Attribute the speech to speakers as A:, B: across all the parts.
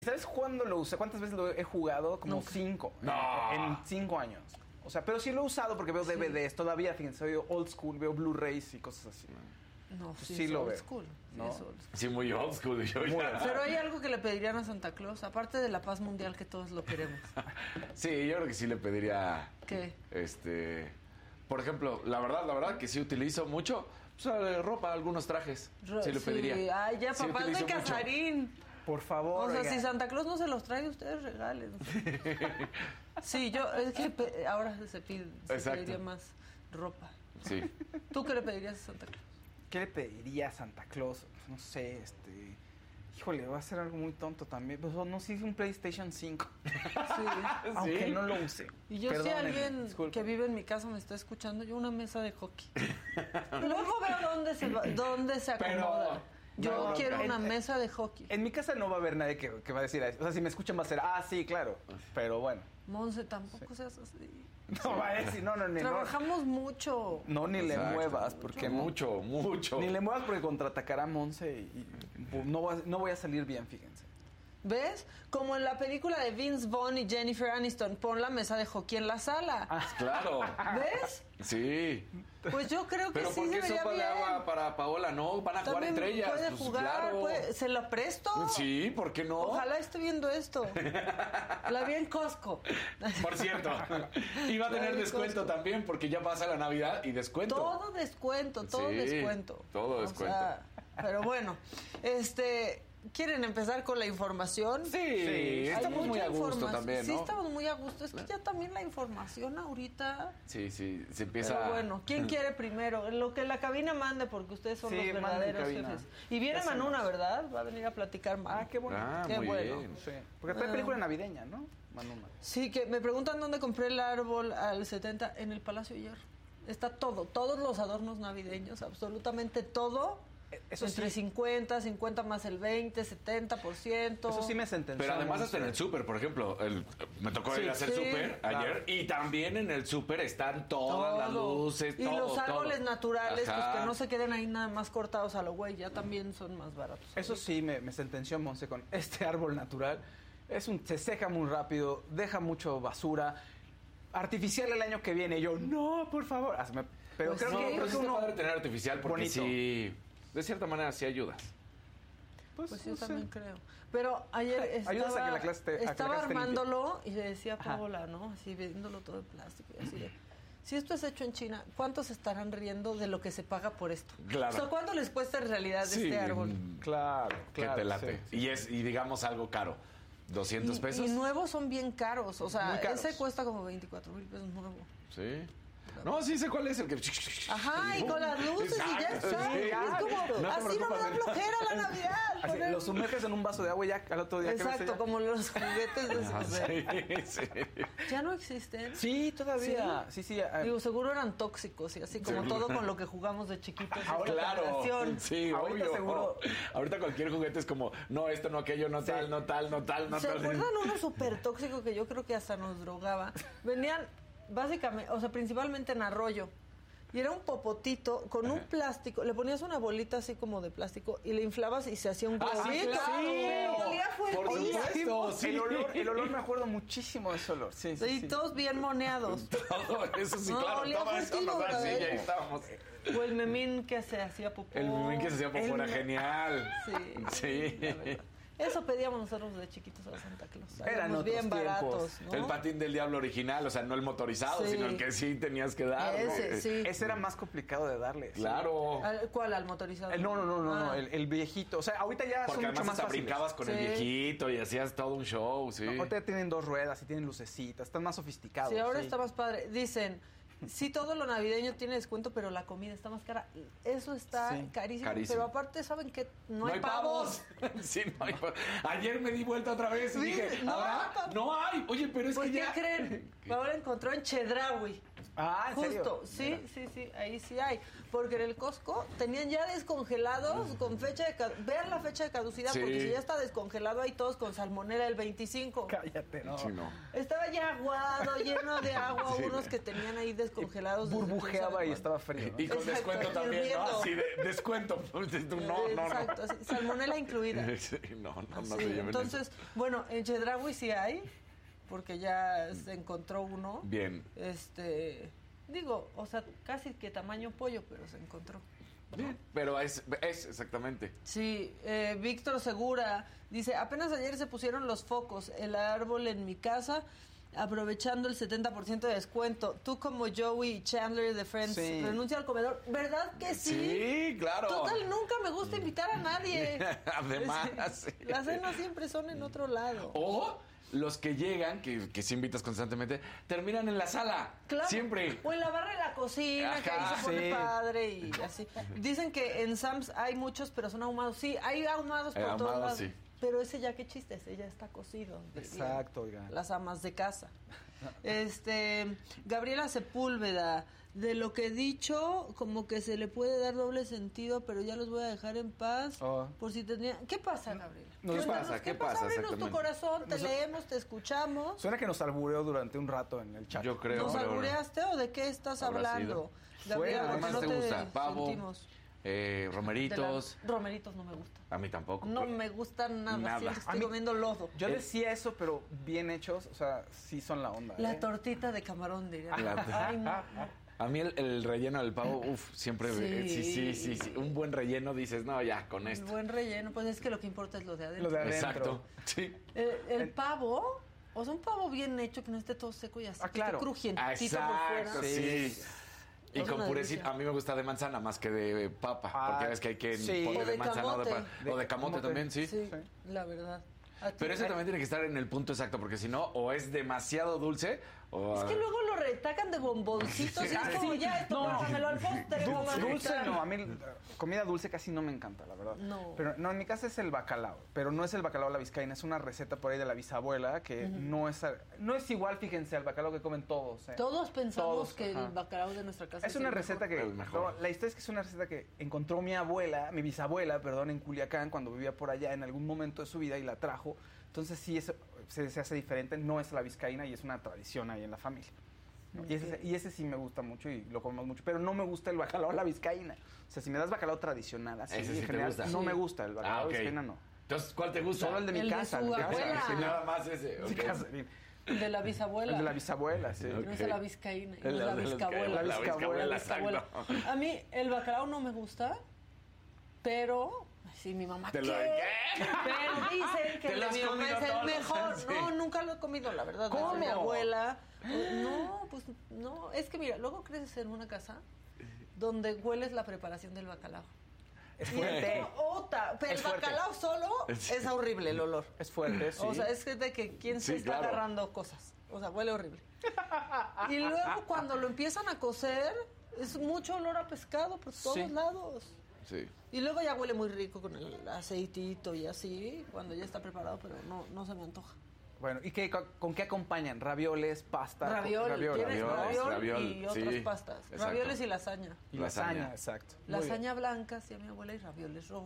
A: ¿Sabes cuándo lo usé? ¿Cuántas veces lo he jugado? Como 5.
B: No.
A: En 5 años. O sea, pero sí lo he usado porque veo DVDs todavía. Fíjense, soy old school, veo Blu-rays y cosas así.
C: No,
A: sí lo
C: old
A: veo.
C: school.
A: ¿No?
C: Sí, es old school.
B: Sí, muy old school.
C: Pero hay algo que le pedirían a Santa Claus, aparte de la paz mundial que todos lo queremos.
B: Sí, yo creo que sí le pediría...
C: ¿Qué?
B: Por ejemplo, la verdad que sí utilizo mucho ropa, algunos trajes. Sí le pediría.
C: Ay, ya,
B: Sí
C: papás
B: utilizo
C: de
B: mucho.
C: Casarín.
A: Por favor.
C: O sea,
A: oiga.
C: si Santa Claus no se los trae, ustedes regalen. Sí, es que ahora se pediría más ropa.
B: Sí.
C: ¿Tú qué le pedirías a Santa Claus?
A: ¿Qué le pediría a Santa Claus? No sé, Híjole, va a ser algo muy tonto también. Pues no sé, un PlayStation 5.
C: Sí.
A: Aunque no lo use.
C: Y yo, si
A: Perdónenme,
C: alguien
A: disculpe.
C: que vive en mi casa me está escuchando, yo una mesa de hockey. Luego veo dónde se acomoda. Yo
A: No,
C: quiero una
A: en-
C: mesa de hockey.
A: En mi casa no va a haber nadie que va a decir eso. O sea, si me escuchan va a ser, sí, claro. Pero bueno.
C: Monse, tampoco seas así.
A: No va a decir, no.
C: Trabajamos mucho.
A: No, ni
B: Exacto.
A: le muevas, porque
B: Mucho.
A: Ni le muevas porque contraatacará a Monse y no voy a salir bien, fíjense.
C: ¿Ves? Como en la película de Vince Vaughn y Jennifer Aniston, pon la mesa de hockey en la sala.
B: Claro.
C: ¿Ves?
B: Sí.
C: Pues yo creo que
B: Pero
C: sí
B: ¿por qué
C: debería
B: sopa de
C: bien.
B: agua para Paola? No, van a jugar
C: También
B: entre ellas.
C: puede
B: Pues,
C: jugar,
B: claro.
C: ¿se la presto?
B: Sí, ¿por qué no?
C: Ojalá esté viendo esto. La vi en Costco.
B: Por cierto, iba a tener descuento también porque ya pasa la Navidad y descuento.
C: Todo descuento, todo
B: Sí,
C: descuento.
B: todo descuento.
C: Pero bueno, ¿quieren empezar con la información?
B: Sí,
C: Hay
B: estamos muy
C: mucha
B: a gusto
C: información.
B: también,
C: Sí,
B: ¿no?
C: estamos muy a gusto. Es que ya también la información ahorita...
B: Sí, se empieza.
C: Pero bueno, ¿quién quiere primero? Lo que la cabina mande, porque ustedes son
A: Sí,
C: los
A: manden
C: verdaderos
A: cabina.
C: jefes. Y viene
A: Ya
C: Manuna,
A: hacemos.
C: ¿verdad? Va a venir a platicar más.
A: Qué bueno.
C: Qué
B: muy
C: bueno.
B: bien.
A: Sí, porque trae película navideña, ¿no? Manuna.
C: Sí, que me preguntan dónde compré el árbol al 70 en el Palacio Hierro. Está todos los adornos navideños, absolutamente todo.
A: Eso
C: Entre
A: sí.
C: 50 más el 20, 70%.
A: Eso sí me sentenció.
B: Pero además
A: Monse.
B: hasta en el súper, por ejemplo, me tocó ir a hacer
C: Sí,
B: súper
A: claro.
B: ayer y también en el súper están todas las luces,
C: y
B: todo,
C: los árboles
B: todo.
C: naturales, pues
B: Ajá.
C: que no se queden ahí nada más cortados a lo güey, ya también son más baratos.
A: Eso sí me sentenció Monse con este árbol natural. Se seca muy rápido, deja mucho basura. Artificial el año que viene. Y yo, no, por favor. Pero
C: Pues
A: creo
B: No,
A: que,
B: pero
A: creo
B: sí
A: que
B: está
A: uno...
B: padre tener artificial porque
A: bonito.
B: sí, de cierta manera sí ayudas.
C: Pues yo
A: no sé.
C: también creo. Pero ayer
A: Ayudas a que la clase esté
C: estaba
A: limpia.
C: armándolo y le decía a Paola, ¿no? Así viéndolo todo de plástico y así de... Si esto es hecho en China, ¿cuántos estarán riendo de lo que se paga por esto?
B: Claro.
C: O sea, ¿cuánto les cuesta en realidad este árbol?
A: Claro,
B: Que te late.
A: sí.
B: Y digamos algo caro. 200 pesos.
C: Y nuevos son bien caros. O sea,
A: Muy caros.
C: ese cuesta como 24,000 pesos nuevo.
B: Sí. No, sí sé cuál es el que...
C: Ajá, y con las luces y ya
B: Exacto,
C: está.
B: sí.
C: Es como,
B: No te
C: así no me da
B: preocupes.
C: flojera la Navidad.
A: Así,
C: poner-
A: lo sumerges en un vaso de agua y ya al otro día... ¿qué ves
C: Exacto,
A: ya?
C: como los juguetes de
B: Ah,
C: esos.
B: sí.
C: Ya no existen.
A: Sí, todavía. Sí.
C: Digo, seguro eran tóxicos y así como
B: Seguro.
C: todo con lo que jugamos de chiquitos.
A: Ahora,
C: esta
B: Claro,
C: generación.
B: sí,
A: Ahorita
B: obvio.
A: seguro.
B: Ahorita cualquier juguete es como, no, esto, no aquello, no tal, no tal, no tal, no
C: ¿Se
B: tal.
C: acuerdan uno súper tóxico que yo creo que hasta nos drogaba? Venían básicamente, o sea, principalmente en Arroyo. Y era un popotito con un plástico. Le ponías una bolita así como de plástico y le inflabas y se hacía un
B: Ah, sí,
C: globito.
B: claro.
C: Pero olía
B: Por
C: fuertísimo.
B: supuesto, sí.
A: El olor me acuerdo muchísimo de ese olor. Sí.
C: Y todos bien moneados.
B: Todo eso sí,
C: No,
B: claro,
C: olía
B: todo eso
C: fuertísimo,
B: nos da, sí,
C: ¿verdad?
B: ahí estábamos.
C: O el memín que se hacía popó.
B: El mimín que se hacía popó era
C: El-
B: genial.
C: Sí.
B: Sí.
C: la verdad. Eso pedíamos nosotros de chiquitos a Santa Claus.
A: Eran
C: Éramos
A: otros
C: bien
A: tiempos.
C: baratos, ¿no?
B: El patín del diablo original, o sea, no el motorizado,
C: Sí.
B: sino el que sí tenías que dar. ¿no?
C: Ese, sí.
A: Ese era más complicado de darle. sí.
B: Claro.
C: ¿Cuál? ¿Al motorizado?
A: No,
C: Ah.
A: el viejito. O sea, ahorita ya
B: Porque
A: son mucho
B: además
A: más
B: hasta
A: fáciles.
B: brincabas con el
C: Sí.
B: viejito y hacías todo un show, sí.
A: Ahorita ya tienen 2 ruedas y tienen lucecitas, están más sofisticados.
C: Sí, ahora
A: sí.
C: está más padre. Dicen, sí, todo lo navideño tiene descuento, pero la comida está más cara. Eso está
A: Sí,
C: carísimo.
B: carísimo.
C: Pero aparte, ¿saben qué? No hay pavos.
B: Sí, no hay pavos. Ayer me di vuelta otra vez y
C: Sí,
B: dije,
C: no,
B: ahora
C: pa-
B: no hay. Oye, pero es
C: ¿Por
B: que
C: qué
B: ya...
C: creen? Ahora encontró en Chedraui.
A: Ah, ¿en
C: Justo,
A: serio?
C: sí, ahí sí hay. Porque en el Costco tenían ya descongelados con fecha de vean la fecha de caducidad,
B: Sí.
C: porque si ya está descongelado hay todos con salmonela el 25.
A: Cállate, no.
B: Sí, no.
C: Estaba ya aguado, lleno de agua,
B: Sí,
C: unos que tenían ahí descongelados. desde
A: burbujeaba
C: quién
A: y
C: sabe
A: estaba frío, ¿no?
B: Y con
C: Exacto,
B: descuento también, ¿no?
C: hirviendo.
B: Así de descuento. Tú, no.
C: Exacto, así, salmonela incluida.
B: Sí, no
C: Así,
B: se lleven
C: entonces, bueno, en Chedraui sí hay, porque ya se encontró uno.
B: Bien.
C: Digo, o sea, casi que tamaño pollo, pero se encontró.
B: Bien, pero es exactamente.
C: Sí, Víctor Segura dice, apenas ayer se pusieron los focos, el árbol en mi casa, aprovechando el 70% de descuento. Tú como Joey y Chandler de Friends,
A: Sí.
C: renuncia al comedor. ¿Verdad que sí?
B: Sí, claro.
C: Total, nunca me gusta invitar a nadie.
B: Además, sí.
C: Las cenas siempre son en otro lado.
B: O los que llegan, que sí invitas constantemente, terminan en la sala.
C: Claro.
B: Siempre.
C: O en la barra de la cocina, que ahí
B: Ajá,
C: se pone
A: sí.
C: padre y así. Dicen que en Sam's hay muchos, pero son ahumados. Sí, hay ahumados por todos
B: Ahumados,
C: lados.
B: sí.
C: Pero ese ya qué chiste, ese ya está cocido. dirían
A: Exacto, oiga.
C: Las amas de casa. Gabriela Sepúlveda, de lo que he dicho, como que se le puede dar doble sentido, pero ya los voy a dejar en paz.
A: Oh.
C: Por si tenía... ¿Qué pasa, Gabriela?
A: ¿Qué
C: Cuéntanos,
B: pasa? ¿Qué pasa
C: Ábrenos tu
B: exactamente?
C: corazón, te leemos, te escuchamos.
A: Suena que nos albureó durante un rato en el chat.
B: Yo creo.
C: ¿Nos
B: pero-
C: albureaste o de qué estás
B: Habrá
C: hablando?
B: sido.
C: Gabriela,
A: Fue,
C: porque
B: ¿Qué
C: no
B: te
C: te
B: gusta? Pavo,
C: sentimos.
B: romeritos.
C: Romeritos no me gustan.
B: A mí tampoco.
C: No me gustan nada,
B: Nada.
C: siento que
A: A
C: estoy
A: mí-
C: comiendo lodo.
A: Yo decía eso, pero bien hechos, o sea, sí son la onda.
C: La
A: ¿eh?
C: tortita de camarón, diría.
B: La-
C: Ay, no.
B: A mí el relleno del pavo, siempre...
C: Sí.
B: Sí. Un buen relleno dices, no, ya, con
C: El
B: esto.
C: buen relleno, pues es que lo que importa es lo de adentro.
A: Lo de adentro.
B: Exacto. Sí.
C: El pavo, o sea, un pavo bien hecho que no esté todo seco y así,
A: Ah, claro.
C: que esté
B: Ah,
C: crujientito por fuera.
B: exacto,
A: Sí.
B: sí. Y
C: Es
B: con
C: una
B: purecita,
C: delicia.
B: a mí me gusta de manzana más que de papa,
A: Ah,
B: porque ves que hay que
A: sí.
B: poner
C: O de
B: manzana o
C: camote.
B: o de camote también, sí.
C: Sí, la verdad. ¿A ti?
B: Pero ese también tiene que estar en el punto exacto, porque si no, o es demasiado dulce, o...
C: Es que luego lo retacan de bomboncitos y es como, ya, esto pásamelo al postre, mamá.
A: Dulce no, a mí comida dulce casi no me encanta, la verdad.
C: No.
A: Pero no, en mi casa es el bacalao, pero no es el bacalao a la vizcaína, es una receta por ahí de la bisabuela que no es igual, fíjense, al bacalao que comen todos. ¿eh?
C: Todos pensamos
A: Todos,
C: que
A: ajá.
C: el bacalao de nuestra casa
A: Es una
C: el
A: receta
C: mejor.
A: que...
B: El mejor.
A: no, la historia es que es una receta que encontró mi bisabuela, en Culiacán, cuando vivía por allá en algún momento de su vida y la trajo. Entonces sí, eso se hace diferente, no es la vizcaína y es una tradición ahí en la familia. ¿no? Y ese sí me gusta mucho y lo comemos mucho, pero no me gusta el bacalao a la vizcaína. O sea, si me das bacalao tradicional, así
B: Ese sí
A: en
B: te
A: general,
B: gusta.
A: no
C: Sí.
A: me gusta el bacalao a
B: ok.
A: la vizcaína, no.
B: Entonces, ¿cuál te gusta?
A: Solo el de mi
C: El de
A: casa.
C: su
A: el de mi casa,
C: abuela.
A: sí,
B: Nada más ese.
A: mi
B: ok.
A: casa, bien.
C: El de la bisabuela.
A: El de la bisabuela, sí.
C: No es de la vizcaína, es
B: El
C: la
B: de la
C: bizcabuela.
A: La bizcabuela,
C: La bizcabuela. A mí el bacalao no me gusta, pero... ay, sí, mi mamá,
B: Te
C: ¿qué?
B: lo- ¿qué?
C: Pero dicen que
B: ¿Te
C: el
B: lo
C: de
B: has
C: mi mamá
B: comido
C: es el
B: todo?
C: mejor.
B: Sí.
C: No, nunca lo he comido, la verdad.
A: ¿Cómo?
C: Desde mi abuela. No, pues no. Es que mira, luego creces en una casa donde hueles la preparación del bacalao.
A: Es
C: Y
A: fuerte.
C: es otra, pero
A: Es
C: el
A: fuerte.
C: bacalao solo
B: Sí.
C: es horrible el olor.
A: Es fuerte, sí.
C: O sea, es que de que quién se
B: Sí,
C: está
B: claro.
C: agarrando cosas. O sea, huele horrible. Y luego cuando lo empiezan a cocer, es mucho olor a pescado por todos
A: Sí.
C: lados.
B: Sí.
C: Y luego ya huele muy rico con el aceitito y así, cuando ya está preparado, pero no se me antoja.
A: Bueno, ¿y con qué acompañan? ¿Ravioles, pasta?
C: Raviol, ¿tienes
B: ravioles,
C: raviol y
B: raviol,
C: otras
B: sí,
C: pastas?
B: exacto.
C: Ravioles y lasaña.
A: Y
B: Lasaña.
A: lasaña, exacto. Muy bien.
C: Lasaña blanca, hacía mi abuela, y ravioles rojos.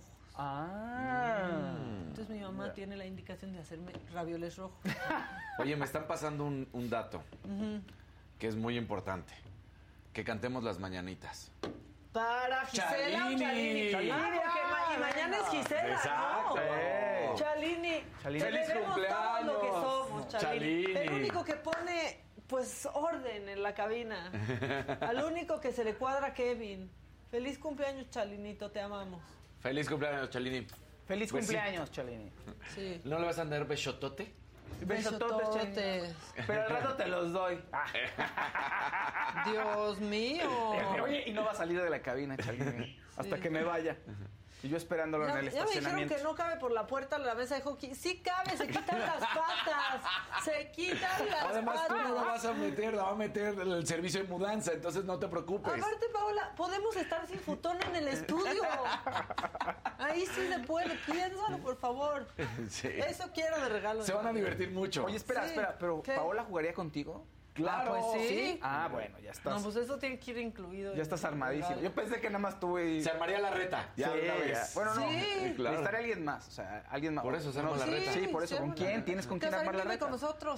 A: Ah.
C: Entonces mi mamá tiene la indicación de hacerme ravioles rojos.
B: Oye, me están pasando un dato que es muy importante. Que cantemos las mañanitas.
C: Para Gisela
B: Chalini.
C: o Chalini.
B: Chalini.
C: Porque mañana es Gisela,
B: Exacto.
C: ¿no? Chalini.
A: Chalini.
C: Celebremos
B: ¡Feliz
C: todo lo que
B: cumpleaños!
C: somos, Chalini.
B: Chalini.
C: El único que pone, pues, orden en la cabina. Al único que se le cuadra Kevin. Feliz cumpleaños, Chalinito, te amamos.
B: Feliz cumpleaños, Chalini.
A: Feliz
B: Pues sí.
A: cumpleaños, Chalini.
C: Sí.
B: ¿No le vas a dar besotote?
A: Besototes, Chalini.
C: Besototes.
A: Pero al rato te los doy.
C: Dios mío.
A: Oye, y no va a salir de la cabina, Chalini, hasta que me vaya. Y yo esperándolo en el
C: Ya me dijeron
A: estacionamiento.
C: que no cabe por la puerta la mesa de hockey. Sí cabe, se quitan las patas. Se quitan las
B: Además, tú
C: patas.
B: no lo vas a meter, la va a meter el servicio de mudanza, entonces no te preocupes.
C: Aparte, Paola, podemos estar sin futón en el estudio. Ahí sí se puede. Piénsalo, por favor.
B: Sí.
C: Eso quiero de regalo.
B: Se van a divertir mucho.
A: Oye, espera,
C: Sí.
A: espera, pero
C: ¿Qué?
A: ¿Paola jugaría contigo?
B: Claro.
C: Ah, pues sí.
A: Ah, bueno, ya estás.
C: No, pues eso tiene que ir incluido.
A: Ya estás armadísimo. Yo pensé que nada más tuve.
B: Se armaría la reta. Ya
A: Sí,
B: de una vez.
A: ya. Bueno, no.
C: Sí.
B: Claro.
A: Necesitaría alguien más. O sea, alguien más.
B: Por eso se arma la reta.
A: Sí, por eso. ¿Con quién? ¿Tienes con quién armar la reta?
C: Con nosotros.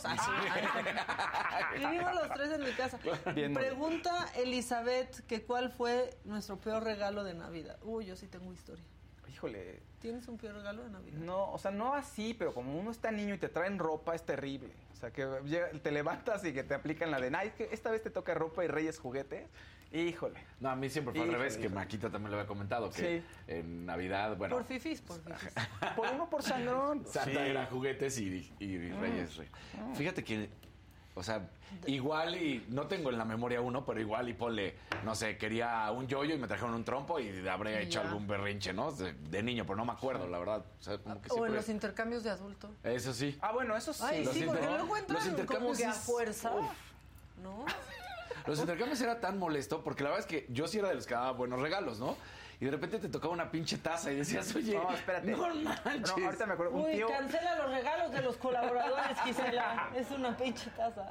C: Vivimos los tres en mi casa.
A: Bien,
C: Pregunta Elizabeth que cuál fue nuestro peor regalo de Navidad. Uy, yo sí tengo historia.
A: Híjole.
C: ¿Tienes un peor regalo de Navidad?
A: No, o sea, no así, pero como uno está niño y te traen ropa, es terrible. O sea, que te levantas y que te aplican la de Nike, que esta vez te toca ropa y Reyes juguetes. Híjole.
B: No, a mí siempre fue al
A: Híjole,
B: revés, que
A: híjole.
B: Maquita también lo había comentado, que
A: Sí.
B: en Navidad, bueno,
C: Por fifis.
A: Por uno por sangrón.
B: Santa
A: Sí.
B: era juguetes y Reyes. Fíjate que, o sea, igual y, no tengo en la memoria uno, pero igual y ponle, no sé, quería un yoyo y me trajeron un trompo y habría hecho
C: Ya.
B: algún berrinche, ¿no? De niño, pero no me acuerdo, la verdad. O sea, como que
C: O en
B: siempre...
C: los intercambios de adulto.
B: Eso sí.
A: Ah, bueno, eso sí.
C: Ay,
B: los
C: sí, porque
B: inter-
C: luego entran
B: los
C: como
B: intercambios
C: que a
B: es-
C: fuerza.
B: Uf.
C: ¿No?
B: Los intercambios era tan molesto porque la verdad es que yo sí era de los que daba buenos regalos, ¿no? Y de repente te tocaba una pinche taza y decías, oye,
A: No, espérate.
B: no manches.
A: No, ahorita me acuerdo. Un
C: Uy,
A: tío.
C: cancela los regalos de los colaboradores, Gisela. Es una pinche taza.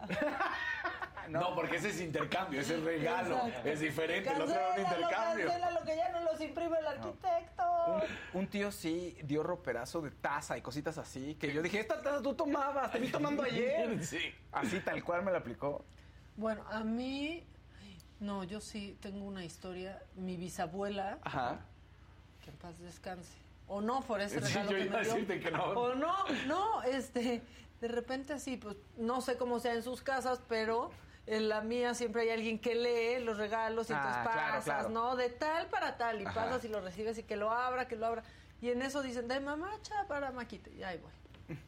B: No, porque ese es intercambio, ese es regalo.
C: Exacto.
B: Es diferente, el otro era un intercambio.
C: Cancela lo que ya no los imprime el arquitecto.
A: Un tío sí dio roperazo de taza y cositas así, que yo dije, esta taza tú tomabas, te vi tomando ayer.
B: Sí.
A: Así tal cual me la aplicó.
C: Bueno, a mí... No, yo sí tengo una historia. Mi bisabuela,
A: Ajá.
C: que en paz descanse. O no, por ese
B: Sí,
C: regalo
B: yo
C: que
B: iba a
C: me dio.
B: decirte que no.
C: O no, de repente así, pues no sé cómo sea en sus casas, pero en la mía siempre hay alguien que lee los regalos y entonces
A: Claro,
C: pasas,
A: claro.
C: ¿no? De tal para tal, y
B: Ajá.
C: pasas y lo recibes y que lo abra. Y en eso dicen, de mamacha para Maquite, y ahí voy.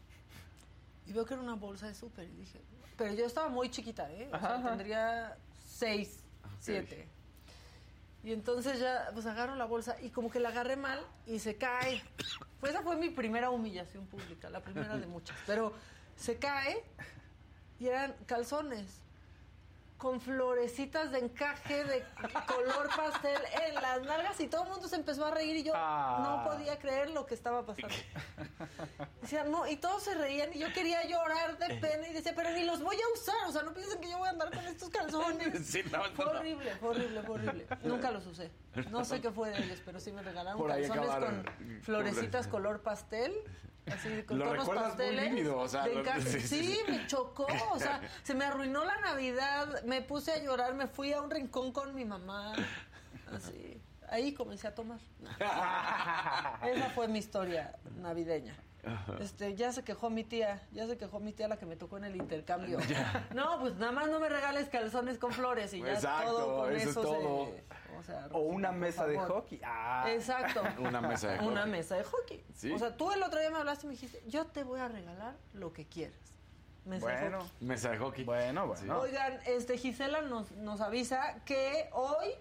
C: Y veo que era una bolsa de súper y dije, pero yo estaba muy chiquita, ¿eh? O sea,
A: Ajá.
C: tendría 6, 7. Y entonces ya, pues agarro la bolsa y como que la agarré mal y se cae. Pues esa fue mi primera humillación pública, la primera de muchas. Pero se cae y eran calzones con florecitas de encaje de color pastel en las nalgas y todo el mundo se empezó a reír y yo no podía creer lo que estaba pasando. Decía, no, y todos se reían y yo quería llorar de pena y decía, pero ni los voy a usar, o sea, no piensen que yo voy a andar con estos calzones.
B: Sí, no,
C: Fue
B: no.
C: horrible. Nunca los usé. No sé qué fue de ellos, pero sí me regalaron
B: Por ahí
C: calzones
B: acabaron.
C: con florecitas color pastel. Así, con
B: Lo
C: tonos
B: recuerdas muy
C: pasteles.
B: vívido, o sea,
C: de
B: lo-
C: encaje.
B: sí, sí,
C: Sí,
B: sí.
C: me chocó, o sea, se me arruinó la Navidad, me puse a llorar, me fui a un rincón con mi mamá, así. Ahí comencé a tomar. Esa fue mi historia navideña. Ya se quejó mi tía, la que me tocó en el intercambio. No, pues nada más no me regales calzones con flores y ya
B: Exacto,
C: todo con
B: eso
C: eso
B: es todo.
A: O una
C: por
A: mesa de
C: favor.
A: hockey. Ah.
C: Exacto.
B: Una mesa de hockey.
C: Una mesa de hockey.
B: Sí.
C: O sea, tú el otro día me hablaste y me dijiste, yo te voy a regalar lo que quieras. Mesa de
A: Bueno,
C: hockey.
B: Mesa de hockey.
A: bueno.
C: Oigan, Gisela nos avisa que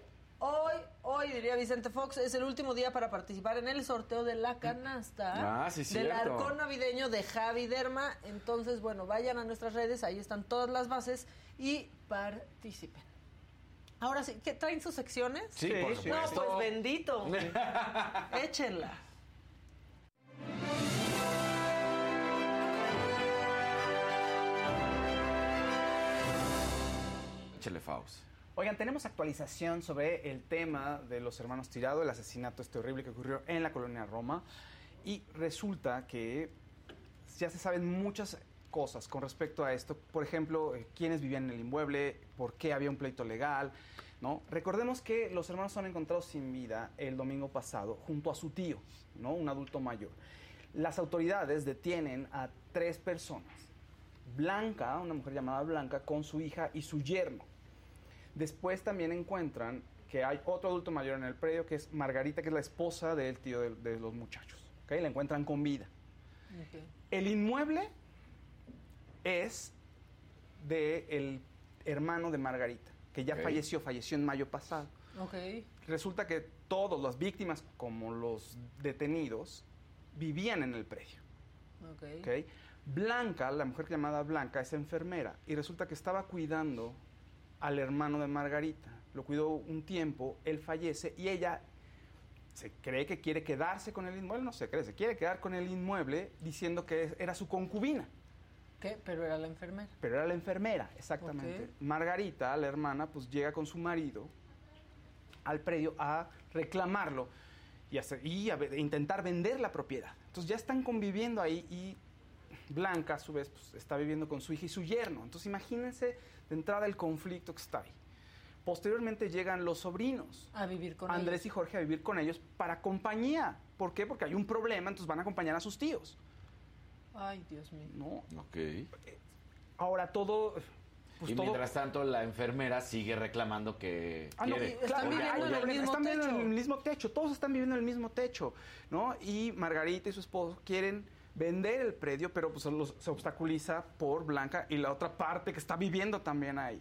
C: hoy, diría Vicente Fox, es el último día para participar en el sorteo de la canasta
B: Ah, sí,
C: del
B: cierto.
C: arcón navideño de Javi Derma. Entonces, bueno, vayan a nuestras redes, ahí están todas las bases y participen. Ahora sí, ¿qué traen sus secciones?
B: Sí, por
A: Sí,
C: No,
B: supuesto.
C: pues bendito. Échenla.
B: Échale Faust.
A: Oigan, tenemos actualización sobre el tema de los hermanos Tirado, el asesinato este horrible que ocurrió en la colonia Roma. Y resulta que ya se saben muchas cosas con respecto a esto. Por ejemplo, quiénes vivían en el inmueble, por qué había un pleito legal, ¿no? Recordemos que los hermanos son encontrados sin vida el domingo pasado junto a su tío, ¿no? Un adulto mayor. Las autoridades detienen a 3 personas. Blanca, una mujer llamada Blanca, con su hija y su yerno. Después también encuentran que hay otro adulto mayor en el predio, que es Margarita, que es la esposa del tío de los muchachos. ¿Okay? La encuentran con vida.
C: Okay.
A: El inmueble es del hermano de Margarita, que ya
B: Ok.
A: falleció en mayo pasado.
C: Ok.
A: Resulta que todas las víctimas, como los detenidos, vivían en el predio.
C: Ok.
A: ¿Ok? Blanca, la mujer llamada Blanca, es enfermera y resulta que estaba cuidando al hermano de Margarita. Lo cuidó un tiempo, él fallece y ella se cree que quiere quedarse con el inmueble, no se cree, se quiere quedar con el inmueble diciendo que era su concubina.
C: ¿Qué? Pero era la enfermera.
A: Pero era la enfermera, exactamente.
C: Ok.
A: Margarita, la hermana, pues llega con su marido al predio a reclamarlo y intentar vender la propiedad. Entonces ya están conviviendo ahí y Blanca, a su vez, pues, está viviendo con su hija y su yerno. Entonces imagínense de entrada el conflicto que está ahí. Posteriormente llegan los sobrinos.
C: A vivir con
A: Andrés
C: ellos.
A: y Jorge a vivir con ellos para compañía. ¿Por qué? Porque hay un problema, entonces van a acompañar a sus tíos.
C: Ay, Dios mío.
A: ¿No?
B: Ok.
A: Ahora todo... Pues
B: y
A: todo-
B: mientras tanto, la enfermera sigue reclamando que
A: Ah, no,
B: quiere.
C: están
B: O ya-
C: viviendo
B: o
C: en
B: ya-
C: el mismo
A: están viviendo en
C: techo.
A: el mismo techo, todos están viviendo en el mismo techo, ¿no? Y Margarita y su esposo quieren vender el predio, pero pues se obstaculiza por Blanca y la otra parte que está viviendo también ahí.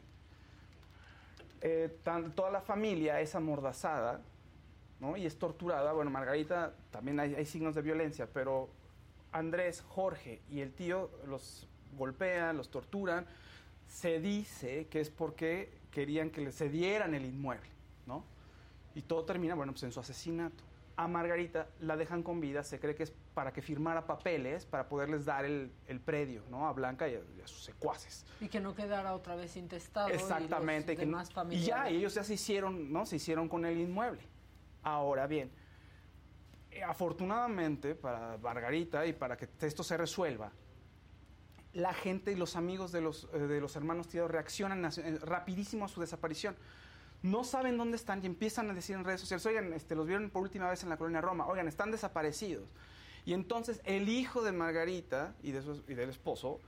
A: Toda la familia es amordazada, ¿no? Y es torturada. Bueno, Margarita también hay signos de violencia, pero Andrés, Jorge y el tío los golpean, los torturan. Se dice que es porque querían que le cedieran el inmueble, ¿no? Y todo termina, bueno, pues en su asesinato. A Margarita la dejan con vida, se cree que es para que firmara papeles para poderles dar el predio, ¿no? A Blanca y a sus secuaces.
C: Y que no quedara otra vez intestado.
A: Exactamente.
C: Y los demás
A: y
C: familiares.
A: ya, ellos ya se hicieron, ¿no? Se hicieron con el inmueble. Ahora bien, afortunadamente para Margarita y para que esto se resuelva, la gente y los amigos de los hermanos Tirado reaccionan rapidísimo a su desaparición. No saben dónde están y empiezan a decir en redes sociales, oigan, los vieron por última vez en la colonia Roma, oigan, están desaparecidos. Y entonces el hijo de Margarita y del esposo,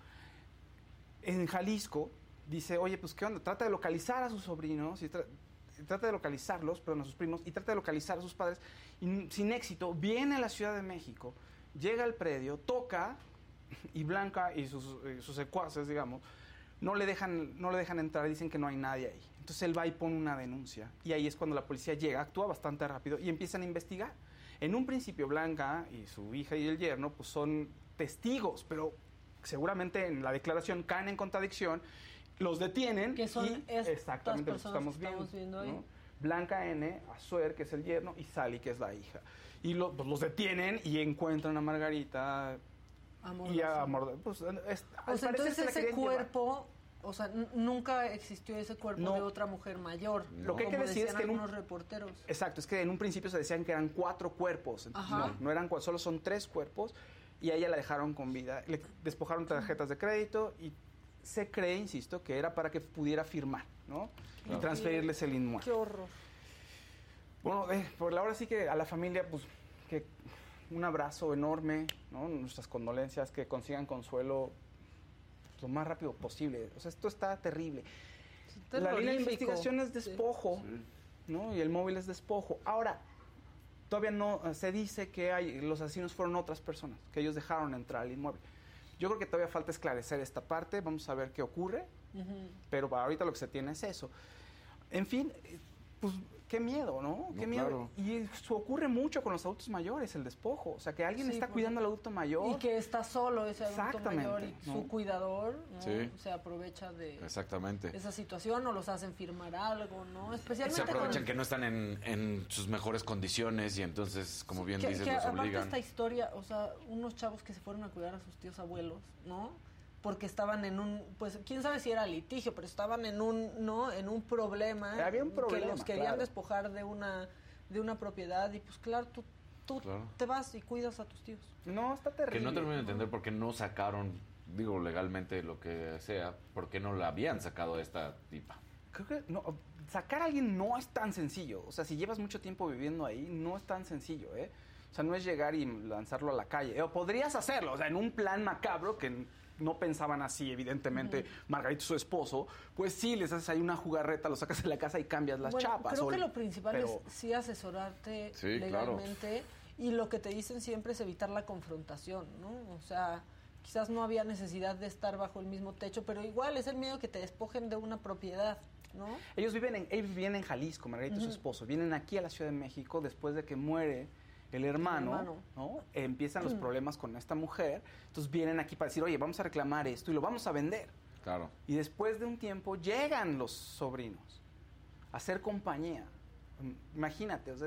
A: en Jalisco, dice, oye, pues ¿qué onda? Trata de localizar a sus sobrinos, trata de localizarlos, perdón, a sus primos, y trata de localizar a sus padres. Y sin éxito, viene a la Ciudad de México, llega al predio, toca, y Blanca y sus secuaces, digamos, no le dejan entrar, dicen que no hay nadie ahí. Entonces él va y pone una denuncia. Y ahí es cuando la policía llega, actúa bastante rápido y empiezan a investigar. En un principio Blanca y su hija y el yerno pues son testigos, pero seguramente en la declaración caen en contradicción, los detienen.
C: Que son
A: y
C: estas
A: exactamente lo que
C: personas
A: estamos
C: que estamos viendo ahí.
A: ¿no? Blanca N., Azuer, que es el yerno, y Sally, que es la hija. Y pues los detienen y encuentran a Margarita y a pues, al
C: O sea,
A: parecer
C: entonces
A: se la
C: ese
A: querían
C: cuerpo, o sea, nunca existió ese cuerpo
A: No.
C: de otra mujer mayor.
A: Lo que hay que
C: como
A: decir es
C: decían
A: que
C: algunos reporteros.
A: Exacto, es que en un principio se decían que eran 4 cuerpos.
C: Ajá.
A: No eran 4, solo son 3 cuerpos. Y a ella la dejaron con vida. Le despojaron tarjetas de crédito y se cree, insisto, que era para que pudiera firmar, ¿no? Y transferirles el inmueble.
C: Qué horror.
A: Bueno, por ahora sí que a la familia, pues, que un abrazo enorme, ¿no? Nuestras condolencias, que consigan consuelo lo más rápido posible. O sea, esto está terrible. La línea de
C: Terrorífico.
A: investigación es despojo, ¿no? Y el móvil es despojo. Ahora, todavía no se dice que los asesinos fueron otras personas, que ellos dejaron entrar al inmueble. Yo creo que todavía falta esclarecer esta parte, vamos a ver qué ocurre, pero ahorita lo que se tiene es eso. En fin, pues qué miedo, ¿no? Qué miedo.
B: Claro.
A: Y eso ocurre mucho con los adultos mayores, el despojo. O sea, que alguien
C: Sí,
A: está
C: pues,
A: cuidando al adulto mayor.
C: Y que está solo ese adulto
A: Exactamente,
C: mayor y
A: ¿no?
C: su cuidador, ¿no?
B: Sí.
C: Se aprovecha de
B: Exactamente.
C: esa situación o los hacen firmar algo, ¿no?
B: Se
C: Especialmente
B: aprovechan
C: con...
B: que no están en sus mejores condiciones y entonces, como bien dices,
C: que
B: los
C: aparte
B: obligan.
C: esta historia, o sea, unos chavos que se fueron a cuidar a sus tíos abuelos, ¿no? Porque estaban en un, pues quién sabe si era litigio, pero estaban en un, ¿no? En un problema.
A: Había un problema,
C: que los querían
A: claro.
C: despojar de una propiedad y pues claro, tú
B: Claro.
C: te vas y cuidas a tus tíos.
A: No, está terrible.
B: Que no termino de entender por qué no sacaron, digo, legalmente lo que sea, por qué no la habían sacado a esta tipa.
A: Creo que no, sacar a alguien no es tan sencillo. O sea, si llevas mucho tiempo viviendo ahí, no es tan sencillo, ¿eh? O sea, no es llegar y lanzarlo a la calle. O podrías hacerlo, o sea, en un plan macabro que no pensaban así, evidentemente, Margarita y su esposo, pues sí, les haces ahí una jugarreta, lo sacas de la casa y cambias las
C: Bueno,
A: chapas.
C: creo que lo principal
A: pero-
C: es sí asesorarte
B: Sí,
C: legalmente y lo que te dicen siempre es evitar la confrontación, ¿no? O sea, quizás no había necesidad de estar bajo el mismo techo, pero igual es el miedo que te despojen de una propiedad, ¿no?
A: Ellos viven en Jalisco, Margarita y su esposo. Vienen aquí a la Ciudad de México después de que muere el hermano, ¿no? Empiezan los problemas con esta mujer. Entonces vienen aquí para decir, oye, vamos a reclamar esto y lo vamos a vender.
B: Claro.
A: Y después de un tiempo llegan los sobrinos a hacer compañía. Imagínate, o sea,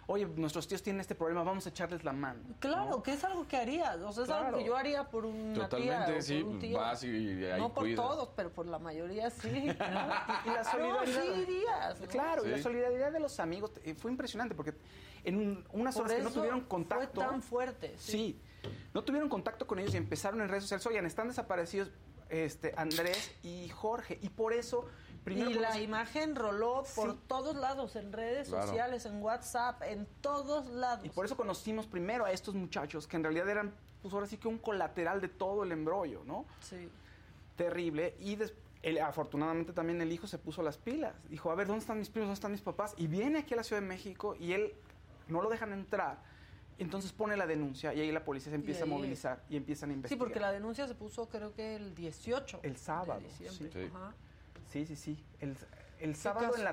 A: oye, nuestros tíos tienen este problema, vamos a echarles la mano.
C: Claro,
A: ¿no?
C: que es algo que harías. O sea, es algo que yo haría por una
B: Totalmente,
C: tía o
B: sí,
C: por un tío.
B: vas y ahí
C: no por
B: cuidas.
C: todos, pero por la mayoría sí. ¿no?
A: Y la solidaridad.
C: No, sí irías, ¿no?
A: Claro, y la
B: Sí.
A: solidaridad de los amigos fue impresionante porque en unas
C: Por
A: horas que no
C: eso
A: tuvieron contacto.
C: Fue tan fuerte.
A: Sí, no tuvieron contacto con ellos y empezaron en redes sociales. Oigan, están desaparecidos Andrés y Jorge. Y por eso, primero.
C: Y la imagen roló por
A: Sí.
C: todos lados, en redes
B: Claro.
C: sociales, en WhatsApp, en todos lados.
A: Y por eso conocimos primero a estos muchachos que en realidad eran, pues ahora sí que un colateral de todo el embrollo, ¿no?
C: Sí.
A: Terrible. Y afortunadamente también el hijo se puso las pilas. Dijo, a ver, ¿dónde están mis primos? ¿Dónde están mis papás? Y viene aquí a la Ciudad de México y él no lo dejan entrar. Entonces pone la denuncia y ahí la policía se empieza a
C: ahí-
A: movilizar y empiezan a
C: Sí,
A: investigar.
C: porque la denuncia se puso creo que el 18
A: El sábado,
C: de diciembre.
B: sí. Sí.
C: Ajá.
A: Sí. El sábado
C: caso?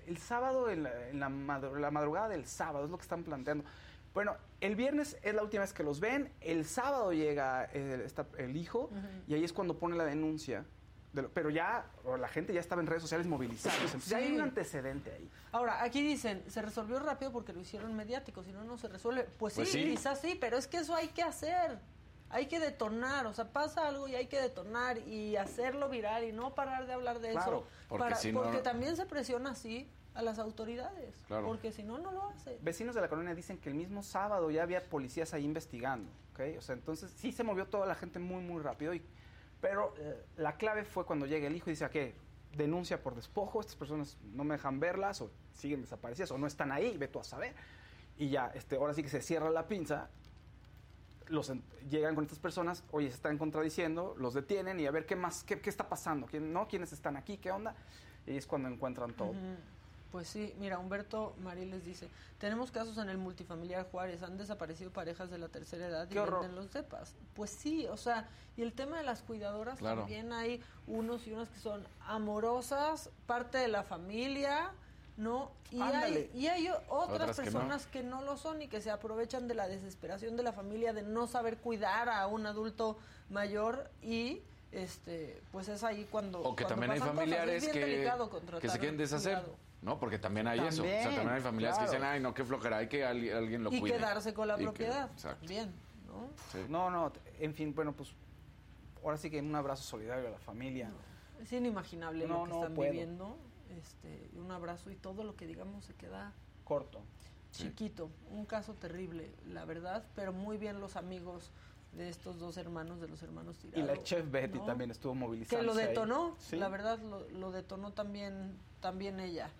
A: en la madrugada del sábado es lo que están planteando. Bueno, el viernes es la última vez que los ven, el sábado llega el hijo y ahí es cuando pone la denuncia. Pero ya la gente ya estaba en redes sociales movilizándose. Entonces ya hay
C: Sí.
A: un antecedente ahí.
C: Ahora, aquí dicen, se resolvió rápido porque lo hicieron mediático, si no, no se resuelve. Pues sí,
B: Pues sí.
C: quizás sí, pero es que eso hay que hacer. Hay que detonar, o sea, pasa algo y hay que detonar y hacerlo viral y no parar de hablar de
A: Claro,
C: eso.
B: porque si no-
C: porque también se presiona así a las autoridades.
B: Claro.
C: Porque si no, no lo hace.
A: Vecinos de la colonia dicen que el mismo sábado ya había policías ahí investigando, ¿ok? O sea, entonces sí se movió toda la gente muy, muy rápido. Pero la clave fue cuando llega el hijo y dice, ¿a qué? Denuncia por despojo, estas personas no me dejan verlas o siguen desaparecidas o no están ahí, ve tú a saber. Y ya, ahora sí que se cierra la pinza, llegan con estas personas, oye, se están contradiciendo, los detienen y a ver qué más, qué está pasando, quiénes están aquí, qué onda. Y ahí es cuando encuentran todo.
C: Ujú. Pues sí, mira, Humberto Mariles dice, tenemos casos en el multifamiliar Juárez, han desaparecido parejas de la tercera edad y
A: ¡Qué horror!
C: venden los depas. Pues sí, o sea, y el tema de las cuidadoras
B: Claro.
C: también hay unos y unas que son amorosas, parte de la familia, ¿no?
A: Ándale.
C: Y hay otras
B: Otras que no.
C: personas que no lo son y que se aprovechan de la desesperación de la familia, de no saber cuidar a un adulto mayor y... pues es ahí cuando
B: O que
C: cuando
B: también hay
C: pasan cosas.
B: familiares
C: Es bien delicado contratar
B: que se quieren deshacer,
C: cuidado.
B: ¿no? Porque también hay eso. O sea,
A: También,
B: también hay familiares que
A: claro.
B: dicen, ay, no, qué flojera, hay que alguien lo
C: Y
B: cuide.
C: quedarse con la
B: Y que-
C: propiedad.
B: exacto.
C: Bien, ¿no?
B: Sí.
A: No, en fin, bueno, pues ahora sí que un abrazo solidario a la familia.
C: Es inimaginable
A: No,
C: lo que
A: no
C: están
A: puedo.
C: viviendo. Un abrazo y todo lo que digamos se queda
A: Corto.
C: chiquito. Un caso terrible, la verdad, pero muy bien los amigos de estos dos hermanos, de los hermanos Tirado.
A: Y la chef Betty
C: ¿no?
A: también estuvo movilizando.
C: Que lo detonó,
A: Sí.
C: la verdad lo detonó también ella.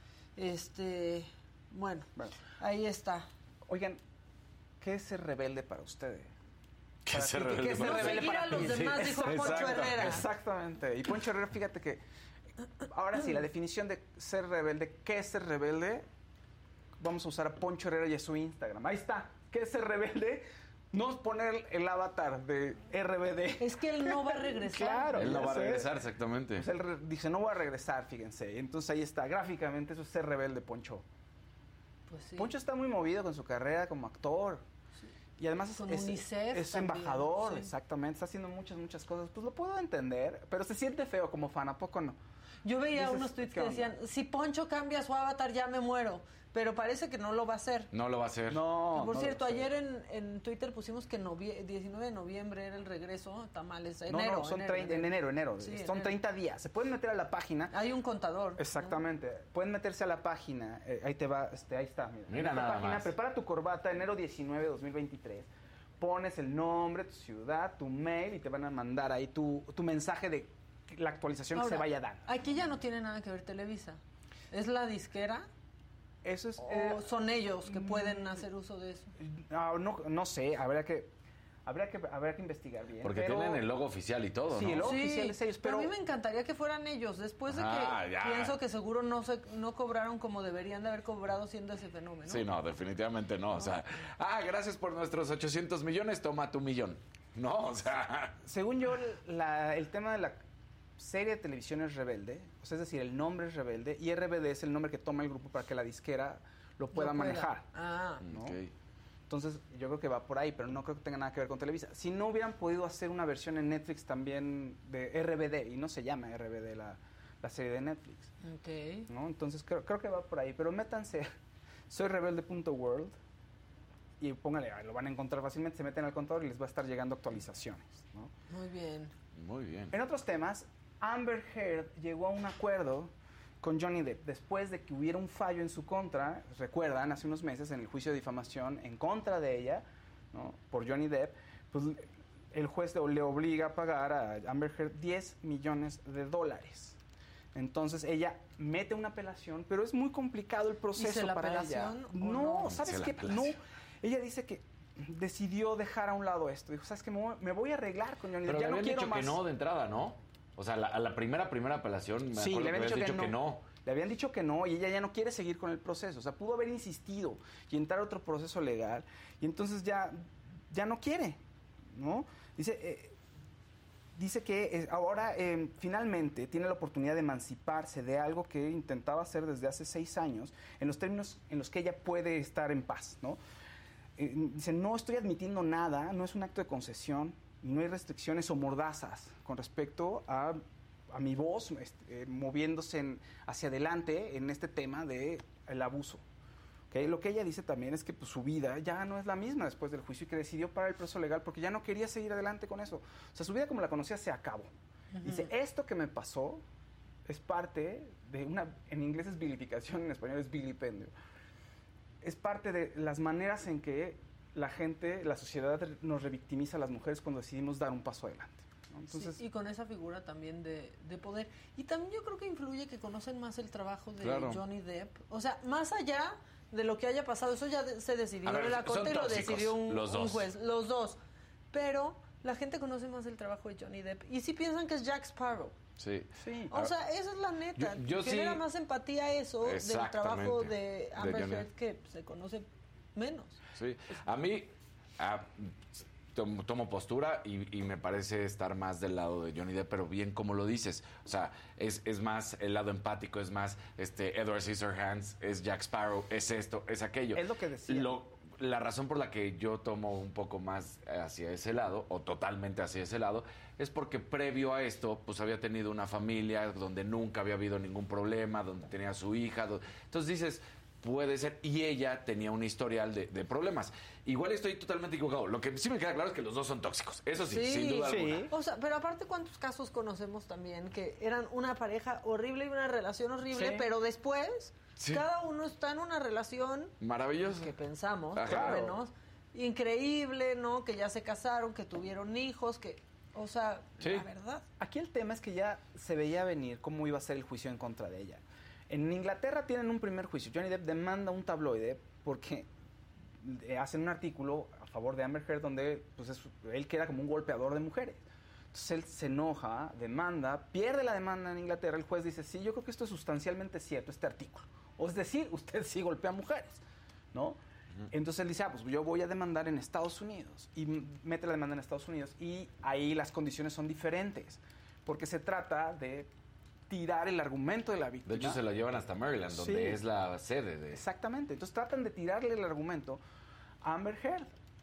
C: Bueno,
A: Bueno.
C: ahí está.
A: Oigan, ¿qué es ser rebelde para ustedes?
B: Que
A: Para
B: se
A: ti,
B: rebelde
A: ¿qué es ser
C: No
B: para ti.
A: rebelde
C: seguir
A: para
C: a los
A: ti?
C: demás, dijo Poncho
B: exacto.
C: Herrera.
A: Exactamente. Y Poncho Herrera, fíjate que ahora sí, la definición de ser rebelde, ¿qué es ser rebelde? Vamos a usar a Poncho Herrera y a su Instagram. Ahí está. ¿Qué es ser rebelde? No poner el avatar de RBD.
C: Es que él no va a regresar.
A: Claro.
B: Él no
A: ya
B: va a
A: sé.
B: regresar, exactamente.
A: Pues él dice, no voy a regresar, fíjense. Entonces ahí está, gráficamente, eso es ser rebelde, Poncho.
C: Pues sí.
A: Poncho está muy movido con su carrera como actor. Y además
C: Con UNICEF
A: es
C: también,
A: embajador,
C: sí.
A: exactamente. Está haciendo muchas cosas. Pues lo puedo entender, pero se siente feo como fan, ¿a poco no?
C: Yo veía
A: Dices,
C: unos tweets
A: ¿qué
C: que
A: onda?
C: decían, si Poncho cambia su avatar ya me muero, pero parece que no lo va a hacer.
B: No lo va a hacer.
A: No.
C: Por
A: no
C: cierto,
A: lo sé.
C: ayer en Twitter pusimos que 19 de noviembre era el regreso, tamales,
A: No,
C: enero.
A: no, son 30, en enero.
C: Sí,
A: Son
C: enero.
A: 30 días. Se pueden meter a la página.
C: Hay un contador. ¿no?
A: Exactamente. Pueden meterse a la página. Ahí te va, ahí está.
B: Mira
A: En esta
B: nada
A: página,
B: más.
A: prepara tu corbata, enero 19 de 2023. Pones el nombre, tu ciudad, tu mail y te van a mandar ahí tu mensaje de la actualización que
C: Ahora,
A: se vaya dando.
C: Aquí ya no tiene nada que ver Televisa. ¿Es la disquera
A: Eso es...
C: o son ellos que pueden hacer uso de eso?
A: no sé, habría que investigar bien.
B: Porque
A: pero-
B: tienen el logo oficial y todo,
A: Sí,
B: ¿no?
A: el logo oficial es ellos,
C: pero a
A: pero...
C: mí me encantaría que fueran ellos, después de que
B: Ah, ya.
C: pienso que seguro no cobraron como deberían de haber cobrado siendo ese fenómeno.
B: Sí, no, definitivamente no. O sea, gracias por nuestros 800 millones, toma tu millón. No, o sea...
A: Según yo, el tema de la serie de televisión es Rebelde, o sea, es decir, el nombre es Rebelde y RBD es el nombre que toma el grupo para que la disquera lo pueda manejar.
C: Ah,
A: ¿no?
B: Ok.
A: Entonces, yo creo que va por ahí, pero no creo que tenga nada que ver con Televisa. Si no hubieran podido hacer una versión en Netflix también de RBD, y no se llama RBD la serie de Netflix,
C: ok.
A: ¿no? Entonces, creo que va por ahí, pero métanse soy rebelde.world y póngale, lo van a encontrar fácilmente, se meten al contador y les va a estar llegando actualizaciones, ¿no?
C: Muy bien.
B: Muy bien.
A: En otros temas, Amber Heard llegó a un acuerdo con Johnny Depp después de que hubiera un fallo en su contra, recuerdan, hace unos meses en el juicio de difamación en contra de ella, ¿no? Por Johnny Depp, pues el juez le obliga a pagar a Amber Heard $10 millones. Entonces ella mete una apelación, pero es muy complicado el proceso
C: ¿Hice la
A: para ella.
C: apelación o
A: No,
C: no?
A: ¿sabes
B: Hice la
A: qué?
B: apelación.
A: No. Ella dice que decidió dejar a un lado esto. Dijo, ¿sabes qué? Me voy a arreglar con Johnny Depp.
B: Pero
A: Ya
B: le
A: no
B: habían
A: quiero
B: dicho
A: más.
B: que no de entrada, ¿no? O sea, a la primera apelación, me
A: Sí,
B: acuerdo
A: le habían
B: que
A: dicho,
B: habías dicho que no.
A: Le habían dicho que no y ella ya no quiere seguir con el proceso. O sea, pudo haber insistido y entrar a otro proceso legal y entonces ya no quiere, ¿no? Dice que ahora finalmente tiene la oportunidad de emanciparse de algo que intentaba hacer desde hace 6 años en los términos en los que ella puede estar en paz, ¿no? Dice, no estoy admitiendo nada, no es un acto de concesión, no hay restricciones o mordazas con respecto a mi voz moviéndose hacia adelante en este tema del abuso. ¿Okay? Lo que ella dice también es que pues, su vida ya no es la misma después del juicio y que decidió parar el proceso legal porque ya no quería seguir adelante con eso. O sea, su vida como la conocía se acabó. Dice, esto que me pasó es parte de en inglés es vilificación, en español es vilipendio. Es parte de las maneras en que la gente, la sociedad nos revictimiza a las mujeres cuando decidimos dar un paso adelante. ¿No? Entonces,
C: sí, y con esa figura también de poder. Y también yo creo que influye que conocen más el trabajo de
B: Claro.
C: Johnny Depp. O sea, más allá de lo que haya pasado, eso ya se decidió
B: A ver,
C: en la
B: son
C: corte y lo
B: tóxicos,
C: decidió un
B: los dos.
C: juez. Los dos. Pero la gente conoce más el trabajo de Johnny Depp. Y sí piensan que es Jack Sparrow.
B: Sí.
A: sí.
C: O sea, esa es la neta.
B: Yo
C: Genera
B: sí-
C: más empatía eso del
B: Exactamente.
C: trabajo de Amber
B: Johnny
C: Heard
B: Depp.
C: que se conoce menos.
B: Sí, a mí tomo postura y me parece estar más del lado de Johnny Depp, pero bien como lo dices, o sea, es más el lado empático, es más Edward Scissorhands, es Jack Sparrow, es esto, es aquello.
A: Es lo que decía.
B: La razón por la que yo tomo un poco más hacia ese lado, o totalmente hacia ese lado, es porque previo a esto, pues había tenido una familia donde nunca había habido ningún problema, donde tenía a su hija, entonces dices, puede ser, y ella tenía un historial de problemas. Igual estoy totalmente equivocado. Lo que sí me queda claro es que los dos son tóxicos. Eso sí,
C: Sí,
B: sin duda
A: sí.
B: alguna.
C: O sea, pero aparte, ¿cuántos casos conocemos también que eran una pareja horrible y una relación horrible,
A: Sí.
C: pero después
B: Sí.
C: cada uno está en una relación
B: Maravilloso.
C: que pensamos,
B: Ajá.
C: por lo menos, increíble, ¿no? Que ya se casaron, que tuvieron hijos, que, o sea,
B: Sí.
C: la verdad.
A: Aquí el tema es que ya se veía venir cómo iba a ser el juicio en contra de ella. En Inglaterra tienen un primer juicio. Johnny Depp demanda un tabloide porque hacen un artículo a favor de Amber Heard donde pues, él queda como un golpeador de mujeres. Entonces él se enoja, demanda, pierde la demanda en Inglaterra. El juez dice, sí, yo creo que esto es sustancialmente cierto, este artículo. O es decir, usted sí golpea a mujeres, ¿no? Entonces él dice, pues yo voy a demandar en Estados Unidos. Y mete la demanda en Estados Unidos. Y ahí las condiciones son diferentes. Porque se trata de tirar el argumento de la víctima.
B: De hecho, se la llevan hasta Maryland, donde
A: Sí.
B: es la sede de...
A: Exactamente. Entonces tratan de tirarle el argumento a Amber Heard.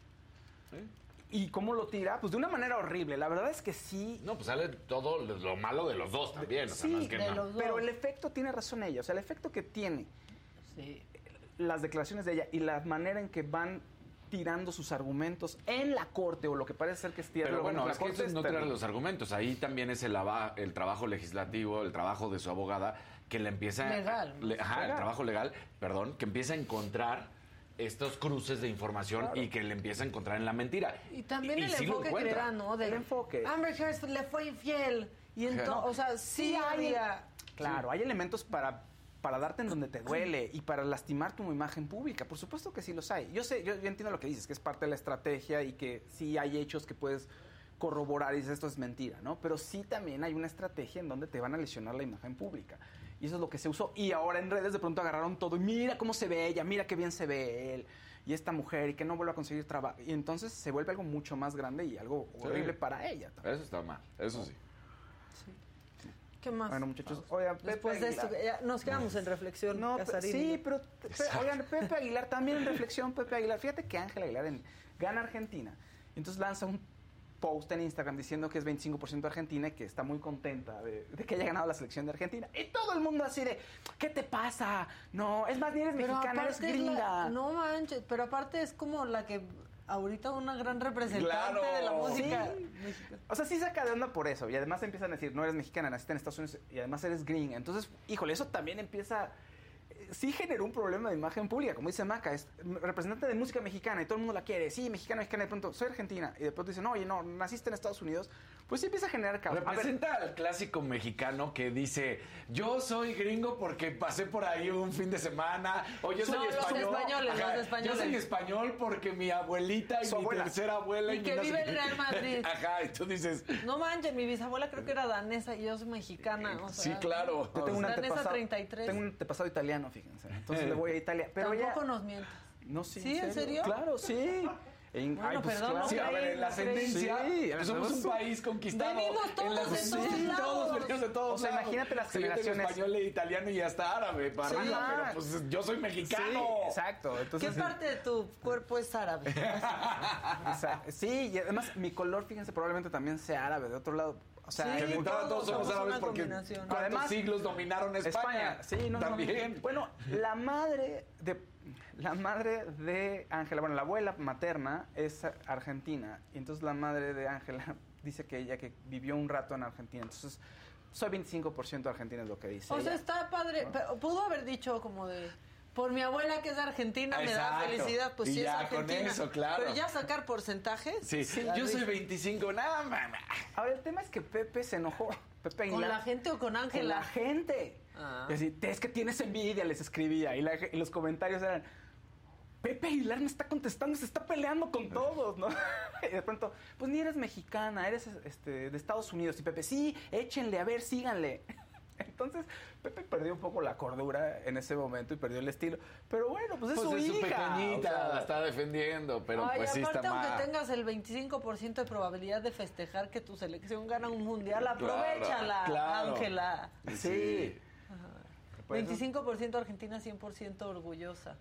B: Sí.
A: ¿Y cómo lo tira? Pues de una manera horrible. La verdad es que sí.
B: No, pues sale todo lo malo de los dos también. O sea,
A: Sí,
B: no es que
C: de
B: no.
C: los dos.
A: Pero el efecto tiene razón ella. O sea, el efecto que tiene
C: Sí.
A: las declaraciones de ella y la manera en que van tirando sus argumentos en la corte o lo que parece ser que es tierra
B: Pero bueno,
A: en la
B: es que
A: corte
B: eso es no tirar
A: terrible.
B: los argumentos. Ahí también es el trabajo legislativo, el trabajo de su abogada, que le empieza...
C: Legal, ¿no?
B: el
A: Legal.
B: trabajo legal, perdón, que empieza a encontrar estos cruces de información
A: Claro.
B: y que le empieza a encontrar en la mentira.
C: Y también el
B: sí lo
C: enfoque que
B: encuentra.
C: le dan, ¿no?
A: El enfoque.
C: Amber Heard le fue infiel. Y entonces,
B: No.
C: o sea, sí había...
A: Claro, hay elementos para darte en donde te duele y para lastimar tu imagen pública. Por supuesto que sí los hay. Yo entiendo lo que dices, que es parte de la estrategia y que sí hay hechos que puedes corroborar y dices esto es mentira, ¿no? Pero sí también hay una estrategia en donde te van a lesionar la imagen pública. Y eso es lo que se usó. Y ahora en redes de pronto agarraron todo y mira cómo se ve ella, mira qué bien se ve él y esta mujer y que no vuelve a conseguir trabajo. Y entonces se vuelve algo mucho más grande y algo
B: Sí.
A: horrible para ella también.
B: Eso está mal, eso sí.
C: ¿Qué más?
A: Bueno, muchachos, oigan, Pepe
C: Después de esto,
A: Aguilar.
C: ya nos quedamos en reflexión.
A: No,
C: Casarín y
A: sí,
C: yo.
A: pero oigan, Pepe Aguilar, también en reflexión, Pepe Aguilar. Fíjate que Ángel Aguilar gana Argentina. Entonces lanza un post en Instagram diciendo que es 25% Argentina y que está muy contenta de que haya ganado la selección de Argentina. Y todo el mundo así de, ¿qué te pasa? No, es más, ni eres mexicana, eres gringa.
C: No manches, pero aparte es como la que ahorita una gran representante de la música mexicana.
A: O sea, sí saca de onda por eso. Y además empiezan a decir, no eres mexicana, naciste en Estados Unidos y además eres gringa. Entonces, híjole, eso también empieza... Sí generó un problema de imagen pública, como dice Maca, es representante de música mexicana y todo el mundo la quiere. Sí, mexicana, y de pronto, soy argentina. Y de pronto dicen, no, oye, no, naciste en Estados Unidos. Pues sí empieza a generar caos.
B: Representa al clásico mexicano que dice, yo soy gringo porque pasé por ahí un fin de semana, o yo soy español.
C: Los españoles.
B: Yo soy español porque mi abuelita y mi tercera abuela
C: y que vive en Real Madrid.
B: Ajá, y tú dices...
C: No manches, mi bisabuela creo que era danesa y yo soy mexicana. O sea,
B: sí, claro.
A: Yo tengo un
C: danesa 33.
A: Tengo un antepasado italiano, fíjense. Entonces le voy a Italia. Pero
C: tampoco nos mientas.
A: No, sí.
C: ¿Sí? ¿En serio?
A: Claro, sí.
C: Bueno, perdón,
A: claro.
B: Sí, a ver, en la ascendencia, somos un país conquistado.
C: Venimos todos de todos lados.
B: Todos venimos de todos lados.
A: O sea, imagínate las generaciones.
B: Español, italiano y hasta árabe para arriba, pero pues yo soy mexicano.
A: Sí, exacto. Entonces,
C: ¿qué parte de tu cuerpo es árabe?
A: Exacto. Sí, y además mi color, fíjense, probablemente también sea árabe, de otro lado. O sea,
B: que de entrada todos somos árabes porque
C: combinación.
B: ¿cuántos siglos dominaron España?
A: Sí, no,
B: también.
A: No. Bueno, la madre de Ángela, bueno, la abuela materna es argentina. Y entonces la madre de Ángela dice que ella que vivió un rato en Argentina. Entonces, soy 25% argentina es lo que dice.
C: O sea,
A: ella.
C: está padre. ¿No? Pero pudo haber dicho como de... Por mi abuela que es argentina me da felicidad, pues sí es argentina.
B: Con eso, claro.
C: Pero ya sacar porcentajes.
B: Sí, yo soy 25, nada, mamá.
A: Ahora, el tema es que Pepe se enojó. Pepe Aguilar.
C: ¿Con la gente o con Ángela?
A: Con la gente. Y así, es que tienes envidia, les escribía. Y los comentarios eran, Pepe Aguilar me está contestando, se está peleando con todos, ¿no? Y de pronto, pues ni eres mexicana, eres de Estados Unidos. Y Pepe, sí, échenle, a ver, síganle. Entonces, Pepe perdió un poco la cordura en ese momento y perdió el estilo. Pero bueno, pues es su hija.
B: Pequeñita,
A: o sea,
B: la está defendiendo, pero pues sí está mal.
C: Aparte, aunque tengas el 25% de probabilidad de festejar que tu selección gana un mundial, aprovéchala, Ángela.
A: Claro. Sí.
C: 25% Argentina, 100% orgullosa.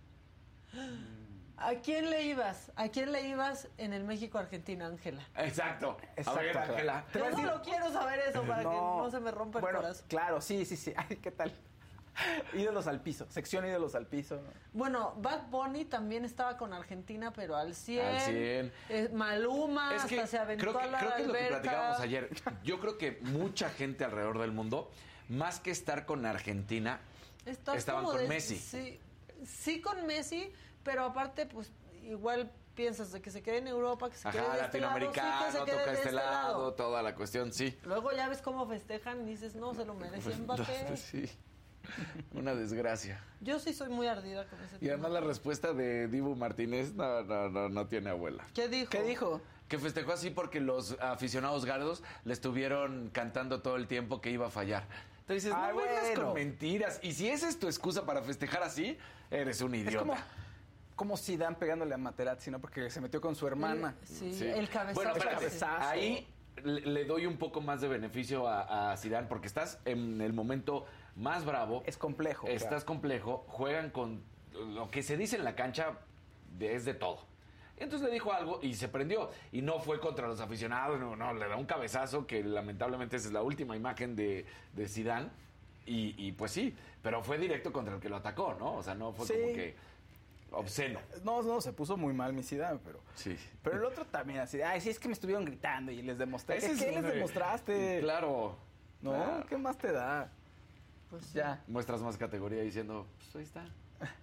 C: ¿A quién le ibas? ¿A quién le ibas en el México-Argentina, Ángela?
B: Exacto. A ver, Ángela.
C: Yo solo quiero saber eso para que no se me rompa el corazón.
A: Claro, sí. Ay, ¿qué tal? Ídolos al piso, sección ídolos al piso.
C: Bueno, Bad Bunny también estaba con Argentina, pero al 100.
B: Al 100.
C: Maluma,
B: es que
C: hasta se aventó a la
B: creo que es lo que
C: alberca.
B: platicábamos ayer. Yo creo que mucha gente alrededor del mundo, más que estar con Argentina, estaban con Messi.
C: Sí, con Messi, pero aparte, pues, igual piensas de que se quede en Europa, que se quede de este lado, sí, que se quede
B: toca
C: de
B: este lado, toda la cuestión, sí.
C: Luego ya ves cómo festejan y dices, no, se lo merecía Mbappé.
B: Sí, una desgracia.
C: Yo sí soy muy ardida con ese tema.
B: Y además la respuesta de Dibu Martínez no tiene abuela.
C: ¿Qué dijo?
B: Que festejó así porque los aficionados gardos le estuvieron cantando todo el tiempo que iba a fallar. Entonces dices, no vengas con mentiras. Y si esa es tu excusa para festejar así, eres un idiota.
A: Es como Zidane pegándole a Materazzi, ¿no? Porque se metió con su hermana.
C: Sí. El cabezazo.
B: Bueno, cabezazo. Ahí le doy un poco más de beneficio a Zidane porque estás en el momento más bravo.
A: Es complejo.
B: Estás complejo. Juegan con lo que se dice en la cancha, es de todo. Entonces le dijo algo y se prendió. Y no fue contra los aficionados, no, le da un cabezazo que lamentablemente esa es la última imagen de Zidane. Y pues sí, pero fue directo contra el que lo atacó, ¿no? O sea, no fue como que obsceno.
A: No, se puso muy mal mi Zidane, pero...
B: Sí.
A: Pero el otro también así, sí, es que me estuvieron gritando y les demostré. ¿Qué les demostraste?
B: Claro.
A: ¿No?
B: Claro.
A: ¿Qué más te da?
C: Pues
A: ya.
B: Muestras más categoría diciendo, pues ahí está.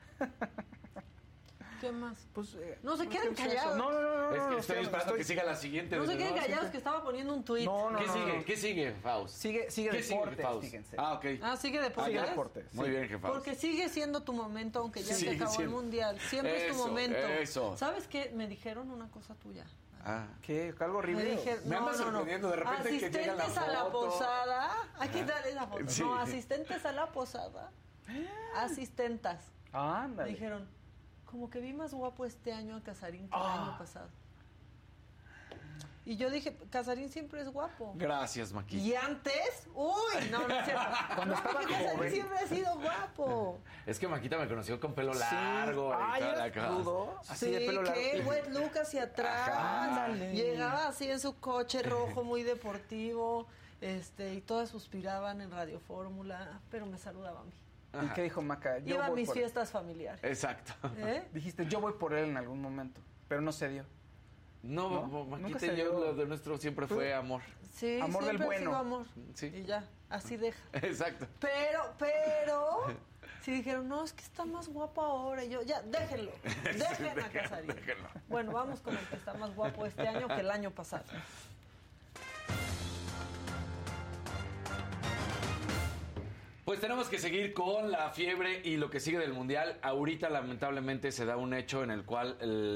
C: ¿Qué más?
A: Pues,
C: no se queden callados.
A: No.
B: Es que estoy esperando que siga la siguiente.
C: No se queden callados, que estaba poniendo un tuit.
B: ¿Qué sigue, Faust?
A: Sigue deportes, fíjense.
B: Ok.
C: Sigue deportes.
A: Sigue deportes.
B: Muy bien, Faust.
C: Porque sigue siendo tu momento, aunque ya se acabó el mundial. Siempre es tu momento.
B: Eso.
C: ¿Sabes qué? Me dijeron una cosa tuya.
A: ¿Qué? ¿Algo horrible?
C: Me dijeron,
B: me andas sorprendiendo de repente
C: asistentes
B: que llega la foto.
C: A la posada. Aquí dale la foto. Sí. No, asistentes a la posada. Asistentas.
A: Ándale.
C: Me dijeron, como que vi más guapo este año a Casarín que el año pasado. Y yo dije, Casarín siempre es guapo.
B: Gracias, Maquita.
C: Y antes, no es cierto.
A: Cuando estaba
C: Casarín
A: joven.
C: siempre ha sido guapo.
B: Es que Maquita me conoció con pelo largo.
A: Ay,
B: y toda la
A: ¿eres
B: cosa.
A: rudo? Así
C: Sí,
A: de pelo largo.
C: que Wet Look hacia atrás.
B: Ajá.
A: Ándale.
C: Llegaba así en su coche rojo, muy deportivo, y todas suspiraban en Radio Fórmula, pero me saludaba a mí.
A: ¿Y qué dijo Maca? Yo
C: Iba a
A: voy
C: mis
A: por-
C: fiestas familiares.
B: Exacto.
C: ¿Eh?
A: Dijiste, yo voy por él en algún momento, pero no se dio.
B: No,
A: ¿No? Nunca
B: Maquita
A: se
B: y yo,
A: dio.
B: lo de nuestro siempre fue amor.
C: Sí,
A: Amor del
C: siempre ha
A: bueno.
C: sido amor.
B: Sí.
C: Y ya, así deja.
B: Exacto.
C: Pero, sí dijeron, no, es que está más guapo ahora. Y yo, ya, déjenlo. Dejen a Casarín.
B: déjenlo.
C: Bueno, vamos con el que está más guapo este año que el año pasado.
B: Pues tenemos que seguir con la fiebre y lo que sigue del Mundial. Ahorita, lamentablemente, se da un hecho en el cual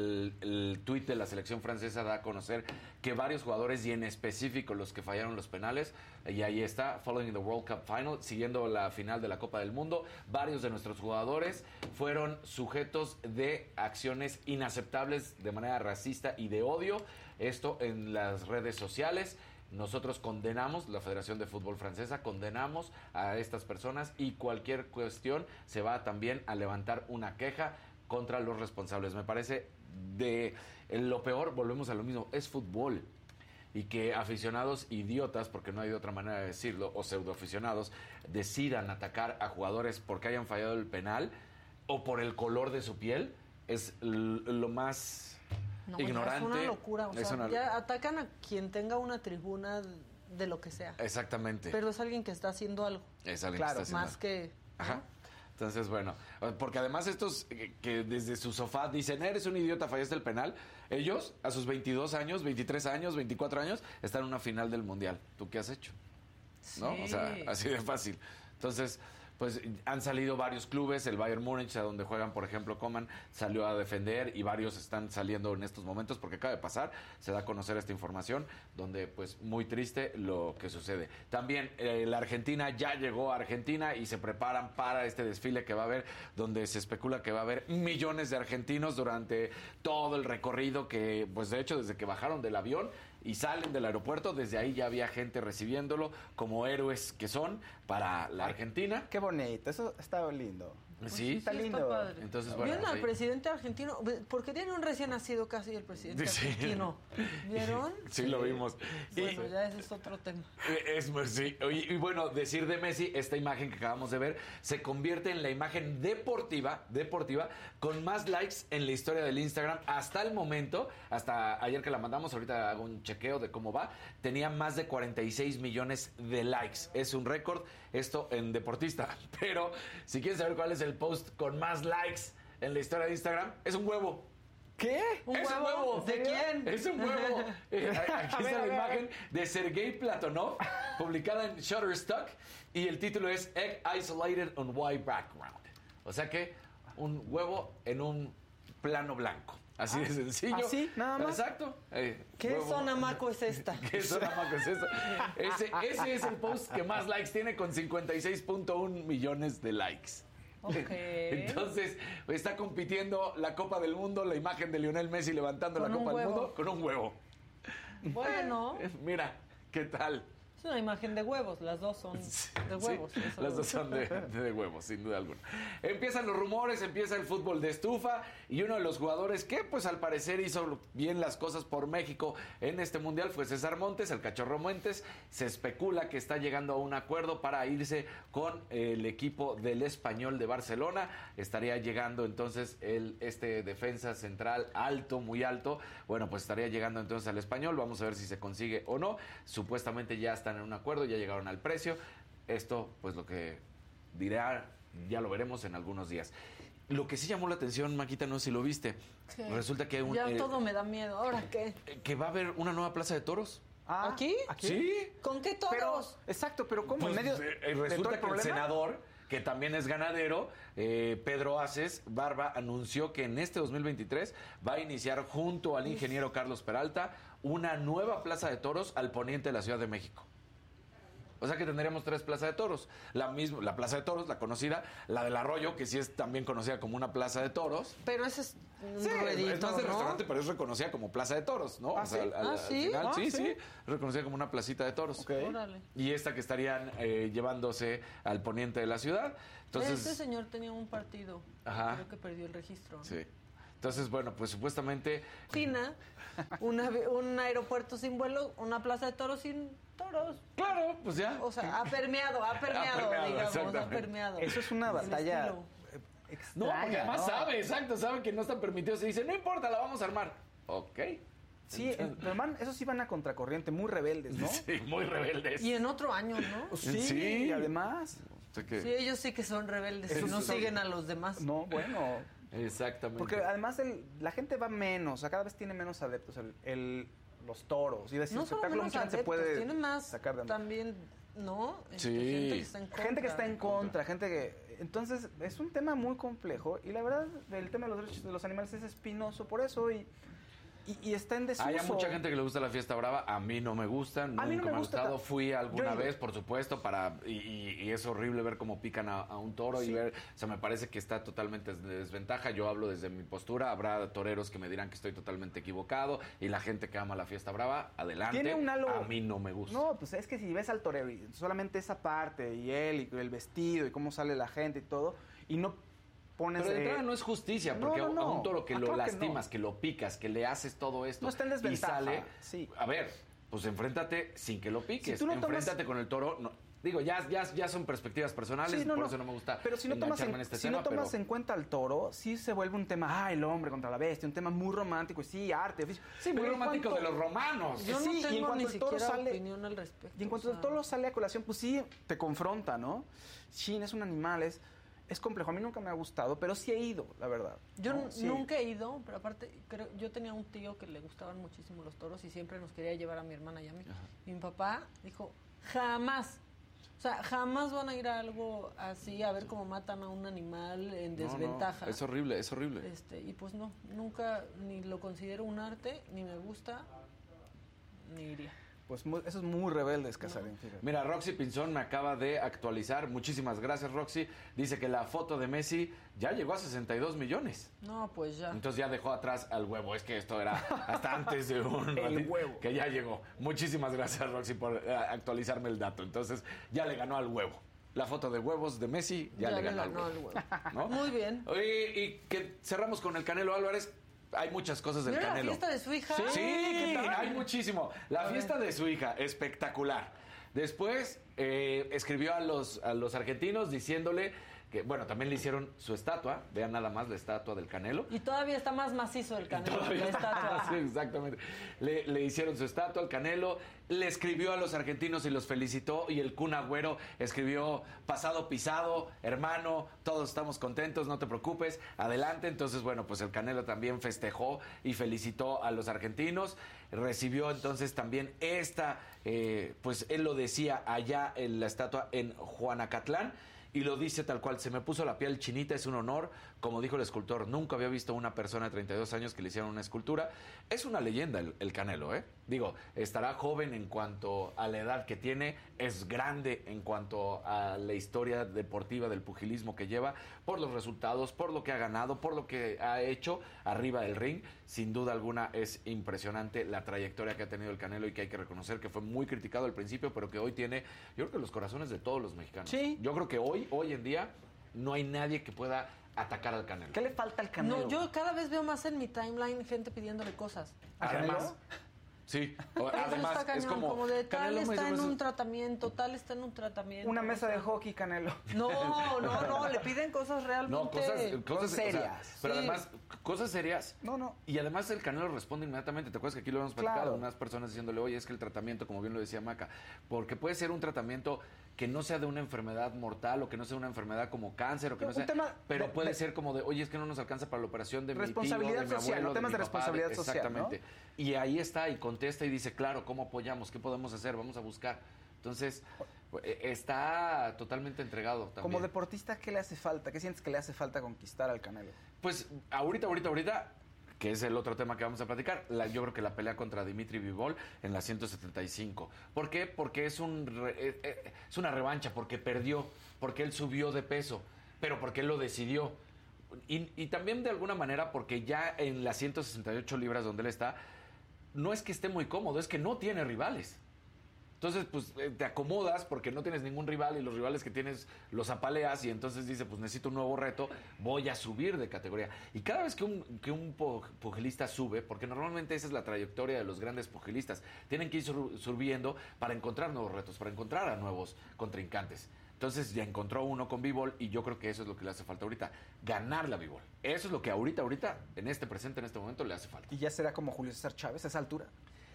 B: el tuit de la selección francesa da a conocer que varios jugadores, y en específico los que fallaron los penales, y ahí está, following the World Cup Final, siguiendo la final de la Copa del Mundo, varios de nuestros jugadores fueron sujetos de acciones inaceptables de manera racista y de odio. Esto en las redes sociales. Nosotros condenamos, la Federación de Fútbol Francesa, condenamos a estas personas y cualquier cuestión se va también a levantar una queja contra los responsables. Me parece de lo peor, volvemos a lo mismo, es fútbol. Y que aficionados idiotas, porque no hay de otra manera de decirlo, o pseudoaficionados, decidan atacar a jugadores porque hayan fallado el penal o por el color de su piel, es lo más...
C: No,
B: ignorante.
C: Es una locura. O
B: Es
C: sea,
B: una-
C: ya atacan a quien tenga una tribuna de lo que sea.
B: Exactamente.
C: Pero es alguien que está haciendo algo.
B: Es alguien
A: Claro,
B: que está haciendo-
C: Más que... ¿no?
B: Ajá. Entonces, bueno, porque además estos que desde su sofá dicen, eres un idiota, fallaste el penal, ellos a sus 22 años, 23 años, 24 años, están en una final del Mundial. ¿Tú qué has hecho? ¿No? O sea,
C: Sí.
B: así de fácil. Entonces, pues han salido varios clubes, el Bayern Múnich, a donde juegan, por ejemplo, Coman, salió a defender y varios están saliendo en estos momentos porque acaba de pasar, se da a conocer esta información, donde pues muy triste lo que sucede. También la Argentina ya llegó a Argentina y se preparan para este desfile que va a haber, donde se especula que va a haber millones de argentinos durante todo el recorrido que, pues de hecho, desde que bajaron del avión y salen del aeropuerto, desde ahí ya había gente recibiéndolo como héroes que son para la Argentina.
A: Qué bonito, eso está lindo.
B: Sí,
A: Está
C: Sí,
A: lindo.
C: padre.
B: Entonces, bueno,
C: ¿Vieron al
B: sí.
C: presidente argentino? Porque tiene un recién nacido casi el presidente
B: Sí.
C: argentino. ¿Vieron?
B: Sí, lo vimos.
C: Bueno, ya ese es otro tema.
B: Sí. Y bueno, decir de Messi, esta imagen que acabamos de ver, se convierte en la imagen deportiva con más likes en la historia del Instagram hasta el momento, hasta ayer que la mandamos, ahorita hago un chequeo de cómo va, tenía más de 46 millones de likes. Es un récord, esto en deportista. Pero si quieren saber cuál es el post con más likes en la historia de Instagram, es un huevo.
A: ¿Qué?
C: ¿Un
B: ¿Es
C: huevo?
B: un huevo?
C: ¿De quién?
B: Es un huevo. Aquí está la imagen de Sergei Platonov, publicada en Shutterstock, y el título es Egg Isolated on White Background. O sea que un huevo en un plano blanco. Así de sencillo.
A: ¿así? ¿Nada más?
B: Exacto.
C: ¿Qué
B: Huevo.
C: zona maco es esta?
B: ¿Qué zona maco es esta? Ese es el post que más likes tiene, con 56.1 millones de likes.
C: Ok.
B: Entonces, está compitiendo la Copa del Mundo, la imagen de Lionel Messi levantando
C: Con
B: la
C: un
B: Copa del
C: huevo.
B: Mundo con un huevo.
C: Bueno,
B: Mira, ¿qué tal?
C: es una imagen de huevos. Las dos son de huevos.
B: Sí,
C: eso.
B: las dos son de huevos, sin duda alguna. Empiezan los rumores, empieza el fútbol de estufa, y uno de los jugadores que, pues al parecer hizo bien las cosas por México en este mundial fue César Montes, el Cachorro Montes. Se especula que está llegando a un acuerdo para irse con el equipo del Español de Barcelona. Estaría llegando entonces este defensa central alto, muy alto. Bueno, pues estaría llegando entonces al Español. Vamos a ver si se consigue o no. Supuestamente ya están en un acuerdo, ya llegaron al precio. Esto, pues lo que dirá, ya lo veremos en algunos días. Lo que sí llamó la atención, Maquita, no sé si lo viste.
C: ¿Qué?
B: Resulta que
C: Ya todo me da miedo. ¿Ahora qué?
B: que va a haber una nueva plaza de toros.
A: Ah,
C: ¿Aquí?
B: Sí.
C: ¿Con qué
A: Pero,
C: toros?
A: exacto, pero ¿cómo?
B: Pues,
A: ¿En medio de todo el
B: resulta que el
A: problema?
B: senador, que también es ganadero, Pedro Aces Barba, anunció que en este 2023 va a iniciar junto al ingeniero Carlos Peralta una nueva plaza de toros al poniente de la Ciudad de México. O sea que tendríamos 3 plazas de toros. La plaza de toros, la conocida, la del Arroyo, que sí es también conocida como una plaza de toros.
C: Pero ese es un
B: Sí,
C: ruedito,
B: es más del
C: ¿no?
B: restaurante, pero es reconocida como plaza de toros, ¿no?
A: ¿Ah, sí?
B: Al
C: ¿sí?
B: final,
A: Ah,
B: sí,
A: ¿sí?
B: sí, es reconocida como una placita de toros.
A: Ok.
C: Órale.
B: Y esta que estarían llevándose al poniente de la ciudad. Entonces,
C: Este señor tenía un partido.
B: Ajá.
C: Creo que perdió el registro, ¿no?
B: sí. Entonces, bueno, pues supuestamente
C: China, un aeropuerto sin vuelo, una plaza de toros sin toros.
B: claro, pues ya.
C: O sea, ha permeado,
B: permeado,
C: digamos, ha
B: exactamente.
C: permeado.
A: Eso es una
C: El
A: batalla
C: estilo.
B: No,
A: extraña,
B: porque además
A: ¿no?
B: sabe que no están permitidos. Se dice, no importa, la vamos a armar. Ok.
A: Sí, pero man, esos sí van a contracorriente, muy rebeldes, ¿no?
B: Sí, muy rebeldes.
C: Y en otro año, ¿no?
A: Sí,
B: Sí.
A: y además...
B: O sea que-
C: Sí, ellos sí que son rebeldes y
A: Esos
C: no
A: sí son-
C: siguen a los demás.
A: No, bueno...
B: Exactamente.
A: Porque además la gente va menos, o sea, cada vez tiene menos adeptos los toros. Y decir,
C: No solo
A: espectáculo
C: menos
A: mucha gente
C: adeptos,
A: puede
C: tiene más
A: sacar de
C: también, ¿no?
B: Sí.
C: Gente que está en contra.
A: gente que está en contra, gente que... Entonces, es un tema muy complejo y la verdad, el tema de los derechos de los animales es espinoso por eso y está en desuso.
B: Hay mucha gente que le gusta la fiesta brava, a mí no me gusta, nunca
A: mí no me
B: me ha
A: gusta
B: gustado. Fui alguna
A: Yo he ido.
B: vez, por supuesto, y es horrible ver cómo pican a un toro y
A: Sí.
B: ver, o sea, me parece que está totalmente en desventaja. Yo hablo desde mi postura, habrá toreros que me dirán que estoy totalmente equivocado y la gente que ama la fiesta brava, adelante.
A: Tiene un halo...
B: A mí no me gusta.
A: No, pues es que si ves al torero y solamente esa parte y él y el vestido y cómo sale la gente y todo y no pones...
B: Pero de entrada no es justicia, porque
A: no, no.
B: a un toro que
A: Ah,
B: lo
A: claro que
B: lastimas,
A: no.
B: que lo picas, que le haces todo esto
A: No está en
B: y
A: desventaja,
B: sale,
A: sí.
B: a ver, pues enfréntate sin que lo piques,
A: Si tú no tomas-
B: enfréntate con el toro. No, digo, ya son perspectivas personales,
A: Sí,
B: por eso no me gusta
A: Pero si no tomas,
B: engancharme en este
A: si
B: tema,
A: no tomas
B: pero...
A: en cuenta al toro, sí se vuelve un tema, el hombre contra la bestia, un tema muy romántico y sí, arte, oficio.
B: Sí, muy
A: Pero en
B: romántico
A: cuanto-
B: de los romanos.
C: Yo
A: Sí,
C: no
A: y en
C: tengo
A: cuanto
C: ni
A: el toro
C: siquiera
A: sale-
C: opinión al respecto.
A: Y en cuanto
C: o
A: el
C: sea,
A: toro sale a colación, pues sí, te confronta, ¿no? Shin es un animal, es complejo. A mí nunca me ha gustado, pero sí he ido, la verdad.
C: Yo
A: ¿no? Sí.
C: nunca he ido, pero aparte, yo tenía un tío que le gustaban muchísimo los toros y siempre nos quería llevar a mi hermana y a mí. Y mi papá dijo, jamás. O sea, jamás van a ir a algo así, a ver cómo matan a un animal en
B: No, no,
C: desventaja.
B: es horrible, es horrible.
C: Y pues no, nunca ni lo considero un arte, ni me gusta, ni iría.
A: Pues eso es muy rebeldes, Casarín, fíjate.
B: Mira, Roxy Pinzón me acaba de actualizar. Muchísimas gracias, Roxy. Dice que la foto de Messi ya llegó a 62 millones.
C: No, pues ya.
B: Entonces ya dejó atrás al huevo. Es que esto era hasta antes de un
A: El
B: ratito
A: huevo.
B: que ya llegó. Muchísimas gracias, Roxy, por actualizarme el dato. Entonces ya le ganó al huevo. La foto de huevos de Messi ya le ganó al huevo.
C: al huevo.
B: ¿no?
C: Muy bien.
B: Oye, y que cerramos con el Canelo Álvarez. Hay muchas cosas del
C: ¿Vieron la
B: Canelo.
C: fiesta de su hija?
B: Sí,
A: ¿qué tal?
B: hay muchísimo. La fiesta de su hija, espectacular. Después escribió a los argentinos diciéndole que, bueno, también le hicieron su estatua. Vean nada más la estatua del Canelo.
C: Y todavía está más macizo el Canelo,
B: Todavía
C: la
B: está-
C: estatua.
B: Sí, exactamente. Le hicieron su estatua al Canelo, le escribió a los argentinos y los felicitó. Y el Kun Agüero escribió: pasado pisado, hermano, todos estamos contentos, no te preocupes, adelante. Entonces, bueno, pues el Canelo también festejó y felicitó a los argentinos. Recibió entonces también pues él lo decía allá en la estatua en Juanacatlán. Y lo dice tal cual: se me puso la piel chinita, es un honor. Como dijo el escultor, nunca había visto una persona de 32 años que le hicieron una escultura. Es una leyenda el Canelo, ¿eh? Digo, estará joven en cuanto a la edad que tiene, es grande en cuanto a la historia deportiva del pugilismo que lleva, por los resultados, por lo que ha ganado, por lo que ha hecho arriba del ring. Sin duda alguna es impresionante la trayectoria que ha tenido el Canelo y que hay que reconocer que fue muy criticado al principio, pero que hoy tiene, yo creo que los corazones de todos los mexicanos.
A: Sí.
B: Yo creo que hoy en día no hay nadie que pueda atacar al Canelo.
A: ¿Qué le falta al Canelo?
C: No, yo cada vez veo más en mi timeline gente pidiéndole cosas.
A: ¿A Canelo?
B: Además, sí.
C: Eso
B: Además,
C: está cañón,
B: es como
C: de tal
B: Canelo
C: está en
B: me-
C: un tratamiento, tal está en un tratamiento.
A: Una mesa
C: o sea.
A: de hockey, Canelo.
C: No, le piden cosas realmente
B: No, cosas
A: serias.
B: o sea, pero
C: Sí.
B: además, cosas serias.
A: No.
B: Y además el Canelo responde inmediatamente. ¿Te acuerdas que aquí lo hemos platicado?
A: Claro.
B: Unas personas diciéndole, oye, es que el tratamiento, como bien lo decía Maca, porque puede ser un tratamiento que no sea de una enfermedad mortal o que no sea una enfermedad como cáncer o que no
A: Un
B: sea...
A: tema
B: pero
A: de-
B: puede
A: de-
B: ser como de, oye, es que no nos alcanza para la operación de mi tío,
A: Responsabilidad
B: de mi
A: social,
B: abuelo,
A: ¿no? Temas
B: mi
A: de
B: papá,
A: responsabilidad social,
B: exactamente. Y ahí está y contesta y dice, claro, ¿cómo apoyamos? ¿Qué podemos hacer? Vamos a buscar. Entonces, está totalmente entregado también.
A: Como deportista, ¿qué le hace falta? ¿Qué sientes que le hace falta conquistar al Canelo?
B: Pues ahorita, que es el otro tema que vamos a platicar. Yo creo que la pelea contra Dimitri Bivol en la 175. ¿Por qué? Porque es una revancha, porque perdió, porque él subió de peso, pero porque él lo decidió. Y también de alguna manera porque ya en las 168 libras donde él está, no es que esté muy cómodo, es que no tiene rivales. Entonces, pues, te acomodas porque no tienes ningún rival y los rivales que tienes los apaleas y entonces dice, pues, necesito un nuevo reto, voy a subir de categoría. Y cada vez que un pugilista sube, porque normalmente esa es la trayectoria de los grandes pugilistas, tienen que ir subiendo para encontrar nuevos retos, para encontrar a nuevos contrincantes. Entonces ya encontró uno con Bivol y yo creo que eso es lo que le hace falta ahorita, ganar la Bivol. Eso es lo que ahorita, en este presente, en este momento, le hace falta.
A: ¿Y ya será como Julio César Chávez a esa altura?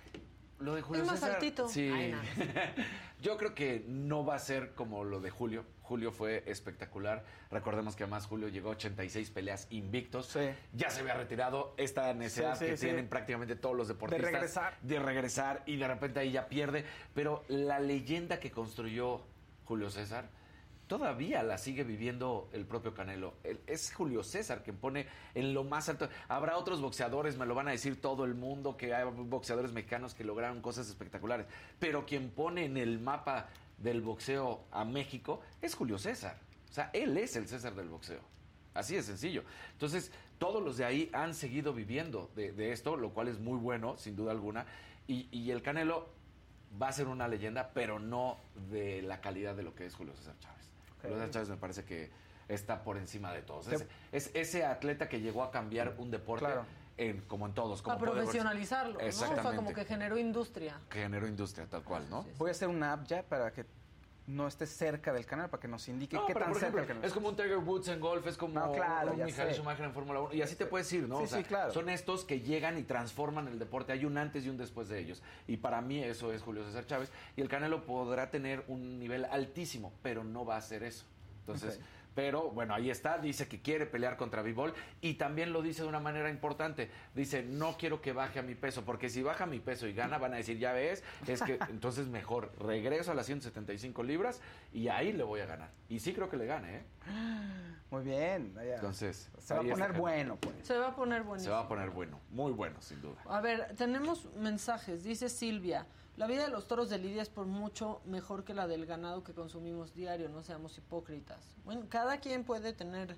B: Lo de Julio
C: es más
B: César,
C: altito.
B: sí.
C: Ay, no.
B: Yo creo que no va a ser como lo de Julio. Julio fue espectacular. Recordemos que además Julio llegó a 86 peleas invictos.
A: Sí.
B: Ya se había retirado. Esta necesidad que tienen prácticamente todos los deportistas. De regresar. Y de repente ahí ya pierde. Pero la leyenda que construyó Julio César todavía la sigue viviendo el propio Canelo. Es Julio César quien pone en lo más alto. Habrá otros boxeadores, me lo van a decir todo el mundo, que hay boxeadores mexicanos que lograron cosas espectaculares. Pero quien pone en el mapa del boxeo a México es Julio César. O sea, él es el César del boxeo. Así de sencillo. Entonces, todos los de ahí han seguido viviendo de esto, lo cual es muy bueno, sin duda alguna. Y el Canelo va a ser una leyenda, pero no de la calidad de lo que es Julio César Chávez. Julio César Chávez me parece que está por encima de todos. Es ese atleta que llegó a cambiar un deporte, como en todos. Como
C: a profesionalizarlo, ¿no?
B: Exactamente.
C: O sea, como que generó industria.
B: Que generó industria, tal cual, ¿no?
C: Sí, sí.
A: Voy a hacer una app ya para que no esté cerca del canal, para que nos indique qué
B: pero
A: tan
B: por
A: cerca
B: ejemplo,
A: del canal.
B: es como un Tiger Woods en golf, es como un Michael Schumacher en Fórmula 1. Y así te puedes ir, ¿no?
A: Sí,
B: o sea,
A: sí, claro.
B: Son estos que llegan y transforman el deporte. Hay un antes y un después de ellos. Y para mí eso es Julio César Chávez. Y el Canelo podrá tener un nivel altísimo, pero no va a ser eso. Entonces... Pero, bueno, ahí está, dice que quiere pelear contra Bivol y también lo dice de una manera importante. Dice, no quiero que baje a mi peso, porque si baja mi peso y gana, van a decir, ya ves, es que entonces mejor regreso a las 175 libras y ahí le voy a ganar. Y sí creo que le gane, ¿eh?
A: Muy bien. Vaya.
B: Entonces,
A: se va a poner bueno, pues.
C: Se va a poner buenísimo.
B: Se va a poner bueno, muy bueno, sin duda.
C: A ver, tenemos mensajes. Dice Silvia, la vida de los toros de Lidia es por mucho mejor que la del ganado que consumimos diario, no seamos hipócritas. Bueno, cada quien puede tener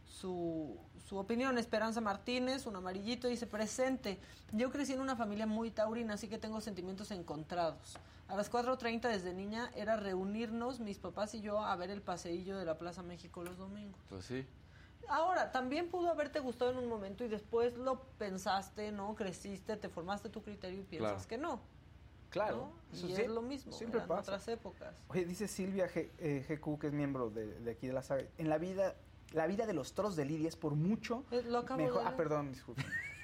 C: su opinión. Esperanza Martínez, un amarillito, dice, presente. Yo crecí en una familia muy taurina, así que tengo sentimientos encontrados. A las 4:30 desde niña era reunirnos, mis papás y yo, a ver el paseillo de la Plaza México los domingos.
B: Pues sí.
C: Ahora, también pudo haberte gustado en un momento y después lo pensaste, ¿no? Creciste, te formaste tu criterio y piensas que no.
A: Claro.
C: ¿no?
A: Eso
C: Y
A: sí,
C: es lo mismo,
A: siempre
C: en
A: pasa.
C: otras épocas.
A: Oye, dice Silvia GQ, que es miembro de aquí de la saga. En la vida de los toros de Lidia es por mucho
C: Lo acabo
A: mejor.
C: de leer.
A: Perdón, disculpe.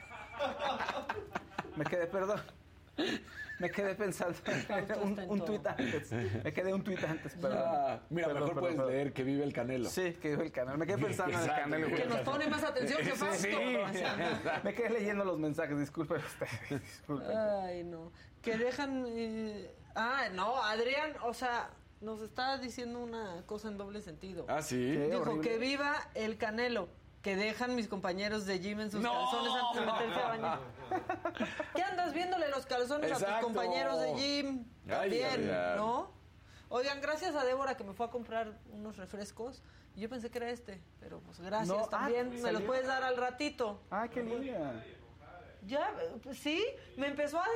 A: Me quedé pensando un tuit antes. Me quedé un tuit antes, perdón.
B: Mira,
A: Perdón,
B: mejor puedes
A: perdón.
B: leer que vive el Canelo.
A: Sí, que vive el canal. Me quedé pensando en el
B: Exacto.
A: canal.
C: Que nos pone más atención que Fausto.
A: Sí, me quedé leyendo los mensajes. Disculpe usted. Disculpe.
C: Ay, no. Que dejan... no, Adrián, o sea, nos está diciendo una cosa en doble sentido.
B: Ah, sí.
A: ¿Qué?
C: Dijo,
A: horrible.
C: que viva el Canelo. Que dejan mis compañeros de gym en sus calzones antes de meterse a bañar. ¿Qué andas viéndole los calzones a
B: Exacto.
C: tus compañeros de gym?
B: Ay,
C: También,
B: Adrián.
C: ¿no? Oigan, gracias a Débora que me fue a comprar unos refrescos. Y yo pensé que era pero pues gracias
A: No,
C: también. Me
A: ¿salió?
C: los puedes dar al ratito.
A: Ah, qué linda.
C: Ya, pues, sí, me empezó a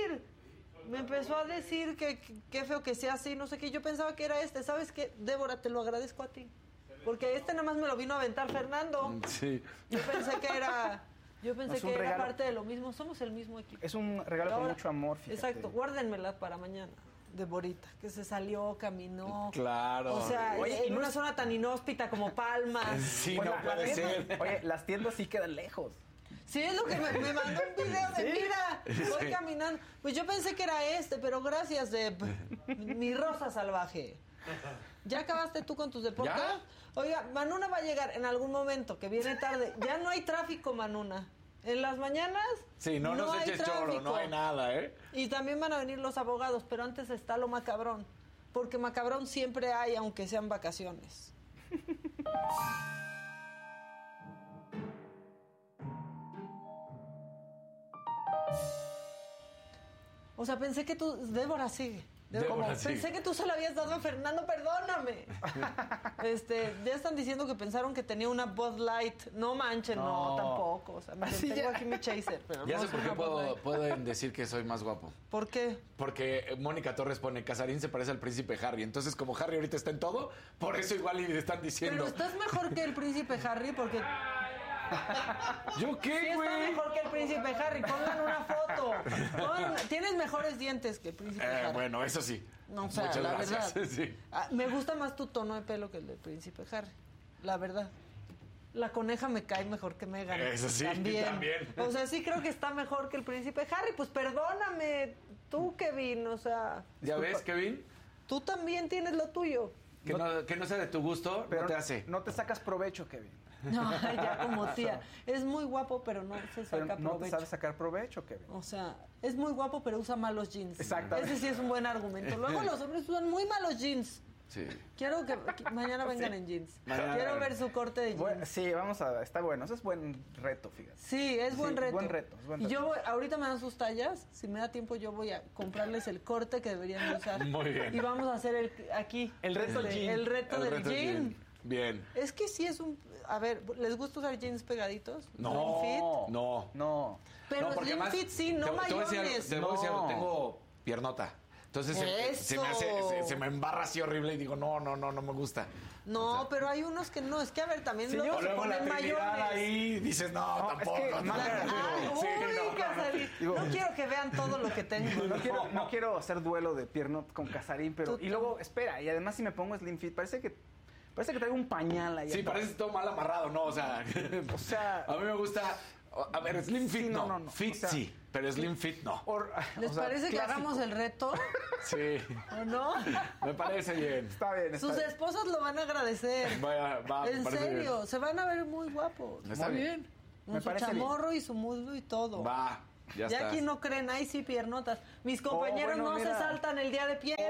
C: decir que qué feo que sea así, no sé qué. Yo pensaba que era ¿Sabes qué? Débora, te lo agradezco a ti. Porque nada más me lo vino a aventar Fernando.
B: Sí.
C: Yo pensé que era
A: Es un
C: era
A: regalo.
C: parte de lo mismo. Somos el mismo equipo.
A: Es un regalo con
C: Ahora,
A: mucho amor, fíjate.
C: Exacto, guárdenmela para mañana. Deborita, que se salió, caminó.
B: Claro.
C: O sea,
A: Oye,
C: en una zona tan inhóspita como Palmas.
B: Sí,
A: Pues
B: no
A: la
B: puede
A: tienda-
B: ser.
A: Oye, las tiendas sí quedan lejos.
C: Sí, es lo que me mandó un video de, mira, voy caminando. Pues yo pensé que era pero gracias, mi rosa salvaje. ¿Ya acabaste tú con tus deportes?
B: ¿Ya?
C: Oiga, Manuna va a llegar en algún momento, que viene tarde. Ya no hay tráfico, Manuna. En las mañanas
B: Sí, no nos
C: hay
B: eches choro,
C: tráfico.
B: no hay nada, ¿eh?
C: Y también van a venir los abogados, pero antes está lo macabrón. Porque macabrón siempre hay, aunque sean vacaciones. O sea, pensé que tú... Débora sigue. Pensé que tú se lo habías dado a Fernando, perdóname. Ya están diciendo que pensaron que tenía una Bud Light. No manchen, no tampoco. O sea, tengo aquí mi chaser. Pero
B: Ya
C: no
B: sé por qué pueden decir que soy más guapo.
C: ¿Por qué?
B: Porque Mónica Torres pone, Casarín se parece al príncipe Harry. Entonces, como Harry ahorita está en todo, por eso igual y están diciendo.
C: Pero estás mejor que el príncipe Harry porque...
B: ¿Yo qué,
C: Sí,
B: güey?
C: está mejor que el príncipe Harry. Pongan una foto. Tienes mejores dientes que el príncipe Harry.
B: Bueno, eso sí.
C: No, o sea,
B: Muchas
C: la
B: gracias.
C: verdad.
B: Sí.
C: Me gusta más tu tono de pelo que el del príncipe Harry. La verdad. La coneja me cae mejor que Meghan.
B: Eso sí, también.
C: O sea, sí creo que está mejor que el príncipe Harry. Pues perdóname, tú, Kevin, o sea...
B: ¿Ya ves, Kevin?
C: Tú también tienes lo tuyo.
B: Que no sea de tu gusto,
A: Pero
B: no te hace.
A: No te sacas provecho, Kevin.
C: No, ya como tía. Es muy guapo, pero no se
A: Pero
C: saca
A: no te
C: provecho.
A: sabes sacar provecho, Kevin.
C: O sea, es muy guapo, pero usa malos jeans.
A: Exactamente.
C: Ese sí es un buen argumento. Luego los hombres usan muy malos jeans.
B: Sí.
C: Quiero que mañana vengan en jeans.
B: Mañana.
C: Quiero ver su corte de jeans.
A: Bueno, sí, está bueno. Ese es buen reto, fíjate.
C: Sí, es buen reto.
A: Buen reto, es buen
C: Y
A: reto.
C: yo ahorita me dan sus tallas. Si me da tiempo, yo voy a comprarles el corte que deberían de usar.
B: Muy bien.
C: Y vamos a hacer aquí.
A: El reto jean.
C: El reto
B: El
C: del
B: reto
C: jean.
B: jean. Bien.
C: Es que sí es un... A ver, ¿les gusta usar jeans pegaditos?
B: No.
C: ¿Slim fit?
B: No.
A: No.
C: Pero
B: No, porque
C: slim
B: además,
C: fit sí, no
B: te voy a decir algo,
C: mayones.
B: te voy a decir algo,
A: No.
B: tengo piernota. Entonces se me
C: ¡Eso!
B: se me embarra así horrible y digo, no me gusta.
C: No, pero hay unos que no. Es que, a ver, también
A: Sí,
C: luego
A: yo-
C: se
B: Luego la
C: ponen
B: Trinidad
C: mayones.
B: ahí dices, no,
A: No,
B: tampoco.
A: es que
B: no.
A: Maca-
C: Ay,
B: Sí,
C: uy, Casarín.
A: Digo-
C: No quiero que vean todo lo que tengo.
A: No quiero hacer duelo de piernot con Casarín, pero...
C: Tú-
A: Y luego, espera, y además si me pongo slim fit, parece que traigo un pañal ahí.
B: Sí,
A: atrás.
B: parece todo mal amarrado, ¿no? O sea,
A: O sea...
B: a mí me gusta. A ver, Slim Fit
A: Sí,
B: no.
A: no.
B: Fit
A: O sea,
B: sí, pero Slim Fit no.
C: ¿Les
A: o sea,
C: parece que
A: clásico.
C: hagamos el reto
B: Sí,
C: o no?
B: me parece bien.
A: Está bien, está
C: Sus
A: bien.
C: esposas lo van a agradecer.
B: Va, me
C: En
B: parece
C: serio, se van a ver muy guapos.
B: Está
A: Muy
B: bien.
C: Con
A: Me
C: su
A: parece
C: chamorro y su muslo y todo.
B: Va, ya está.
C: aquí no creen, ahí sí piernotas. Mis compañeros
A: bueno,
C: no
A: mira.
C: se saltan el día de pierna.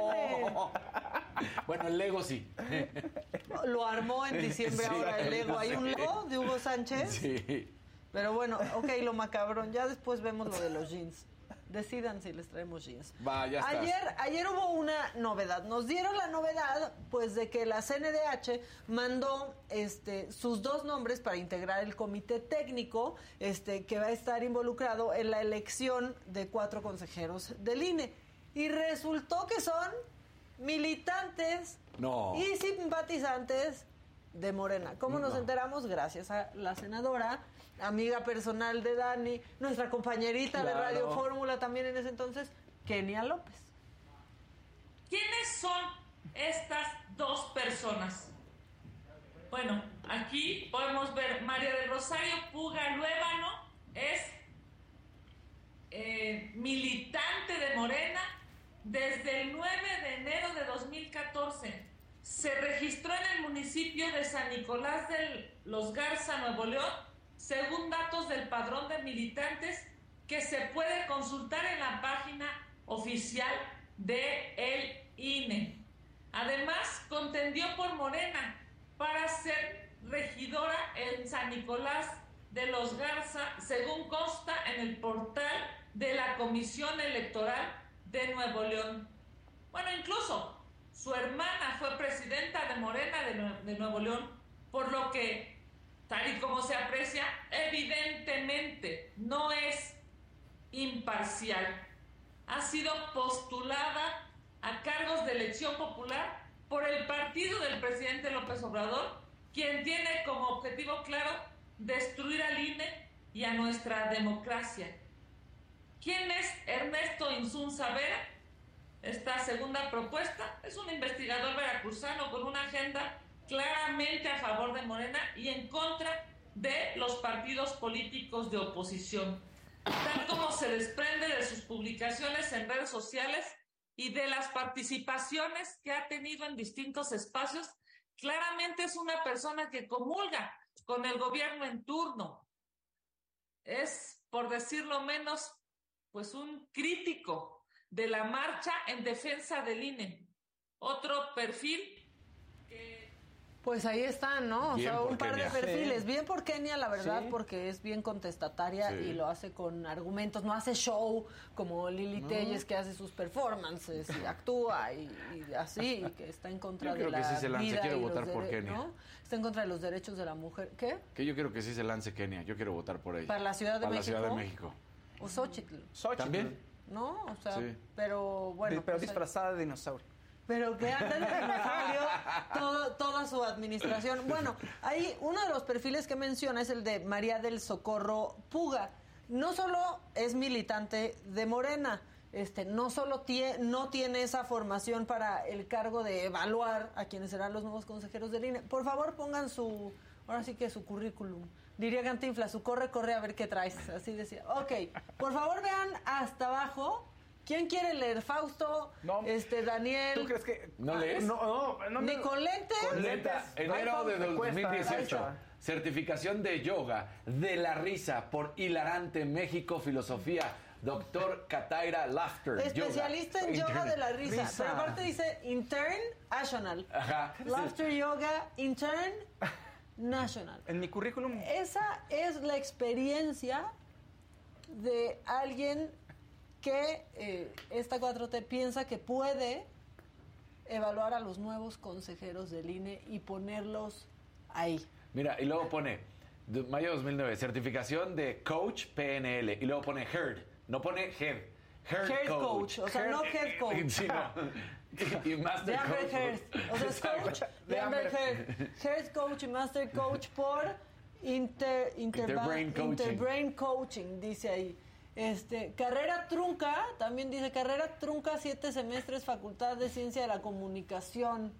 B: Bueno, el Lego sí.
C: Lo armó en diciembre
B: Sí,
C: ahora el Lego. Hay un
B: sí.
C: Lego de Hugo Sánchez.
B: Sí.
C: Pero bueno, ok, lo macabrón. Ya después vemos lo de los jeans. Decidan si les traemos jeans.
B: Va, ya estás.
C: Ayer hubo una novedad. Nos dieron la novedad, pues, de que la CNDH mandó sus 2 nombres para integrar el comité técnico que va a estar involucrado en la elección de 4 consejeros del INE. Y resultó que son militantes
B: No.
C: y simpatizantes de Morena. ¿Cómo nos enteramos? Gracias a la senadora, amiga personal de Dani, nuestra compañerita de
A: Claro.
C: Radio Fórmula también en ese entonces, Kenia López.
D: ¿Quiénes son estas 2 personas? Bueno, aquí podemos ver María del Rosario Puga Luébano, es militante de Morena desde el 9 de enero de 2014. Se registró en el municipio de San Nicolás de los Garza, Nuevo León, según datos del padrón de militantes que se puede consultar en la página oficial de el INE. Además, contendió por Morena para ser regidora en San Nicolás de los Garza, según consta en el portal de la Comisión Electoral de Nuevo León. Bueno, incluso su hermana fue presidenta de Morena de Nuevo León, por lo que, tal y como se aprecia, evidentemente no es imparcial. Ha sido postulada a cargos de elección popular por el partido del presidente López Obrador, quien tiene como objetivo claro destruir al INE y a nuestra democracia. ¿Quién es Ernesto Insunza Vera? Esta segunda propuesta es un investigador veracruzano con una agenda claramente a favor de Morena y en contra de los partidos políticos de oposición, tal como se desprende de sus publicaciones en redes sociales y de las participaciones que ha tenido en distintos espacios. Claramente es una persona que comulga con el gobierno en turno. Es, por decirlo menos, pues un crítico de la marcha en defensa del INE. Otro perfil que
C: Pues ahí están, ¿no? O
B: Bien
C: sea,
B: por
C: un par
B: Kenia.
C: de perfiles.
A: Sí.
C: Bien por Kenia, la verdad,
A: Sí.
C: porque es bien contestataria
B: Sí.
C: y lo hace con argumentos. No hace show como Lili Telles, que hace sus performances y actúa y así, y que está en contra
B: Yo
C: de
B: creo que
C: la
B: sí se lance.
C: vida
B: Quiero
C: y los
B: votar por Kenia.
C: ¿no? Está en contra de los derechos de la mujer. ¿Qué?
B: Que yo quiero que sí se lance Kenia. Yo quiero votar por ella.
C: ¿Para la Ciudad de
B: Para
C: México?
B: la Ciudad de México.
C: O Xochitl,
A: Xochitl.
B: ¿También?
C: ¿no? O sea,
B: Sí.
C: pero bueno.
A: Pero
C: pues,
A: disfrazada de dinosaurio.
C: pero que antes de dinosaurio toda su administración. Bueno, ahí uno de los perfiles que menciona es el de María del Socorro Puga. No solo es militante de Morena, no solo no tiene esa formación para el cargo de evaluar a quienes serán los nuevos consejeros del INE. Por favor, pongan ahora sí que su currículum. Diría Cantinflas, su corre a ver qué traes. Así decía. Ok, por favor vean hasta abajo. ¿Quién quiere leer? Fausto,
A: No.
C: Daniel.
A: ¿Tú crees que...?
B: ¿No lees?
A: No.
C: ¿Ni con lentes?
B: Neta, enero de
A: Me cuesta,
B: 2018.
A: cuesta.
B: Certificación de yoga de la risa por Hilarante México Filosofía. Doctor Kataira Laughter.
C: Especialista en yoga de la risa.
A: Risa.
C: Pero aparte dice intern national.
B: Ajá.
C: Laughter yoga intern national.
A: En mi currículum...
C: Esa es la experiencia de alguien que esta 4T piensa que puede evaluar a los nuevos consejeros del INE y ponerlos ahí.
B: Mira, y luego pone, mayo de 2009, certificación de coach PNL. Y luego pone heard, no pone head.
C: Head coach, o sea, no head coach.
B: Sí, no. Y master
C: De Amber
B: coach.
C: Heard. O sea, es
B: Exacto.
C: coach de Amber Heard. Heard coach y master coach por
B: Interbrain coaching.
C: Interbrain coaching, dice ahí. Carrera trunca, también dice carrera trunca, 7 semestres, Facultad de Ciencia de la Comunicación.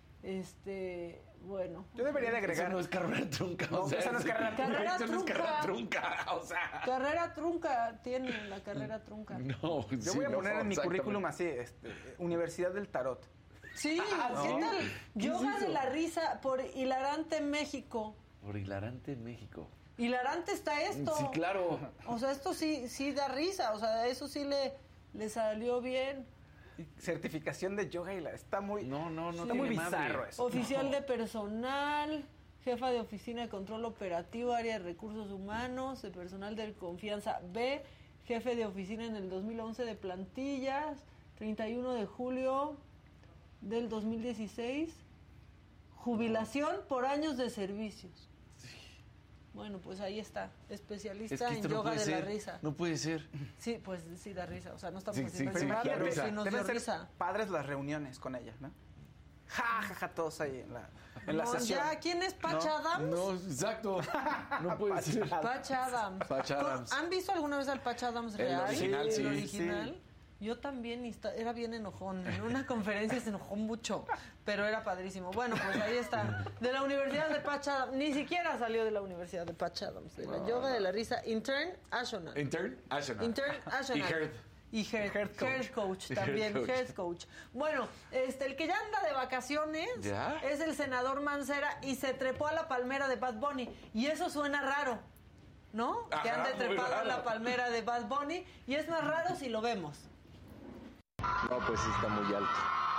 C: Bueno.
A: Yo debería de agregar...
B: Eso no es carrera trunca.
A: No, esa no es carrera trunca.
C: Carrera
B: Eso no es
C: trunca.
B: carrera trunca. O sea.
C: Carrera trunca, tiene la carrera trunca.
B: No,
A: Yo
B: sí,
A: voy a
B: no,
A: poner en mi
B: exactamente.
A: currículum así, Universidad del Tarot.
C: Sí, ¿qué tal? Yoga de la risa por Hilarante México.
B: Por Hilarante México.
C: Hilarante está esto.
B: Sí, claro.
C: O sea, esto sí da risa, o sea, eso sí le salió bien.
A: Y certificación de yoga y está muy...
B: No
A: Está muy
B: tiene madre.
A: bizarro eso.
C: Oficial de personal, jefa de oficina de control operativo, área de recursos humanos, de personal de confianza B, jefe de oficina en el 2011 de plantillas, 31 de julio del 2016, jubilación por años de servicios. Bueno, pues ahí está, especialista
B: Es que esto
C: en
B: no
C: yoga
B: puede
C: de la
B: ser.
C: risa.
B: No puede ser.
C: Sí, pues sí da risa, o sea, no estamos
B: Sí,
C: haciendo
B: sí,
C: el
B: sí,
C: programa,
B: da
C: pero
B: risa.
C: sí nos
A: Deben
C: dio
A: ser
C: risa.
A: padres las reuniones con ella, ¿no? Ja, todos ahí en la
C: No,
A: sesión.
C: ya, ¿quién es Patch Adams?
B: No, exacto. No puede ser.
C: Patch Adams.
B: Patch Adams.
C: ¿Han visto alguna vez al Patch Adams
B: El
C: real?
B: original,
C: El
B: sí,
C: original. Yo también era bien enojón. En una conferencia se enojó mucho, pero era padrísimo. Bueno, pues ahí está. De la Universidad de Patch Adams. Ni siquiera salió de la Universidad de Patch Adams. De la yoga de la risa. Intern National.
B: Intern National.
C: Intern National.
B: Y Heard.
C: Y Health Coach también,
B: Health Coach.
C: Health Coach. Bueno, el que ya anda de vacaciones
B: ¿Ya?
C: es el senador Mancera y se trepó a la palmera de Bad Bunny. Y eso suena raro, ¿no? Que
B: Ajá,
C: ande
B: muy
C: trepado a
B: raro.
C: la palmera de Bad Bunny. Y es más raro si lo vemos.
E: No, pues sí está muy alto.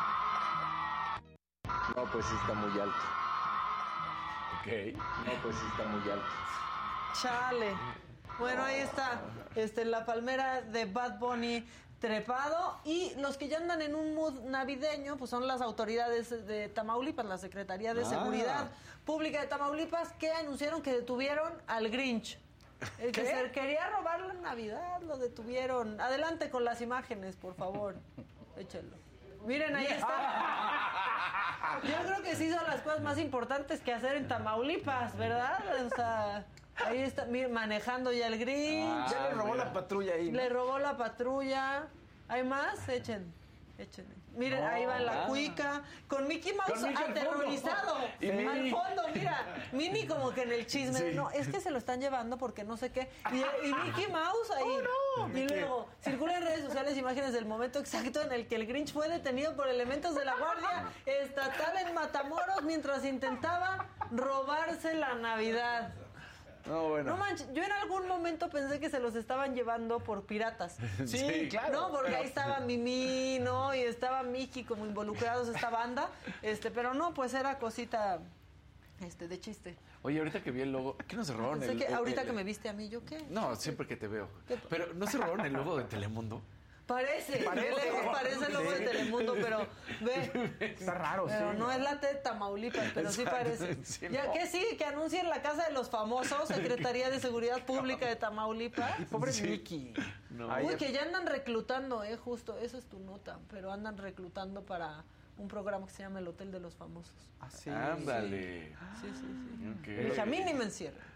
E: No, pues sí está muy alto.
B: Ok.
E: No, pues sí está muy alto.
C: Chale. Bueno, ahí está. La palmera de Bad Bunny trepado. Y los que ya andan en un mood navideño, pues son las autoridades de Tamaulipas, la Secretaría de
B: Ah.
C: Seguridad Pública de Tamaulipas, que anunciaron que detuvieron al Grinch. El que se quería robar la Navidad, lo detuvieron. Adelante con las imágenes, por favor. Échalo. Miren, ahí está. Yo creo que sí son las cosas más importantes que hacer en Tamaulipas, ¿verdad? O sea, ahí está, miren, manejando ya el Grinch.
A: Ya le robó
B: mira.
A: la patrulla ahí, ¿no?
C: Le robó la patrulla. ¿Hay más? Échenle. Miren, ahí va la cuica. Con Mickey Mouse
B: Con Mickey al
C: aterrorizado.
B: fondo. Y
C: Al
B: Minnie.
C: fondo, mira. Minnie como que en el chisme.
B: Sí.
C: No, es que se lo están llevando porque no sé qué. Y Mickey Mouse ahí. Y luego circulan en redes sociales imágenes del momento exacto en el que el Grinch fue detenido por elementos de la Guardia Estatal en Matamoros mientras intentaba robarse la Navidad.
B: No, bueno.
C: No manches, yo en algún momento pensé que se los estaban llevando por piratas.
A: Sí, claro.
C: No, porque ahí estaba Mimi, ¿no? Y estaba Mickey como involucrados esta banda. Pero no, pues era cosita De chiste.
B: Oye, ahorita que vi el logo, ¿qué no se robaron
C: Pensé
B: el
C: que ahorita
B: el-
C: que me viste a mí, ¿yo qué?
B: No, siempre que te veo.
C: ¿Qué?
B: Pero ¿no se robaron el logo de Telemundo?
C: Parece el logo de Telemundo, pero ve.
A: Está raro,
C: Pero
A: sí.
C: no es la de Tamaulipas, pero sí
B: Exacto,
C: parece.
B: sí,
C: Ya
B: no.
C: que sí, que anuncien la Casa de los Famosos, Secretaría de Seguridad Pública de Tamaulipas.
A: Y pobre
B: Sí.
A: Mickey.
B: No.
A: Ayer-
C: Uy, que ya andan reclutando, justo, esa es tu nota, pero andan reclutando para un programa que se llama El Hotel de los Famosos.
A: Así.
B: Ándale.
C: Sí, sí, sí.
B: Ok.
C: Dije, a mí ni me encierran.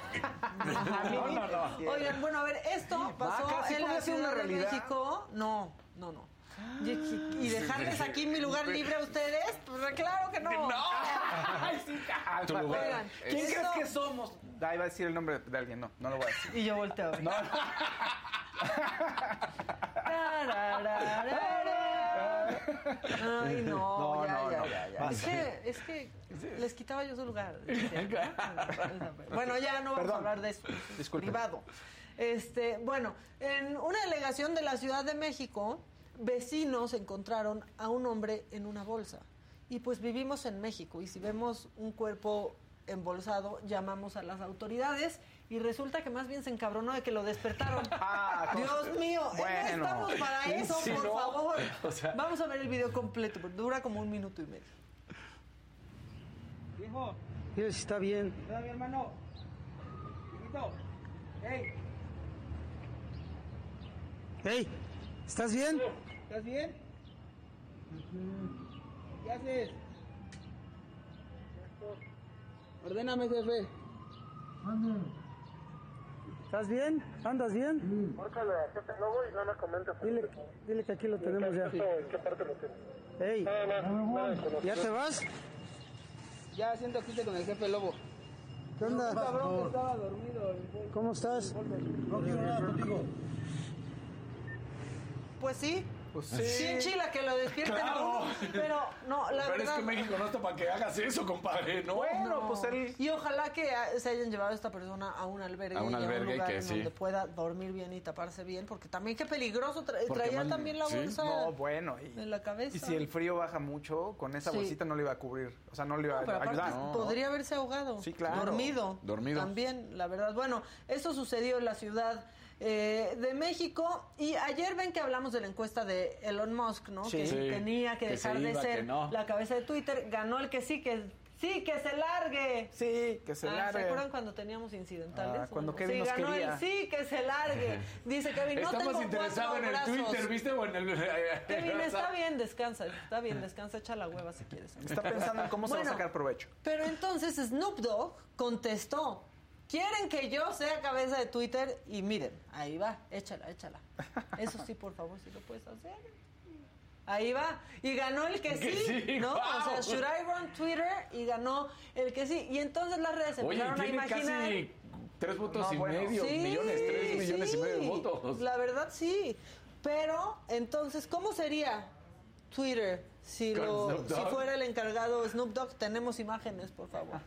A: No.
C: Oigan, bueno, a ver, esto pasó
A: Vaca, ¿sí
C: en
A: podría
C: la
A: ser una
C: Ciudad de
A: realidad?
C: México. No. Y dejarles aquí mi lugar libre a ustedes, pues claro que no.
A: Ay, sí, calma.
B: Tu lugar.
C: Oigan,
A: ¿Quién
C: esto-
A: crees que somos? Ahí va a decir el nombre de alguien. No, no lo voy a decir.
C: Y yo volteo a ver.
A: No.
C: Ay, no,
A: No,
C: ya.
A: no.
C: Es que les quitaba yo su lugar. Bueno, ya no vamos
A: Perdón.
C: a hablar de eso. Eso es
A: Disculpen.
C: privado. Bueno, en una delegación de la Ciudad de México, vecinos encontraron a un hombre en una bolsa. Y pues vivimos en México y si vemos un cuerpo embolsado, llamamos a las autoridades y resulta que más bien se encabronó de que lo despertaron. Dios mío,
A: Bueno.
C: no estamos para eso,
B: Sí,
C: por
B: no.
C: favor.
B: O sea-
C: Vamos a ver el video completo, porque dura como 1 minuto y medio.
F: Viejo,
G: Mira si está bien.
F: ¿verdad, mi hermano? Chiquito, hey,
G: Hey, ¿estás bien?
F: ¿estás bien? ¿Qué haces? Ordéname, jefe.
G: ¿Estás bien? ¿Andas bien? Dile que aquí lo tenemos ya. Hey, ¿ya te vas?
F: Ya siento aquí con el jefe Lobo.
G: ¿Qué onda?
F: Un cabrón que estaba dormido.
G: ¿Cómo estás?
C: Pues sí.
A: Pues
C: Sí, enchila que lo despierten
B: Claro.
C: a uno, pero no, la
B: Pero
C: verdad.
B: es que México no está para que hagas eso, compadre, ¿no?
A: Bueno, pues él...
C: Y ojalá que se hayan llevado a esta persona a un albergue,
B: A un albergue
C: y a un lugar
B: que
C: en
B: sí.
C: donde pueda dormir bien y taparse bien, porque también qué peligroso
B: Porque
C: traía
B: mal-
C: también la
B: sí.
C: bolsa
A: No, bueno.
C: en la cabeza.
A: Y si el frío baja mucho, con esa
C: Sí.
A: bolsita no le iba a cubrir. O sea, no le iba
C: No, pero
A: a
C: aparte
A: ayudar.
C: podría haberse ahogado.
A: Sí, claro.
C: Dormido. También, la verdad. Bueno, eso sucedió en la Ciudad de México. Y ayer ven que hablamos de la encuesta de Elon Musk, ¿no?
A: Sí.
C: Que
B: Sí.
C: tenía que
B: Que se
C: dejar de
B: iba,
C: ser
B: que no.
C: la cabeza de Twitter. Ganó el que sí, que se largue.
A: Sí, que se
C: ¿Se
A: largue.
C: acuerdan cuando teníamos incidentales?
A: Cuando
C: ¿O no?
A: Kevin
C: sí,
A: nos
C: ganó
A: quería.
C: el sí, que se largue. Dice Kevin, no tengo
B: Estamos interesados
C: 4
B: en el
C: brazos.
B: Twitter, ¿viste? O en el...
C: Kevin, está bien, descansa, echa la hueva si quieres.
A: Está pensando en cómo se va
C: Bueno,
A: a sacar provecho.
C: Pero entonces Snoop Dogg contestó, ¿quieren que yo sea cabeza de Twitter? Y miren, ahí va, échala. Eso sí, por favor, si lo puedes hacer. Ahí va. Y ganó el que
B: Que
C: sí,
B: sí,
C: ¿no?
B: guau.
C: O sea, should I run Twitter? Y ganó el que sí. Y entonces las redes
B: Oye,
C: empezaron a
B: tiene
C: imaginar...
B: casi 3 votos
A: No,
B: y
A: bueno.
B: medio, millones, 3 millones y medio de
C: sí,
B: votos.
C: La verdad sí. Pero entonces, ¿cómo sería Twitter si
B: Con Snoop Dogg.
C: fuera el encargado Snoop Dogg? Tenemos imágenes, por favor.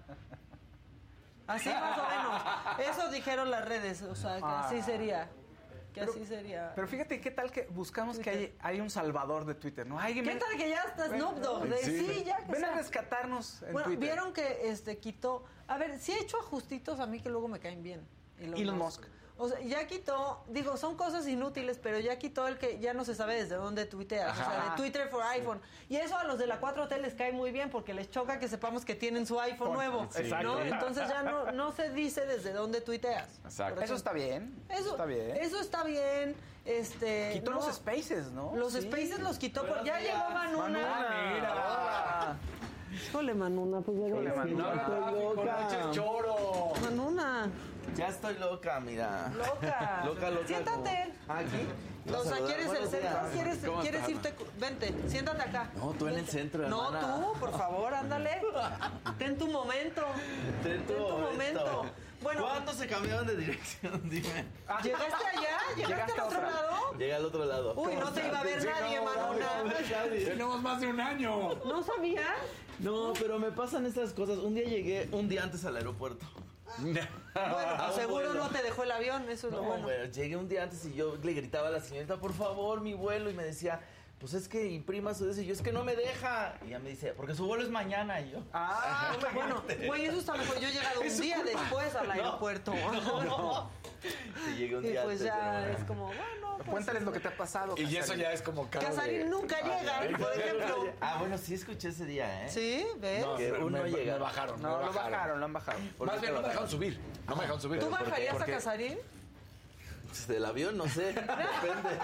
C: Así más o menos. Eso dijeron las redes, o sea, que así sería.
A: Pero fíjate, ¿qué tal que buscamos que hay un salvador de Twitter, no? Alguien
C: ¿Qué
A: ven-
C: tal que ya está Snoop Dogg?
A: ven-
C: De,
B: Sí.
C: sí, ya que
A: Ven a
C: sea.
A: rescatarnos en
C: Bueno,
A: Twitter.
C: vieron que quitó... A ver, sí ha hecho ajustitos a mí que luego me caen bien.
A: Elon Musk.
C: O sea, ya quitó, digo, son cosas inútiles, pero ya quitó el que ya no se sabe desde dónde tuiteas. O sea,
A: Ajá.
C: de Twitter for iPhone. Y eso a los de la 4T les cae muy bien porque les choca que sepamos que tienen su iPhone nuevo.
A: Sí.
C: ¿No? Entonces ya no se dice desde dónde tuiteas.
B: Exacto.
C: Por
A: Eso
C: ejemplo.
A: está bien.
C: Eso
A: está bien.
C: Eso está bien.
A: Quitó
C: no,
A: los spaces, ¿no?
C: Los
A: Sí.
C: spaces los quitó. Ya llegó Manuna.
A: Mira.
C: Híjole, Manuna, pues ya
A: Híjole, Manuna.
B: No, no eches choro.
C: Manuna,
H: Ya estoy loca, mira.
C: loca.
H: Loca.
C: Siéntate.
H: ¿Aquí?
C: O sea, ¿quieres el
H: Buenos
C: centro?
H: días.
B: ¿Cómo
C: ¿Quieres
B: estás?
C: irte? Vente, siéntate acá.
H: No, tú en el
C: Vente.
H: centro,
C: No,
H: hermana.
C: tú, por favor, ándale. Ten tu momento.
H: Ten tu momento.
C: Bueno,
H: ¿Cuándo se cambiaron de dirección? Dime.
C: ¿llegaste allá? ¿Llegaste al otro lado?
H: Llegué al otro lado.
C: Uy, no te iba a ver nadie, Manuna.
B: Tenemos más de un año.
C: ¿No sabías?
H: No, pero me pasan estas cosas. Un día llegué un día antes al aeropuerto.
C: Bueno, pues seguro
H: bueno.
C: no te dejó el avión, eso es lo
H: No,
C: bueno.
H: bueno, llegué un día antes y yo le gritaba a la señorita, por favor, mi vuelo. Y me decía, pues es que imprima su deseo. Y yo, es que no me deja. Y ella me dice, porque su vuelo es mañana. Y yo,
C: Bueno, güey, eso está mejor. Yo he llegado un día después al aeropuerto.
H: no. Sí, llegué un
C: Y
H: día
C: pues
H: antes,
C: ya
H: pero
C: es como, bueno. Pues,
A: Cuéntales lo que te ha pasado.
B: Y eso
A: Casarín.
B: ya es como cara
C: Casarín
B: de...
C: nunca llega, por ejemplo.
H: bueno, sí escuché ese día, ¿eh?
C: ¿Sí? ¿Ves?
B: No,
H: Que uno
B: me
H: llega.
B: bajaron.
A: No, lo bajaron.
B: Más bien no me dejaron subir. No me dejaron subir.
C: ¿Tú bajarías a
B: Porque-
C: Casarín?
H: Pues, del avión, no sé, depende.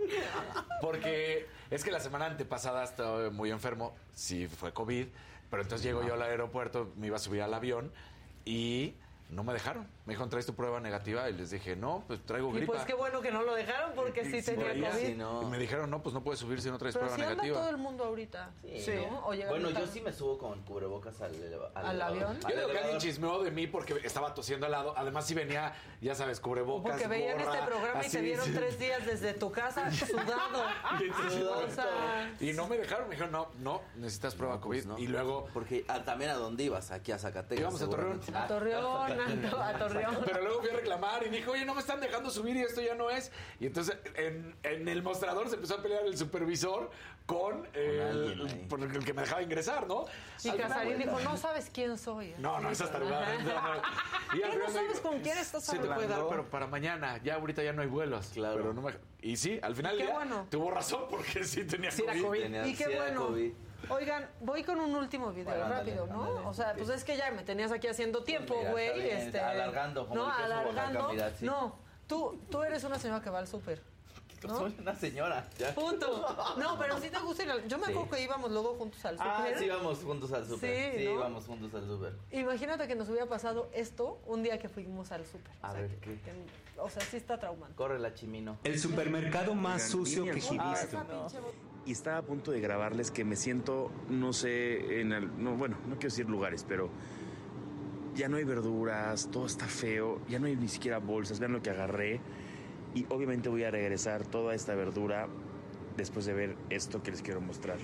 B: Porque es que la semana antepasada estaba muy enfermo, sí fue COVID, pero entonces llego yo al aeropuerto, me iba a subir al avión y no me dejaron. Me dijeron, ¿traes tu prueba negativa? Y les dije, no, pues traigo
C: Y
B: gripa.
C: pues qué bueno que no lo dejaron porque sí tenía
B: Traía,
C: COVID.
H: sí, no.
B: Y me dijeron, no, pues no puedes subir si no traes
C: Pero
B: prueba
C: sí anda
B: negativa.
C: todo el mundo ahorita.
H: Sí.
C: ¿no? O llega
H: Bueno,
C: ahorita-
H: yo sí me subo con cubrebocas al
C: ¿Al avión?
B: Yo creo que alguien chismeó de mí porque estaba tosiendo al lado. Además, sí venía, ya sabes, cubrebocas,
C: Porque veían
B: gorra,
C: este programa y
B: así,
C: te vieron
B: sí.
C: 3 días desde tu casa sudado. O sea,
B: Y no me dejaron, me dijeron, no, necesitas prueba COVID.
H: Pues no.
B: Y luego...
H: Porque también a dónde ibas, aquí a Zacatecas.
B: Íbamos a Torreón.
H: seguramente.
C: a Torreón, a Torreón.
B: Pero luego fui a reclamar y dije, oye, no me están dejando subir y esto ya no es. Y entonces en el mostrador se empezó a pelear el supervisor con
H: alguien ahí.
B: por el que me dejaba ingresar, ¿no?
C: Y
B: Al final,
C: Casarín dijo, no sabes quién soy.
B: No, esas tarugadas. No. Y al
C: ¿Qué no
B: final me
C: sabes
B: dijo,
C: con quién estás
B: se te puede dar,
C: hablando?
B: pero para mañana. Ya ahorita ya no hay vuelos.
H: Claro.
B: Pero no me... Y sí, al final
C: Qué
B: ya
C: bueno.
B: tuvo razón porque sí tenía
A: Sí, era
B: COVID.
A: COVID.
H: Tenía-
C: Y qué
H: sí era
C: bueno.
H: COVID.
C: Oigan, voy con un último video
H: Bueno, ándale,
C: rápido, ¿no?
H: ándale.
C: O sea, pues es que ya me tenías aquí haciendo tiempo,
H: mira,
C: güey.
H: está bien, alargando, como
C: no,
H: el queso
C: alargando.
H: Oaxaca, mira, sí.
C: No, tú eres una señora que va al súper. ¿no?
H: Soy una señora. Ya.
C: Punto. No, pero sí te gusta ir al... Yo me
H: Sí.
C: acuerdo que íbamos luego juntos al súper.
H: Ah, sí, íbamos juntos al súper.
C: Sí,
H: Sí,
C: ¿no?
H: íbamos juntos al súper.
C: Imagínate que nos hubiera pasado esto un día que fuimos al súper.
H: A ver, ¿qué?
C: O sea, sí está traumante.
H: Corre la chimino.
I: El supermercado más sucio que he visto.
J: Y estaba a punto de grabarles que me siento, no sé, no quiero decir lugares, pero ya no hay verduras, todo está feo, ya no hay ni siquiera bolsas, vean lo que agarré. Y obviamente voy a regresar toda esta verdura después de ver esto que les quiero mostrar.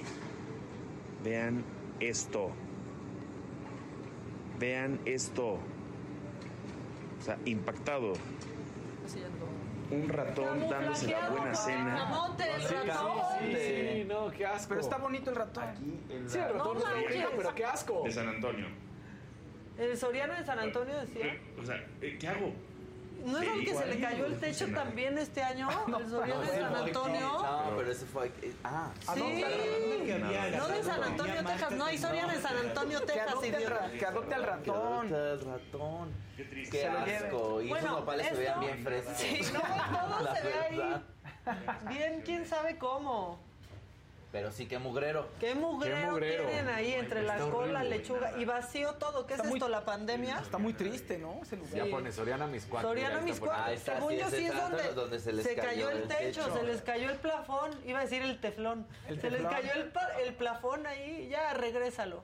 J: Vean esto. Vean esto. O sea, impactado. Un ratón dándose la buena cena.
C: ¡Camote, el ratón!
B: Sí, no, qué asco.
A: Pero está bonito el ratón.
B: Sí, el ratón
C: No
B: está
C: manches.
B: bonito, pero qué asco.
J: De San Antonio.
C: El Soriano de San Antonio decía.
J: O sea, ¿qué hago?
C: ¿No es el que se le cayó el techo también este año? El Soriano de San Antonio.
H: No, pero ese fue...
C: Sí. No de San Antonio, Texas. No hay Soriano de San Antonio, Texas, idiota.
A: Que adopte al ratón.
H: El ratón.
J: Qué triste.
H: Qué
A: Se lo lleve.
H: asco. Y
C: Bueno,
H: esos nopales se
C: esto-
H: veían bien frescos.
C: Sí, no, todo
H: La
C: se ve ahí.
H: verdad.
C: Bien, quién sabe cómo.
H: Pero sí, qué mugrero.
C: ¿Qué mugrero tienen ahí entre la
B: está
C: cola,
B: horrible.
C: lechuga y vacío todo? ¿Qué es
A: Está
C: esto,
A: muy-
C: la pandemia?
A: Está muy triste, ¿no? Ese lugar.
B: Ya pone Soriana mis cuatro.
C: Soriano
B: mira,
C: mis
B: está poniendo.
H: Ah, está,
C: Según
H: sí,
C: yo
H: ese
C: sí es
H: tanto
C: donde
H: se les
C: cayó el techo, se les cayó el plafón. Iba a decir el teflón.
A: El
C: Se les
A: teflón.
C: cayó el plafón ahí. Ya, regrésalo.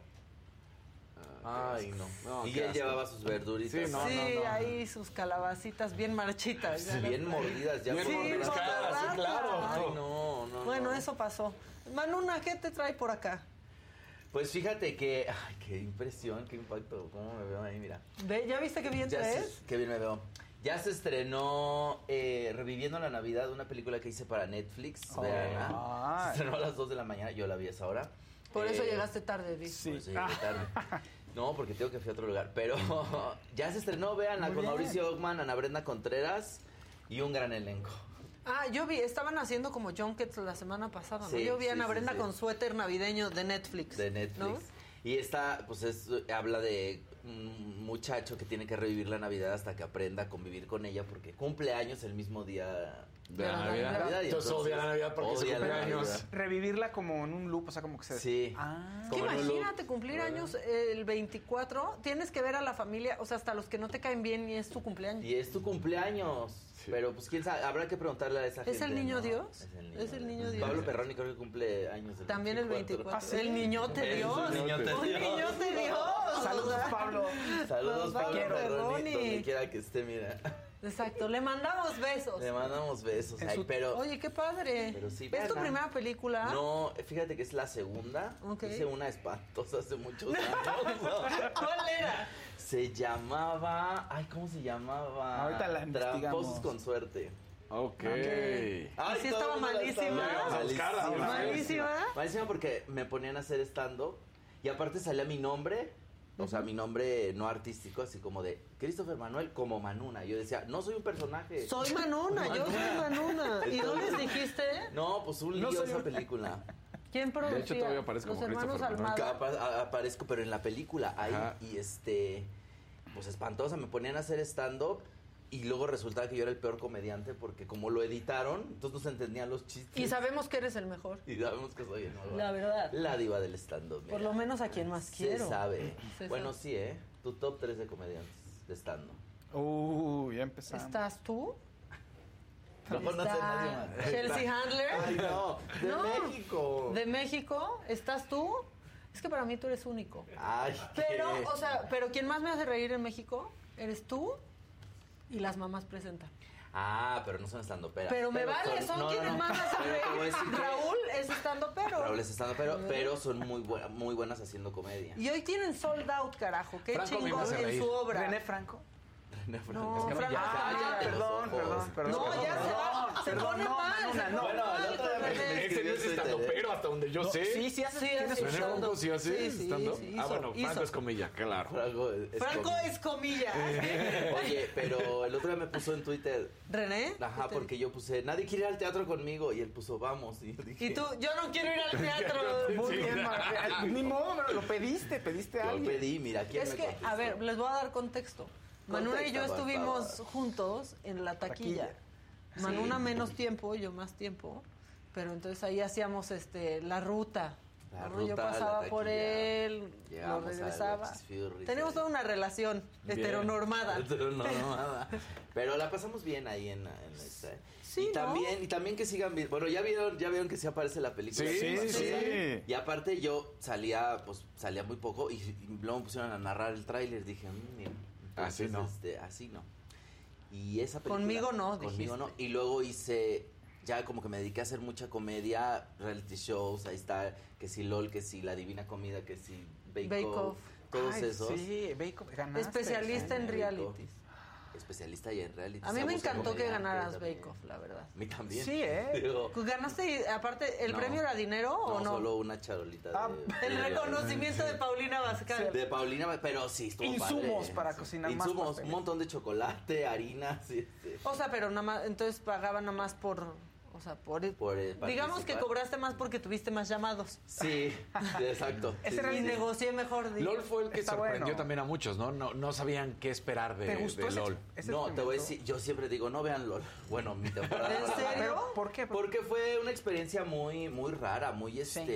H: Ay, no.
B: No,
H: Y
B: qué
H: él
B: asco.
H: llevaba sus verduritas.
B: Sí, no,
C: sí,
B: no.
C: ahí sus calabacitas bien marchitas. ya no-
H: Bien mordidas, ya
B: Bien
C: Sí,
B: mordidas,
C: por
B: claro,
C: la
B: sí,
C: rata.
B: claro.
H: Ay, no.
C: Bueno,
H: no.
C: eso pasó. Manuna, ¿qué te trae por acá?
H: Pues fíjate que... Ay, qué impresión, qué impacto. ¿Cómo me veo ahí? Mira.
C: Ve, ¿ya viste qué bien
H: Ya
C: te
H: se-
C: ves?
H: Qué bien me veo. Ya se estrenó Reviviendo la Navidad, una película que hice para Netflix. Veanla.
A: Ay.
H: Se estrenó a las 2 de la mañana, yo la vi a esa hora.
C: Por eso llegaste tarde, Vic.
A: Sí.
H: Pues llegué tarde. No, porque tengo que fui a otro lugar. Pero ya se estrenó, véanla,
A: Muy
H: con
A: bien.
H: Mauricio Ockman, Ana Brenda Contreras y un gran elenco.
C: Ah, yo vi, estaban haciendo como junkets la semana pasada, ¿no?
H: Sí,
C: Yo vi a
H: sí,
C: Ana
H: sí,
C: Brenda
H: sí.
C: con suéter navideño de Netflix.
H: De Netflix.
C: ¿no?
H: Y esta, pues habla de un muchacho que tiene que revivir la Navidad hasta que aprenda a convivir con ella porque cumple años el mismo día
B: De la Navidad.
H: Navidad, y
B: Entonces odia la Navidad porque es su
H: odia la
B: cumpleaños.
H: Navidad.
A: Revivirla como en un loop, o sea, como que se...
H: Sí.
A: Ah.
C: Que
H: Como en un loop.
C: imagínate cumplir años el 24, tienes que ver a la familia, o sea, hasta los que no te caen bien y es tu cumpleaños.
H: Y es tu cumpleaños.
B: Sí.
H: Pero pues quién sabe, habrá que preguntarle a esa gente.
C: ¿Es el niño
H: ¿no?
C: Dios?
H: Es el niño
C: Dios.
H: Pablo Perroni creo que cumple años
C: También el 24.
A: Ah, ¿sí?
C: El niñote
H: Es
C: Dios.
H: un niñote
C: Un
H: Dios.
C: niñote Dios.
A: Saludos,
C: O sea,
A: Pablo.
H: Saludos
C: Pablo
H: Pablo Perroni,
C: Perroni.
H: donde quiera que esté, mira.
C: Exacto, le mandamos besos.
H: Le mandamos besos.
A: En
H: Ay,
A: su-
H: pero
C: Oye, qué padre.
H: Pero sí,
C: ¿Es tu
H: véanla.
C: primera película?
H: no, fíjate que es la segunda.
C: Ok.
H: Hice una espantosa hace muchos años.
C: ¿Cuál era?
H: Se llamaba, ay, ¿cómo se llamaba?
A: Ahorita la investigamos.
H: Tramposos con suerte.
B: Ok.
C: Ay, sí
H: todo
C: estaba
H: el mundo la
C: malísima.
H: estaba-
C: Malísima.
H: Malísima porque me ponían a hacer stand-up y aparte salía mi nombre, o sea, mi nombre no artístico, así como de Christopher Manuel como Manuna. Yo decía, no soy un personaje.
C: Soy Manuna, yo soy Manuna. ¿Y no les dijiste?
H: No, pues un lío esa película.
C: ¿Quién producía?
B: De hecho, todavía aparezco
C: Los
B: como
C: hermanos
B: Christopher Manuel.
C: Almada.
H: Aparezco, pero en la película ahí.
B: Ajá.
H: Y pues espantosa, me ponían a hacer stand-up y luego resultaba que yo era el peor comediante porque como lo editaron, entonces no se entendían los chistes.
C: Y sabemos que eres el mejor.
H: Y sabemos que soy el mejor.
C: La verdad.
H: La diva del stand-up.
C: Por lo menos a quien más quiero.
H: Se sabe.
C: Se
H: Bueno,
C: sabe.
H: sí, ¿eh? Tu top 3 de comediantes de stand-up.
A: Ya empezamos.
C: ¿Estás tú?
H: No, no sé nadie más.
C: Chelsea Handler.
H: Ay, no. De
C: No.
H: México.
C: ¿De México? ¿Estás tú? Es que para mí tú eres único.
H: Ay,
C: Pero,
H: ¿qué?
C: o sea, pero quien más me hace reír en México eres tú y las mamás presentan.
H: Ah, pero no son stand-uperas.
C: Pero me vale, son quienes más me hacen
H: Pero te voy a
C: reír.
H: decir que
C: Raúl es estando pero.
H: Raúl es stand-upero, pero son muy buenas haciendo comedia.
C: Y hoy tienen sold out, carajo. Qué
B: Franco a mí me
C: chingón
B: hace
C: en
B: reír.
C: su obra.
A: René Franco.
H: No,
C: No, Franco.
H: cállate los ojos.
A: Perdón.
C: No, ya se va. Se pone mal. Se pone
H: Bueno,
C: mal
H: el otro
C: con
H: día
C: René.
B: Ese no es estandopero hasta donde yo sé.
A: Sí, hace.
C: Sí,
A: tiene
C: hace
A: su
B: ¿René
A: show.
B: Franco sí hace
C: Sí,
B: stand-up?
C: sí,
B: Ah,
C: hizo,
B: bueno, Franco
C: hizo.
B: es comilla, claro.
C: Franco es comillas.
H: Oye, pero el otro día me puso en Twitter.
C: ¿René?
H: Ajá, porque yo puse, nadie quiere ir al teatro conmigo. Y él puso, vamos. Y yo dije,
C: Y tú, yo no quiero ir al teatro.
A: Muy
B: Sí.
A: bien, ni modo, lo pediste a
H: yo
A: alguien.
H: pedí, mira, ¿quién
C: Es
H: me
C: que,
H: contestó?
C: a ver, les voy a dar contexto. Manuna y yo
H: Contexto, por
C: estuvimos
H: favor.
C: juntos en la taquilla. Manuna menos tiempo, yo más tiempo. Pero entonces ahí hacíamos la ruta.
H: La
C: Yo
H: ruta,
C: pasaba
H: la
C: por
H: taquilla.
C: él,
H: Llegamos
C: lo
H: a
C: regresaba.
H: los Furries,
C: Tenemos toda una relación
B: Bien.
C: heteronormada.
H: Heteronormada. Pero la pasamos bien ahí en esta.
C: Sí,
H: y también que sigan viendo. Bueno, ya vieron que sí aparece la película.
B: Sí.
H: Y aparte yo salía muy poco y luego me pusieron a narrar el tráiler. Dije, mira,
B: Así no.
H: así no. Y esa película.
C: Conmigo no,
H: Conmigo
C: dijiste.
H: no. Y luego ya como que me dediqué a hacer mucha comedia, reality shows, ahí está, que si LOL, que si La Divina Comida, que si Bake Off, todos
A: Ay,
H: esos.
A: Sí, Bake Off, ganaste.
C: Especialista en
H: Bake Off.
C: realities.
H: Especialista y en reality.
C: A mí me
H: Somos
C: encantó que
H: comediantes
C: ganaras
H: también.
C: Bake Off, la verdad.
H: A mí también.
A: Sí, ¿eh?
H: Digo,
C: Pues ganaste, y aparte, ¿el
H: no.
C: premio era dinero o no?
H: Solo una charolita
C: El reconocimiento de Paulina Bascal.
H: de Paulina, pero sí estuvo
A: Insumos
H: padre.
A: para cocinar más
H: Insumos,
A: pasteles.
H: un montón de chocolate, harina, sí.
C: O sea, pero nada más, entonces pagaban nada más por... O sea, por digamos que
H: participar.
C: cobraste más porque tuviste más llamados.
H: Sí, exacto.
A: Ese era
C: Y
A: el-
C: negocié mejor.
B: LOL fue el que
A: Está
B: sorprendió
A: bueno.
B: también a muchos, ¿no? No sabían qué esperar
A: ¿Te
B: de
A: gustó ese-
B: LOL.
A: ese
H: No, te voy a
A: experimento?
H: decir, yo siempre digo, no vean LOL. Bueno, mi temporada.
C: ¿En
H: no la vean.
C: serio?
A: Pero, ¿por qué?
H: Porque fue una experiencia muy rara, muy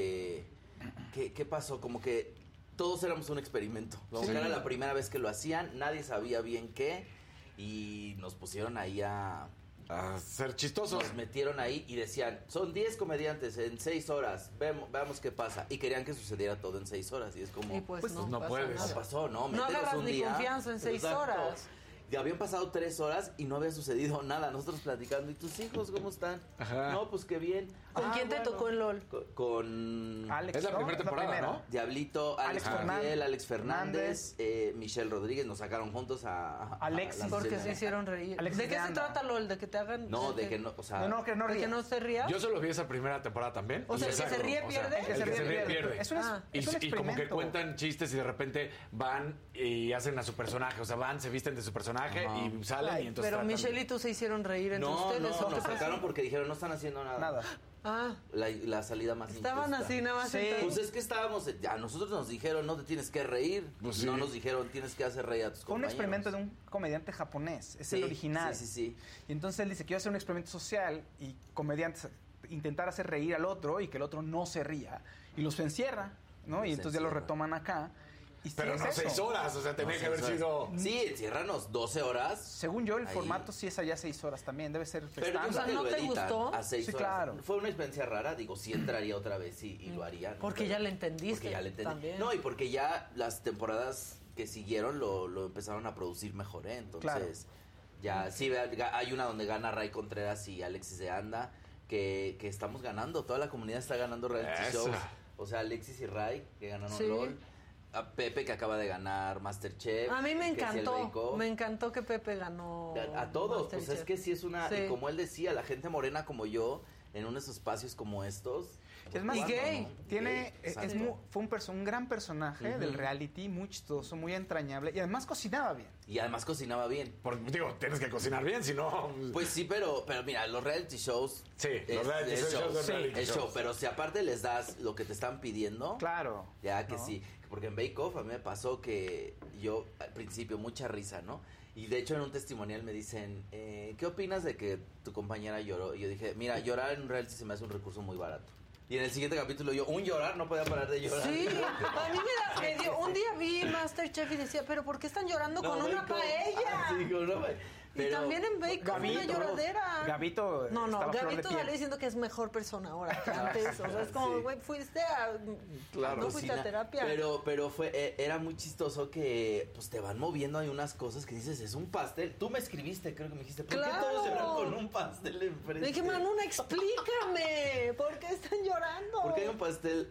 H: ¿Qué pasó? Como que todos éramos un experimento. Como que era la primera vez que lo hacían, nadie sabía bien qué. Y nos pusieron ahí a
B: ser chistosos.
H: Nos metieron ahí y decían, son 10 comediantes en 6 horas, veamos qué pasa. Y querían que sucediera todo en 6 horas. Y es como,
C: Y pues no
B: no
C: pasa
B: puedes.
C: nada.
H: no pasó, ¿no?
C: No
H: Mételos
C: agarras
H: un
C: ni
H: día.
C: confianza en 6
H: Exacto.
C: horas.
H: Y habían pasado 3 horas y no había sucedido nada. Nosotros platicando, ¿y tus hijos cómo están?
B: Ajá.
H: No, pues qué bien.
C: ¿Con quién te tocó en LOL?
H: Con
A: Alex,
B: Es la
A: ¿no?
B: primera temporada, ¿no?
H: Diablito, Alex
A: Alex
H: Fernández, Alex Fernández, Michelle Rodríguez, nos sacaron juntos a
A: Alexis.
H: la
C: Porque
H: Michelle.
C: se hicieron reír.
A: Alexis
C: ¿De qué
A: de
C: se
A: Anda.
C: trata LOL? ¿De que te hagan...?
H: No, de que no, o sea...
A: No, que no
C: ¿De que
A: rías.
C: no se ría?
B: Yo solo vi esa primera temporada también.
C: O sea, el que
B: Exacto.
C: se ríe,
B: O sea,
C: pierde.
B: el que se ríe pierde.
A: Es un,
C: Ah.
A: es un
B: Y como que
A: experimento.
B: cuentan chistes y de repente van y hacen a su personaje. O sea, van, se visten de su personaje
H: Ajá.
B: y salen y entonces
C: Pero
B: tratan-
C: Michelle y tú se hicieron reír entre
H: No,
C: ustedes.
H: no,
C: ¿o qué
H: nos
C: pasó?
H: sacaron porque dijeron, no están haciendo nada.
A: Nada.
C: Ah,
H: La salida más
C: estaban
H: injusta.
C: así nada más
A: Sí.
C: sentados.
H: Pues es que estábamos, a nosotros nos dijeron, no te tienes que reír.
B: Pues sí.
H: No nos dijeron, tienes que hacer reír a tus
A: Fue un
H: compañeros.
A: experimento de un comediante japonés. Es el
H: Sí,
A: original.
H: Sí.
A: Y entonces él dice, quiero hacer un experimento social y comediantes intentar hacer reír al otro y que el otro no se ría. Y los encierra, ¿no?
H: Los
A: Y entonces ya lo
H: encierra.
A: retoman acá. Y sí
B: Pero
A: es
B: no
A: eso.
B: 6 horas, o sea, tenía que haber sido...
H: Sí, enciérranos 12 horas.
A: Según yo, el
H: Ahí.
A: formato sí es allá 6 horas también. Debe ser
H: Pero yo
A: estándar.
H: creo que
C: ¿no
H: lo
C: te
H: editan
C: gustó?
H: a 6
A: Sí,
H: horas.
A: claro.
H: Fue una experiencia rara, digo, sí entraría otra vez y lo haría. ¿no?
C: Porque
H: Pero-
C: ya le entendiste
H: Porque ya le entendí.
C: también.
H: No, y porque ya las temporadas que siguieron lo empezaron a producir mejor, ¿eh? Entonces, ya, sí, hay una donde gana Ray Contreras y Alexis de Anda, que estamos ganando, toda la comunidad está ganando reality
B: Eso.
H: shows. O sea, Alexis y Ray, que ganaron
C: Sí.
H: LOL. a Pepe, que acaba de ganar MasterChef.
C: A mí me
H: que es el
C: encantó.
H: Bake Off.
C: Me encantó que Pepe ganó.
H: A todos, pues
C: MasterChef.
H: es que sí es una...
C: Sí.
H: Y como él decía, la gente morena como yo, en unos espacios como estos...
A: Es más,
C: Y gay.
A: Tiene,
H: Exacto.
A: fue un gran personaje del reality, muy chistoso, muy entrañable y además cocinaba bien.
H: Y además cocinaba bien.
B: Porque, digo, tienes que cocinar bien, si no...
H: Pues sí, pero mira, los reality shows...
B: Sí, los reality
H: es
B: shows son
H: Sí,
B: reality
H: es
B: shows.
H: show, pero si aparte les das lo que te están pidiendo...
A: Claro.
H: Ya que
A: ¿no?
H: sí, porque en Bake Off a mí me pasó que yo al principio mucha risa, ¿no? Y de hecho en un testimonial me dicen, ¿qué opinas de que tu compañera lloró? Y yo dije, mira, llorar en un reality se me hace un recurso muy barato. Y en el siguiente capítulo yo, un llorar, no podía parar de llorar.
C: Sí, a mí me dio... Un día vi MasterChef y decía, ¿pero por qué están llorando con una
H: Bake Off.
C: paella?
H: Sí, con una paella.
C: Y también en Bake Off una lloradera.
A: Gabito
C: No,
A: estaba flor de
C: Gabito
A: piel.
C: sale diciendo que es mejor persona ahora que antes. O sea, es como, güey, fuiste a...
H: Claro,
C: no fuiste a terapia.
H: Pero era muy chistoso que pues te van moviendo, hay unas cosas que dices, es un pastel. Tú me escribiste, creo que me dijiste, ¿por qué
C: ¡Claro!
H: todos lloran con un pastel enfrente?
C: Le dije, Manuna, explícame, ¿por qué están llorando?
H: Porque hay un pastel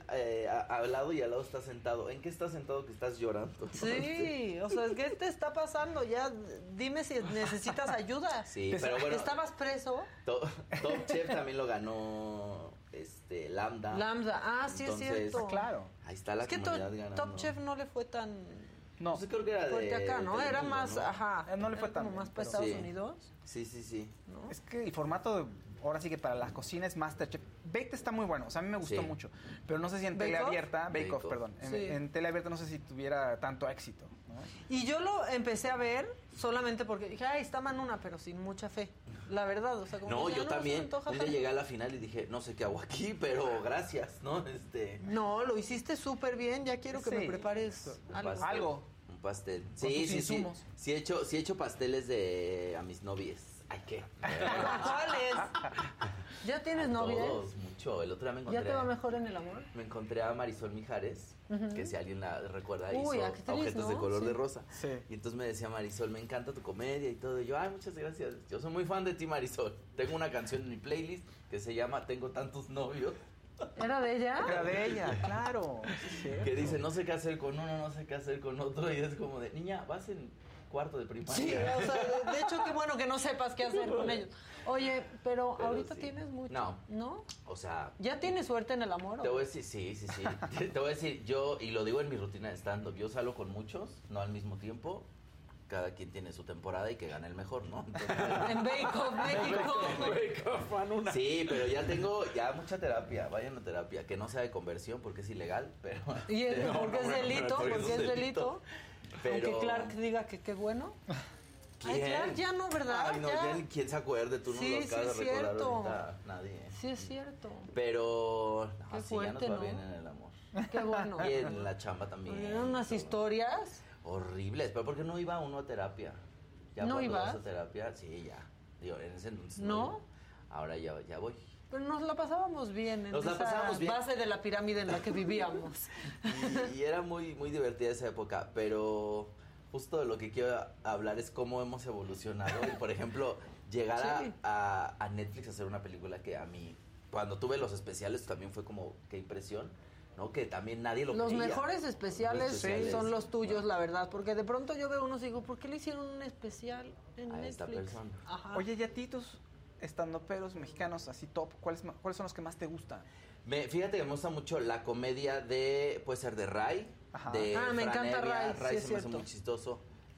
H: al lado y al lado está sentado. ¿En qué estás sentado que estás llorando?
C: Sí, o sea, ¿qué te está pasando? Ya dime si necesitas ayuda.
H: Sí, pero bueno.
C: ¿Estabas preso?
H: Top Chef también lo ganó Lambda.
C: Lambda, sí,
H: Entonces,
C: es cierto.
A: Claro.
H: Ahí está la
C: Es que
H: comunidad ganando.
C: Top Chef no le fue tan
A: No,
H: Pues creo que era
C: fuerte
H: de
C: acá, ¿no? Era
H: Telemundo,
C: más,
H: ¿no?
C: ajá.
A: No le fue
C: era
A: tan
C: como
A: bien,
C: más para
A: pero-
C: Estados
H: Sí.
C: Unidos,
H: Sí.
C: ¿no?
A: es que el formato, ahora sí que para la cocina es MasterChef. Baked está muy bueno, o sea, a mí me gustó
H: Sí.
A: mucho. Pero no sé si en
C: ¿Bake
A: tele
C: Off?
A: abierta, Bake
H: Bake
A: Off,
H: Off.
A: perdón.
C: Sí.
A: En tele abierta no sé si tuviera tanto éxito, ¿no?
C: Y yo lo empecé a ver solamente porque dije, ay, está Manuna, pero sin mucha fe. La verdad, o sea, como
H: No,
C: que ya
H: yo
C: se me
H: también.
C: antoja
H: Un día
C: tanto.
H: llegué a la final y dije, no sé qué hago aquí, pero gracias, ¿no?
C: No, lo hiciste súper bien, ya quiero que me
A: Sí.
C: prepares
H: Un
C: algo.
H: pastel.
A: Algo.
H: Un pastel.
A: Con
H: Sí,
A: tus
H: sí.
A: insumos.
H: Sí he hecho pasteles a mis novias. Ay, ¿qué?
C: ¿Cuáles? ¿Ya tienes novia?
H: Todos, mucho. El otro día me encontré...
C: ¿Ya te va mejor en el amor?
H: Me encontré a Marisol Mijares, que si alguien la recuerda,
C: Uy,
H: hizo
C: actriz,
H: Objetos de
C: ¿no?
H: color
C: Sí.
H: de rosa.
A: Sí.
H: Y entonces me decía Marisol, me encanta tu comedia y todo. Y yo, ay, muchas gracias. Yo soy muy fan de ti, Marisol. Tengo una canción en mi playlist que se llama Tengo tantos novios.
C: ¿Era de ella?
A: Era de ella, claro. Sí,
H: Que dice, no sé qué hacer con uno, no sé qué hacer con otro. Y es como de, niña, vas en cuarto de primaria.
C: Sí, o sea, de hecho, qué bueno que no sepas qué hacer con ellos. Oye, pero ahorita
H: sí.
C: tienes mucho.
H: No.
C: ¿No?
H: O sea,
C: ¿Ya tienes suerte en el amor?
H: te voy a decir, sí. Te voy a decir, yo, y lo digo en mi rutina de stand-up, yo salgo con muchos, no al mismo tiempo. Cada quien tiene su temporada y que gane el mejor, ¿no? Entonces,
C: En Bake Off, México.
H: sí, pero ya tengo mucha terapia. Vayan a terapia, que no sea de conversión porque es ilegal, pero...
C: ¿Y porque es delito?
H: porque
C: Porque es delito.
H: Pero...
C: Aunque Clark diga que qué bueno. Ay,
H: ¿Quién?
C: Clark ya no, ¿verdad?
H: Ay, no, ya ni quién se acuerde, tú no
C: Sí,
H: lo acabas
C: sí,
H: de
C: es
H: recordar
C: cierto.
H: ahorita, nadie.
C: Sí, es cierto.
H: Pero...
C: Qué
H: No, sí, ya nos
C: fuerte,
H: va
C: ¿no?
H: bien en el amor.
C: Qué bueno.
H: Y en la chamba también.
C: Eran unas
H: todo.
C: historias.
H: Horribles, pero ¿por qué no iba uno a terapia? Ya
C: ¿No
H: cuando
C: ibas?
H: vas a terapia, sí, ya. Digo, en ese entonces
C: ¿No?
H: iba. Ahora ya voy.
C: Pero nos la pasábamos bien en
H: Nos la
C: esa
H: pasábamos bien.
C: base de la pirámide en la que vivíamos.
H: Y era muy, muy divertida esa época, pero justo de lo que quiero hablar es cómo hemos evolucionado. Y, por ejemplo, llegar
C: Sí.
H: a Netflix a hacer una película que a mí, cuando tuve los especiales, también fue como, qué impresión, ¿no? Que también nadie lo
C: Los
H: creía.
C: mejores especiales,
H: Los especiales.
C: son los tuyos, la verdad. Porque de pronto yo veo unos y digo, ¿por qué le hicieron un especial en
H: A
C: Netflix?
H: esta persona.
C: Ajá.
A: Oye, ¿y a ti tus estandoperos mexicanos así top, cuáles son los que más te gustan?
H: Fíjate que me gusta mucho la comedia puede ser de Ray,
A: Ajá.
H: de
C: Me encanta
H: Franevia.
C: Ray, sí, es
H: se me hace
C: cierto.
H: muy chistoso.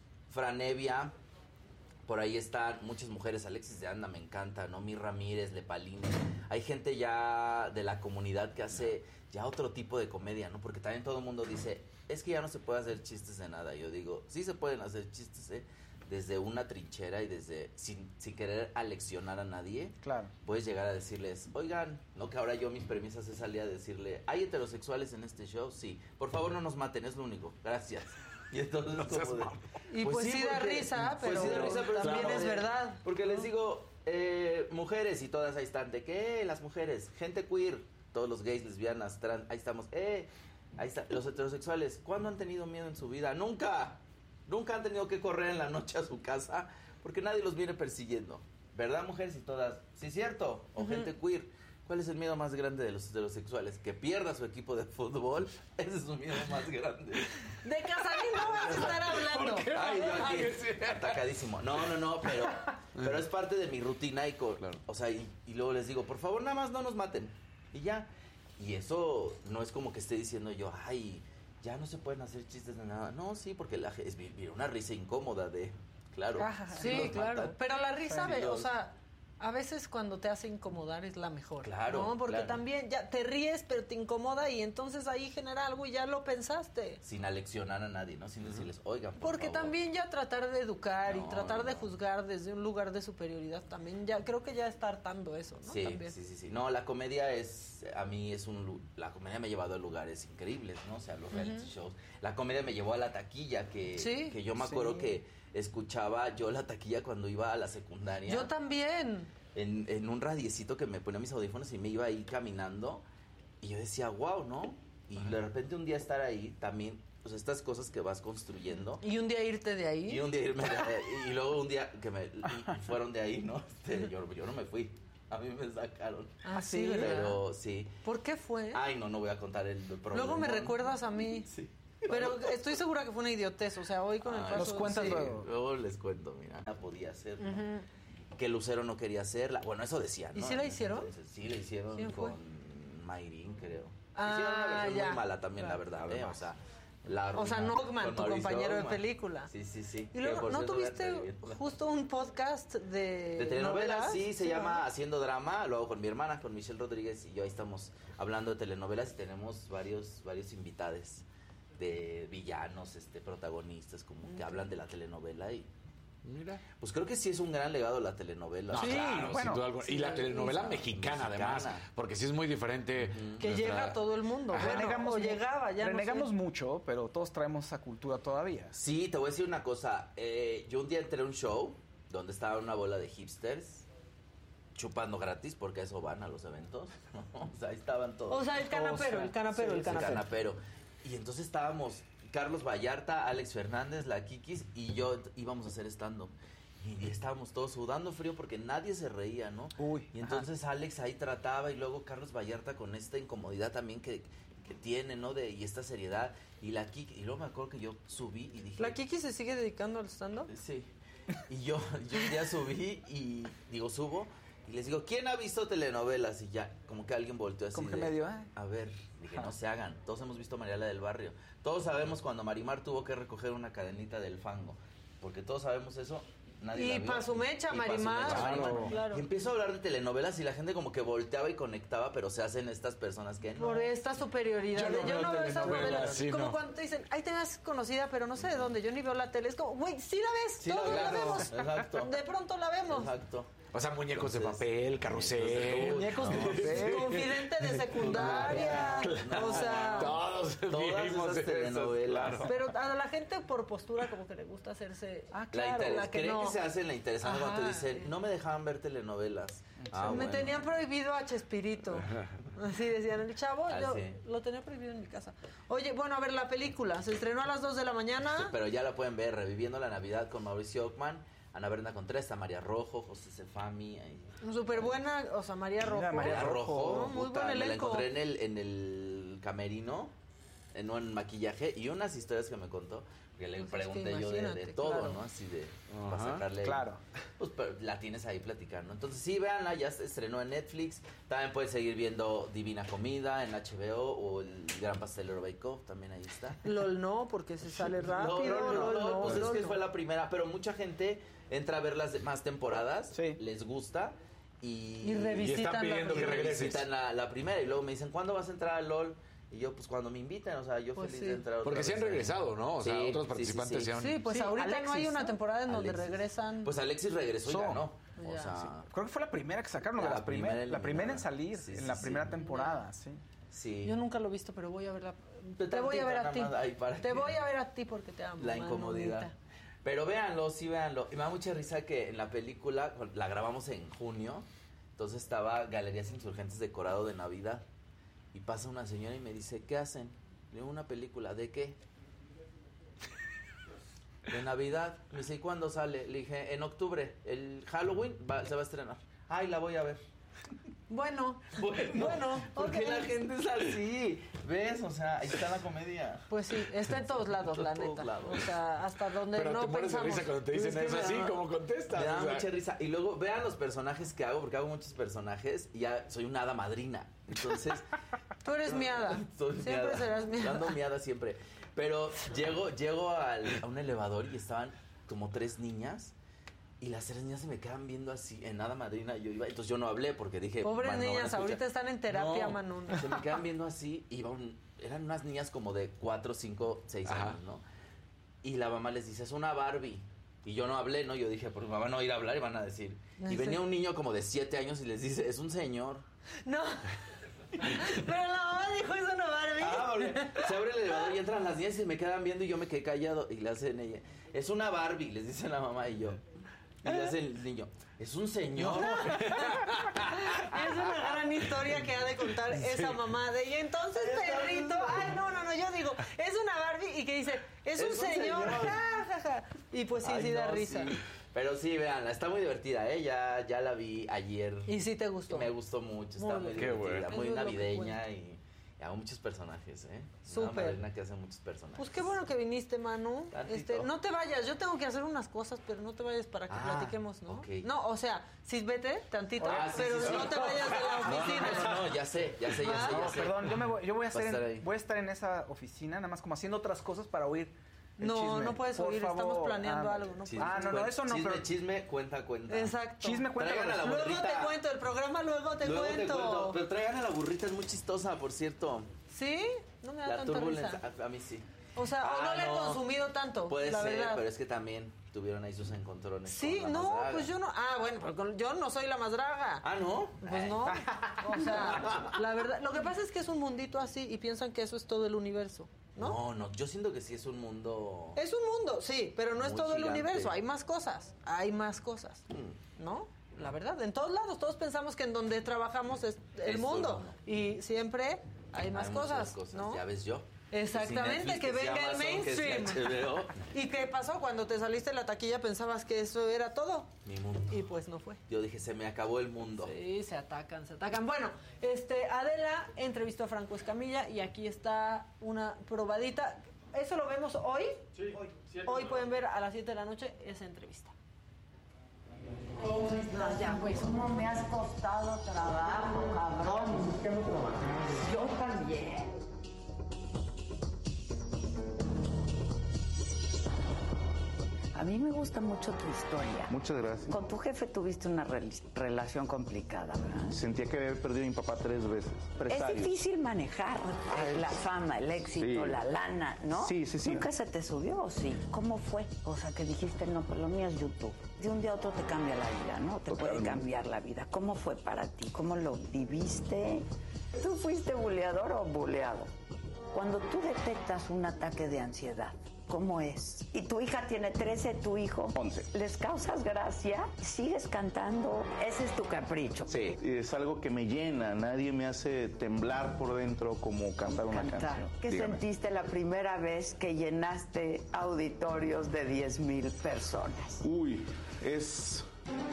H: Franevia, por ahí están muchas mujeres, Alexis de Anda me encanta, ¿no? Mi Ramírez, Lepalini. Hay gente ya de la comunidad que hace ya otro tipo de comedia, ¿no? Porque también todo el mundo dice, es que ya no se puede hacer chistes de nada. Yo digo, sí se pueden hacer chistes, ¿eh? Desde una trinchera y desde sin querer aleccionar a nadie.
A: Claro.
H: Puedes llegar a decirles, oigan, no que ahora yo mis premisas es salir a decirle, ¿hay heterosexuales en este show? Sí. Por favor no nos maten, es lo único. Gracias. Y entonces como de,
C: Y pues sí da risa, pero también es verdad.
H: Porque les digo, mujeres y todas ahí están, ¿de qué? Las mujeres, gente queer, todos los gays, lesbianas, trans, ahí estamos, ahí está, los heterosexuales, ¿cuándo han tenido miedo en su vida? ¡Nunca! Nunca han tenido que correr en la noche a su casa porque nadie los viene persiguiendo. ¿Verdad, mujeres y todas? Sí, cierto. O gente queer. ¿Cuál es el miedo más grande de los heterosexuales? Que pierda su equipo de fútbol. Ese es su miedo más grande.
C: De Casarín no vas a estar hablando.
H: Ay, yo aquí, atacadísimo. No, pero es parte de mi rutina o sea, y luego les digo, por favor, nada más no nos maten. Y ya. Y eso no es como que esté diciendo yo, ay, ya no se pueden hacer chistes de nada. No, sí, porque es una risa incómoda de, claro.
C: Ajá, sí, claro.
H: Matan.
C: Pero la risa, o sea, a veces cuando te hace incomodar es la mejor.
H: Claro,
C: ¿no? Porque
H: claro.
C: también ya te ríes, pero te incomoda y entonces ahí genera algo y ya lo pensaste.
H: Sin aleccionar a nadie, ¿no? Sin decirles, oigan, por
C: Porque
H: favor.
C: también ya tratar de educar y
H: No,
C: tratar de
H: no.
C: juzgar desde un lugar de superioridad también, ya creo que ya está hartando eso, ¿no?
H: Sí,
C: También.
H: sí. No, la comedia a mí la comedia me ha llevado a lugares increíbles, ¿no? O sea, los reality shows. La comedia me llevó a la taquilla, que yo me acuerdo que escuchaba yo la taquilla cuando iba a la secundaria.
C: Yo también.
H: En un radiecito que me ponía mis audífonos y me iba ahí caminando. Y yo decía, wow, ¿no? Y de repente un día estar ahí también, pues estas cosas que vas construyendo.
C: Y un día irte de ahí.
H: Y un día irme de ahí. Y luego un día que y fueron de ahí, ¿no? Yo no me fui. A mí me sacaron.
C: Ah, sí, ¿verdad?
H: Pero sí.
C: ¿Por qué fue?
H: Ay, no voy a contar el problema.
C: Luego me recuerdas a mí.
H: Sí.
C: Pero estoy segura que fue una idiotez, o sea, hoy con el paso...
A: Nos cuentas
C: sí.
A: luego.
H: Luego les cuento, mira. La podía hacer, ¿no? Que Lucero no quería hacerla. Bueno, eso decían, ¿no?
C: ¿Y sí la hicieron?
H: Entonces, sí, la hicieron
C: ¿Quién fue?
H: con Mayrín, creo.
C: Ah,
H: hicieron una versión
C: ya.
H: muy mala también,
C: Claro.
H: la verdad, O sea,
C: O sea,
H: arruinaron
C: Nogman,
H: con
C: tu
H: Mauricio
C: compañero de
H: Ockman.
C: película.
H: Sí.
C: Y
H: Que
C: luego,
H: por
C: ¿no
H: cierto,
C: tuviste
H: vean,
C: justo un podcast de
H: telenovelas? Sí, se llama
C: ¿no?
H: Haciendo Drama. Luego con mi hermana, con Michelle Rodríguez y yo ahí estamos hablando de telenovelas y tenemos varios invitados de villanos, protagonistas, como que hablan de la telenovela y
B: mira,
H: pues creo que sí es un gran legado la telenovela.
B: No,
A: Sí,
B: claro,
A: bueno,
B: sin duda alguna.
H: sí,
B: Y la telenovela
H: sí,
B: mexicana,
H: mexicana.
B: además, porque sí es muy diferente.
C: Que
B: nuestra-
C: llega a todo el mundo.
B: Ajá.
C: Bueno, o llegaba, ya
A: renegamos
C: no sé.
A: mucho, pero todos traemos esa cultura todavía.
H: Sí, te voy a decir una cosa. Yo un día entré a un show donde estaba una bola de hipsters chupando gratis, porque a eso van a los eventos. O sea, ahí estaban todos.
C: O sea, el canapero,
A: Sí,
C: el canapero.
H: El canapero. Y entonces estábamos Carlos Vallarta, Alex Fernández, la Kikis y yo íbamos a hacer stand-up. Y estábamos todos sudando frío porque nadie se reía, ¿no?
A: Uy,
H: y entonces Alex ahí trataba y luego Carlos Vallarta con esta incomodidad también que tiene, ¿no? Y esta seriedad. Y la Kiki, y luego me acuerdo que yo subí y dije...
C: ¿La Kiki se sigue dedicando al stand-up?
H: Sí. Y yo un día subí y subo y les digo, ¿quién ha visto telenovelas? Y ya, como que alguien volteó así
A: Como que
H: de,
A: medio,
H: a ver, dije, no se hagan. Todos hemos visto Mariela del Barrio. Todos sabemos cuando Marimar tuvo que recoger una cadenita del fango. Porque todos sabemos eso. Nadie la
C: Y
H: vio.
C: pa' su mecha,
H: Y pa' su
C: Marimar.
H: mecha,
A: Claro.
C: Claro.
H: Y empiezo a hablar de telenovelas y la gente como que volteaba y conectaba, pero se hacen estas personas que no.
C: Por esta superioridad. Yo no veo esas
B: telenovelas,
C: novelas.
B: sí,
C: Como
B: no.
C: cuando te dicen, ahí te ves conocida, pero no sé de dónde. Yo ni veo la tele. Es como, güey, sí la ves.
H: Sí la
C: todos la
H: vemos.
C: vemos.
H: Exacto.
C: De pronto la vemos.
H: Exacto.
B: O sea, muñecos de
H: Entonces,
B: papel, carrusel.
A: Muñecos de papel.
C: Confidente de secundaria. O sea.
B: Todos
H: Todas
B: vimos
H: esas
B: eso,
H: telenovelas.
B: claro.
C: Pero a la gente por postura como que le gusta hacerse... Ah,
H: La
C: claro, la que
H: creen
C: no.
H: que se hacen la interesante cuando te
C: Ajá,
H: dicen,
C: sí.
H: no me dejaban ver telenovelas. Ah,
C: Me
H: bueno.
C: tenían prohibido a Chespirito. Así decían, el chavo,
H: Ah,
C: yo
H: sí.
C: lo tenía prohibido en mi casa. Oye, bueno, a ver, la película se estrenó a las 2 de la
H: Sí,
C: mañana.
H: pero ya la pueden ver, Reviviendo la Navidad con Mauricio Ockman, Ana Brenda Contreras, María Rojo, José Sefami.
C: Súper buena, o sea, María Rojo.
A: Mira,
H: María Rojo,
C: muy
H: puta,
C: buen
H: me la
C: elenco.
H: encontré en el camerino, en un maquillaje, y unas historias que me contó, que le
C: Pues es
H: pregunté
C: que
H: yo de
C: imagínate,
H: todo,
C: claro.
H: ¿no? Así de,
B: Ajá,
H: para sacarle...
A: claro.
H: Pues pero la tienes ahí platicando. Entonces sí, véanla, ya se estrenó en Netflix. También puedes seguir viendo Divina Comida en HBO o El Gran Pastelero Bake Off, también ahí está.
C: LOL no, porque se sale rápido.
H: No,
C: LOL no,
H: pues es
C: LOL
H: que
C: no.
H: fue la primera, pero mucha gente entra a ver las demás temporadas,
A: Sí.
H: les gusta
C: Y revisitan
B: Y están pidiendo
C: la
B: que
C: primera.
B: regreses.
H: revisitan la primera y luego me dicen, ¿cuándo vas a entrar a LOL? Y yo, pues cuando me inviten, o sea, yo
C: Pues
H: feliz
C: sí.
H: de entrar otra
B: Porque sí han
H: vez.
B: regresado, ¿no? O sea,
H: Sí,
B: otros
H: sí,
B: participantes
H: sí,
B: se han...
C: Sí, pues
A: Sí,
C: ahorita no hay
A: Alexis,
C: una
A: ¿no?
C: temporada en donde
H: Alexis.
C: regresan.
H: Pues Alexis regresó y
A: So.
H: ganó. O
C: Ya.
H: sea,
A: Creo que fue la primera que sacaron,
H: La
A: de las
H: primera
A: la primera en
H: eliminada.
A: salir,
H: Sí,
A: en
H: sí,
A: la
H: sí.
A: primera temporada, sí.
H: sí.
C: Yo nunca lo he visto, pero voy a verla.
H: Pero
C: Te voy a ver a
H: tantito
C: ti.
H: nada más ahí para
C: Te
H: que-
C: voy a ver a ti porque te amo.
H: La incomodidad.
C: manita.
H: Pero véanlo, sí véanlo. Y me da mucha risa que en la película, la grabamos en junio, entonces estaba Galerías Insurgentes decorado de Navidad. Y pasa una señora y me dice, ¿qué hacen? Le digo, una película, ¿de qué? De Navidad. Me dice, ¿y cuándo sale? Le dije, en octubre, el Halloween se va a estrenar. Ay, la voy a ver.
C: Bueno,
H: ¿por qué
C: ok.
H: la gente es así? ¿Ves? O sea, ahí está la comedia.
C: Pues sí, está en todos lados, la neta. O sea, hasta donde
B: Pero
C: no
B: te mueres de
C: pensamos.
B: risa cuando te dicen eso así, como contestas.
H: Me da
B: o sea.
H: mucha risa. Y luego vean los personajes que hago, porque hago muchos personajes y ya soy una hada madrina. Entonces...
C: Tú eres miada. Siempre serás miada.
H: Ando miada siempre. Pero llego a un elevador y estaban como 3 niñas. Y las 3 niñas se me quedan viendo así, en nada madrina. Entonces yo no hablé porque dije...
C: Pobres
H: "Man, no van a
C: niñas,
H: escuchar".
C: ahorita están en terapia,
H: No,
C: Manu.
H: se me quedan viendo así y eran unas niñas como de 4, 5, 6 años, ¿no? Y la mamá les dice, es una Barbie. Y yo no hablé, ¿no? Yo dije, pues me van a oír hablar y van a decir. Y venía un niño como de 7 años y les dice, es un señor.
C: No. Pero la mamá dijo, es una Barbie.
H: Porque se abre el elevador y entran las niñas y se me quedan viendo y yo me quedé callado. Y le hacen ella, es una Barbie, les dice la mamá y yo. Y le hace el niño, es un señor.
C: Es una gran historia que ha de contar esa mamá de y entonces perrito, ay no, yo digo, es una Barbie y que dice, es un señor. Ja, ja, ja. Y pues sí,
H: Ay,
C: sí da
H: no,
C: risa.
H: sí. Pero sí, veanla, está muy divertida, ¿eh? Ya la vi ayer.
C: ¿Y sí te gustó?
H: Me gustó mucho,
C: Muy
H: está muy
C: bien.
B: Qué
H: divertida,
B: bueno.
H: muy
C: Eso es lo que
H: navideña
C: cuenta.
H: y hago muchos personajes, ¿eh?
C: Súper.
H: Una madrina que hace muchos personajes.
C: Pues qué bueno que viniste, Manu.
H: Tantito.
C: No te vayas, yo tengo que hacer unas cosas, pero no te vayas para que platiquemos, ¿no?
H: ok.
C: No, o sea, sí vete tantito,
H: Ah, sí,
C: pero
H: sí, sí.
C: no te vayas de la oficina.
H: No, ya sé.
A: No, perdón, yo voy a
H: estar ahí.
A: voy a estar en esa oficina, nada más como haciendo otras cosas para oír el
C: No,
A: chisme.
C: no puedes
A: Por
C: oír,
A: favor.
C: estamos planeando algo. No
H: Chisme,
A: no, eso no,
H: Chisme,
A: pero-
H: chisme, cuenta.
C: Exacto.
A: Chisme, cuenta.
H: Traigan a la
C: Luego
H: burrita.
C: te cuento, el programa luego te
H: Luego
C: cuento.
H: te cuento. Pero traigan a la burrita, es muy chistosa, por cierto.
C: ¿Sí? No me da
H: La
C: tanta
H: turbulencia,
C: risa.
H: a mí sí.
C: O sea, o no le he consumido tanto,
H: Puede
C: la
H: ser,
C: verdad.
H: pero es que también tuvieron ahí sus encontrones.
C: Sí,
H: con la
C: no,
H: más draga.
C: pues yo no. Ah, bueno, porque yo no soy la más draga.
H: Ah, ¿no?
C: Pues no. O sea, la verdad, lo que pasa es que es un mundito así y piensan que eso es todo el universo, ¿no?
H: No, yo siento que sí es un mundo...
C: Es un mundo, sí, pero no es
H: Muy
C: todo el
H: gigante.
C: universo, hay más cosas, ¿no? La verdad, en todos lados, todos pensamos que en donde trabajamos es el
H: Es
C: mundo
H: todo el mundo.
C: y siempre hay más
H: muchas
C: cosas, ¿no?
H: Ya ves yo.
C: Exactamente, que venga el mainstream.
H: HBO,
C: ¿Y qué pasó? Cuando te saliste de la taquilla pensabas que eso era todo
H: mi mundo.
C: y pues no fue.
H: Yo dije, se me acabó el mundo.
C: Sí, se atacan. Bueno, Adela entrevistó a Franco Escamilla y aquí está una probadita. ¿Eso lo vemos hoy?
K: Sí,
C: Hoy pueden ver a las 7 de la noche esa entrevista.
L: No, ya, pues, ¿cómo me has costado trabajo, cabrón? Yo también. A mí me gusta mucho tu historia.
M: Muchas gracias.
L: Con tu jefe tuviste una relación complicada, ¿verdad?
M: Sentía que había perdido a mi papá 3 veces.
L: Es
M: Presagio.
L: difícil manejar la fama, el éxito,
M: Sí.
L: la lana, ¿no?
M: Sí, sí, sí.
L: ¿Nunca se te subió o sí? ¿Cómo fue? O sea, que dijiste, no, pues lo mío es YouTube. De un día a otro te cambia la vida, ¿no? Te puede
M: Totalmente.
L: cambiar la vida. ¿Cómo fue para ti? ¿Cómo lo viviste? ¿Tú fuiste buleador o buleado? Cuando tú detectas un ataque de ansiedad, ¿cómo es? Y tu hija tiene 13, tu hijo.
M: 11.
L: ¿Les causas gracia? ¿Sigues cantando? Ese es tu capricho.
M: Sí, es algo que me llena. Nadie me hace temblar por dentro como cantar una canción.
L: ¿Qué
M: Dígame.
L: sentiste la primera vez que llenaste auditorios de 10,000 personas?
M: Uy, es...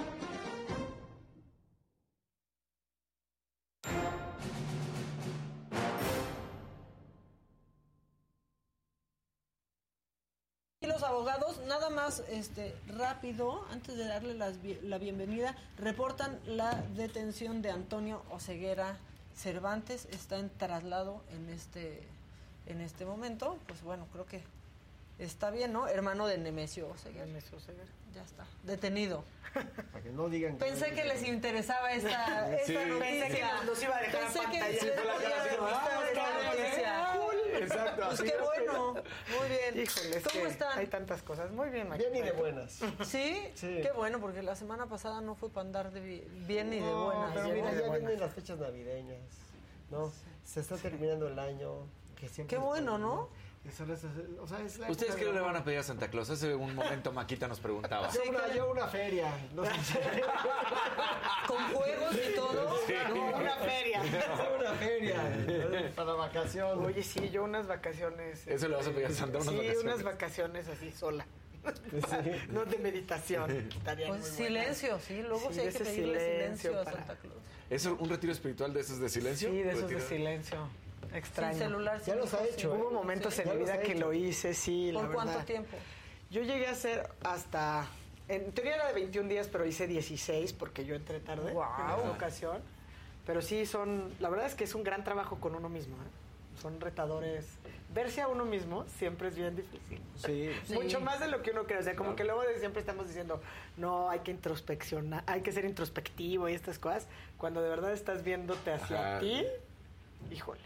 C: Y los abogados, nada más rápido, antes de darle la bienvenida, reportan la detención de Antonio Oseguera Cervantes. Está en traslado en este momento. Pues bueno, creo que está bien, ¿no? Hermano de Nemesio Oseguera. Ya está, detenido.
N: Para que no digan
C: Pensé que les interesaba esta
N: Sí.
C: noticia.
N: Pensé que nos iba a dejar
C: Pensé
N: en
C: que
N: pantalla.
C: les podía gustar esta noticia.
N: Exacto.
C: Pues qué bueno, muy bien.
N: Híjole,
C: ¿Cómo están?
N: Hay tantas cosas. Muy bien, Bien y de buenas.
C: ¿Sí?
N: Sí.
C: Qué bueno, porque la semana pasada no fue para andar de bien ni de
N: No,
C: buenas.
N: pero
C: ¿no?
N: mira, ya vienen las fechas navideñas, ¿no? Se está terminando el año. Que siempre
C: Qué bueno, ¿no?
N: O sea, es la
B: ¿Ustedes
N: época
B: qué
N: de
B: le van
N: amor.
B: a pedir a Santa Claus? Hace un momento Maquita nos preguntaba.
N: Yo una feria. No sé.
C: Con juegos y todo.
B: Sí.
N: No, una feria. Una feria. Para vacaciones.
O: Oye, sí, yo unas vacaciones.
B: ¿Eso le vas a pedir a Santa, unas
O: sí,
B: vacaciones?
O: unas vacaciones así sola.
K: no de meditación. Estaría
C: Pues
K: muy
C: silencio,
K: buenas.
C: sí, luego sí hay que
K: ese
C: pedirle silencio a Santa Claus.
B: ¿Es un retiro espiritual de esos de silencio?
K: Sí, de esos de
B: ¿Retiro?
K: silencio. Extraño.
C: Sin celular,
K: ya
C: sin
K: los ha
C: hijos,
K: hecho.
C: sí.
K: Hubo momentos
C: Sí.
K: en
C: Ya
K: mi
C: los
K: vida
C: ha
K: que
C: hecho.
K: lo hice, sí, la
C: ¿Por
K: verdad.
C: cuánto tiempo?
K: Yo llegué a hacer hasta... En teoría era de 21 días, pero hice 16 porque yo entré tarde en esa ocasión. Pero sí, la verdad es que es un gran trabajo con uno mismo. Son retadores. Verse a uno mismo siempre es bien difícil.
A: Sí.
K: Mucho más de lo que uno cree. O sea, como que luego siempre estamos diciendo, no, hay que introspeccionar, hay que ser introspectivo y estas cosas. Cuando de verdad estás viéndote hacia ti, híjole.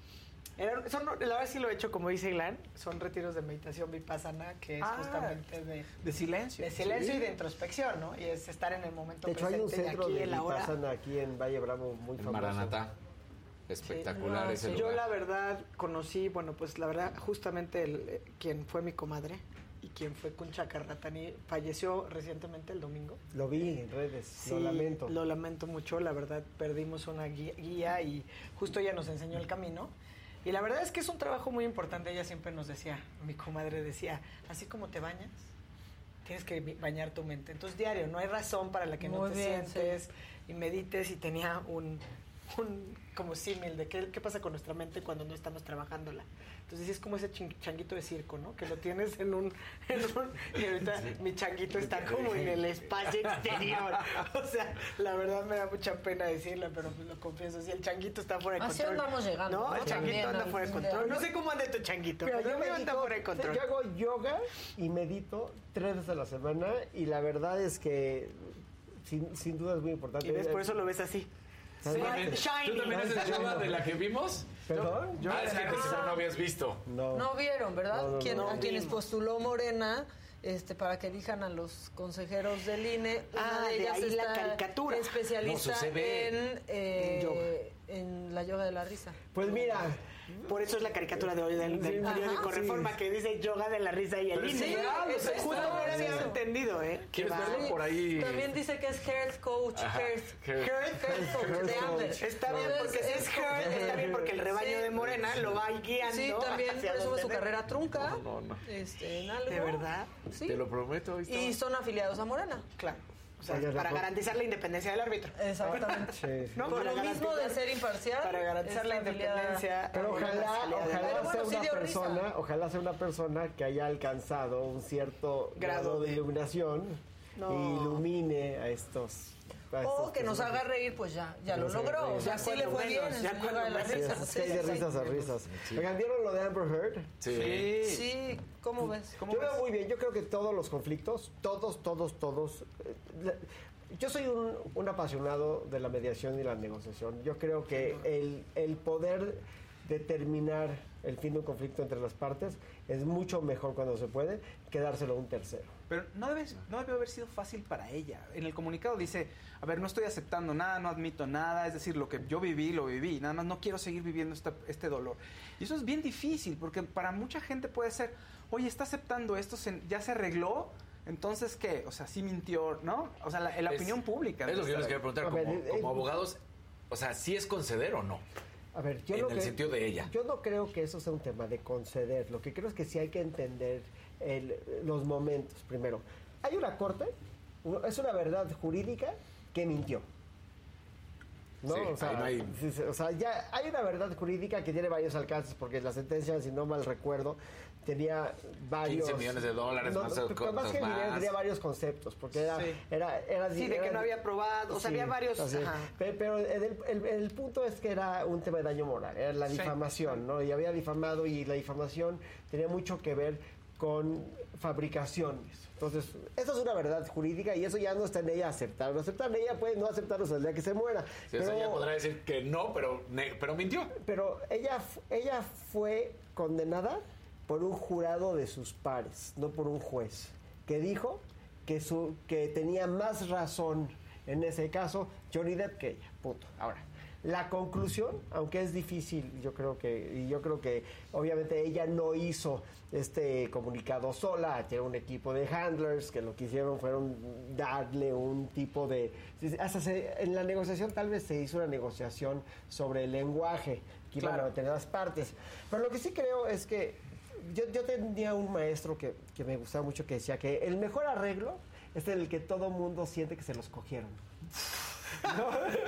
K: La verdad sí lo he hecho, como dice Ilan, son retiros de meditación vipassana, que es justamente
A: de silencio.
K: De silencio
A: Sí.
K: y de introspección, ¿no? Y es estar en el momento
N: De hecho, hay un
K: presente,
N: centro
K: aquí
N: de
K: en la hora.
N: Vipassana aquí en Valle Bravo muy famoso.
B: Maranatá. Espectacular ese lugar.
K: Yo la verdad conocí, bueno, pues la verdad, justamente quien fue mi comadre y quien fue Kuncha Carratani, falleció recientemente el domingo.
N: Lo vi en redes,
K: Sí,
N: lo lamento.
K: Lo lamento mucho, la verdad, perdimos una guía y justo ella nos enseñó el camino. Y la verdad es que es un trabajo muy importante. Ella siempre nos decía, mi comadre decía, así como te bañas, tienes que bañar tu mente. Entonces, diario, no hay razón para la que no
C: Muy
K: te
C: bien,
K: sientes y medites. Y tenía un como símil de qué pasa con nuestra mente cuando no estamos trabajándola. Entonces, es como ese changuito de circo, ¿no? Que lo tienes en un y ahorita mi changuito está como en el espacio exterior. O sea, la verdad me da mucha pena decirlo, pero pues lo confieso. Si el changuito está fuera de
C: Así
K: control.
C: andamos llegando,
K: No,
C: ¿no?
K: el changuito
C: También
K: anda fuera de control. No sé cómo anda tu changuito,
N: Mira,
K: pero
N: yo
K: el mío anda
N: medito-
K: fuera de control.
N: Yo hago yoga y medito 3 veces a la semana y la verdad es que sin duda es muy importante.
K: Y ves, por eso lo ves así.
B: ¿Tú también haces yoga de la que vimos?
N: ¿Perdón?
B: Es que no habías visto.
C: No vieron, ¿verdad?
N: No
C: A quienes postuló Morena para que elijan a los consejeros del INE. Una de
K: de
C: ellas
K: ahí la
C: está
K: caricatura.
C: especialista
K: No, su CV.
C: en la yoga de la risa.
N: Pues mira,
K: por eso es la caricatura de hoy del periódico Reforma, que dice yoga de la risa y el
B: Pero
K: INE.
B: sí,
K: Eso
B: está,
K: justo no lo
B: sí.
K: había entendido, ¿eh?
B: ¿Quieres verlo por ahí?
C: También dice que es health coach.
B: Ajá,
C: Health coach de Amber.
K: Está bien, porque si es health, está bien porque el rebaño de Morena lo va guiando.
C: Sí, también
K: hacia
C: presume
K: donde
C: su
K: debe.
C: carrera trunca.
B: No.
C: En algo.
K: ¿De verdad?
C: Sí.
B: Te lo prometo. ahí está.
C: Y son afiliados a Morena.
K: Claro. O sea,
N: Oye,
K: para garantizar la independencia del árbitro.
C: Exactamente.
N: sí.
K: ¿No?
C: Por
K: Para
C: lo mismo de
K: garantizar-
C: ser imparcial.
K: Para garantizar la
C: es afiliada.
K: independencia.
N: Pero ojalá
C: Pero bueno,
N: sea
C: sí
N: una
C: dio
N: persona,
C: risa.
N: ojalá sea una persona que haya alcanzado un cierto grado de iluminación
K: No.
N: y ilumine a estos.
C: O que nos haga reír, pues ya lo
N: nos haga
C: logró.
N: reír.
C: O sea,
K: Ya
C: sí le
K: cuando
C: fue bien
K: menos,
C: en
K: ya
C: su
K: cuando
C: yoga de la
K: menos.
C: risa.
N: Es que hay de risas a risas.
B: Sí.
N: Oigan, ¿vieron lo de Amber Heard?
B: Sí.
C: Sí, ¿cómo ves?
N: Yo veo muy bien, yo creo que todos los conflictos, todos, yo soy un apasionado de la mediación y la negociación. Yo creo que el poder determinar el fin de un conflicto entre las partes es mucho mejor cuando se puede que dárselo a un tercero.
A: Pero no debe haber sido fácil para ella. En el comunicado dice, a ver, no estoy aceptando nada, no admito nada, es decir, lo que yo viví, lo viví, nada más no quiero seguir viviendo este dolor. Y eso es bien difícil, porque para mucha gente puede ser, oye, está aceptando esto, ya se arregló, entonces, ¿qué? O sea, sí mintió, ¿no? O sea, la opinión pública.
B: Es lo que yo les quería preguntar,
N: A ver,
B: como abogados, o sea, ¿sí es conceder o no?
N: A ver,
B: En el sentido de ella.
N: Yo no creo que eso sea un tema de conceder. Lo que creo es que sí hay que entender los momentos. Primero, hay una corte, es una verdad jurídica que mintió. ¿No?
B: Sí,
N: o sea,
B: ahí no hay-
N: o sea, ya hay una verdad jurídica que tiene varios alcances, porque la sentencia, si no mal recuerdo, tenía varios...
B: 15 millones de dólares,
N: no,
B: más
N: más que
B: más.
N: dinero, tenía varios conceptos, porque
K: Sí.
N: era
K: Sí, de que no había probado, o sea, había varios...
N: así.
K: Ajá.
N: Pero el punto es que era un tema de daño moral, era la
A: Sí.
N: difamación, ¿no? Y había difamado, y la difamación tenía mucho que ver con fabricaciones. Entonces, eso es una verdad jurídica y eso ya no está en ella aceptarlo. Aceptar ella puede no aceptarlo hasta el día que se muera.
B: Sí, o sea, ella podrá decir que no, pero mintió.
N: Pero ella fue condenada por un jurado de sus pares, no por un juez, que dijo que tenía más razón en ese caso Johnny Depp que ella. Punto. Ahora, la conclusión, aunque es difícil, yo creo que obviamente ella no hizo este comunicado sola, tiene un equipo de handlers que lo que hicieron fueron darle un tipo de... en la negociación tal vez se hizo una negociación sobre el lenguaje que iban a mantener las partes. Pero lo que sí creo es que yo tenía un maestro que me gustaba mucho que decía que el mejor arreglo es el que todo mundo siente que se los cogieron. ¿No?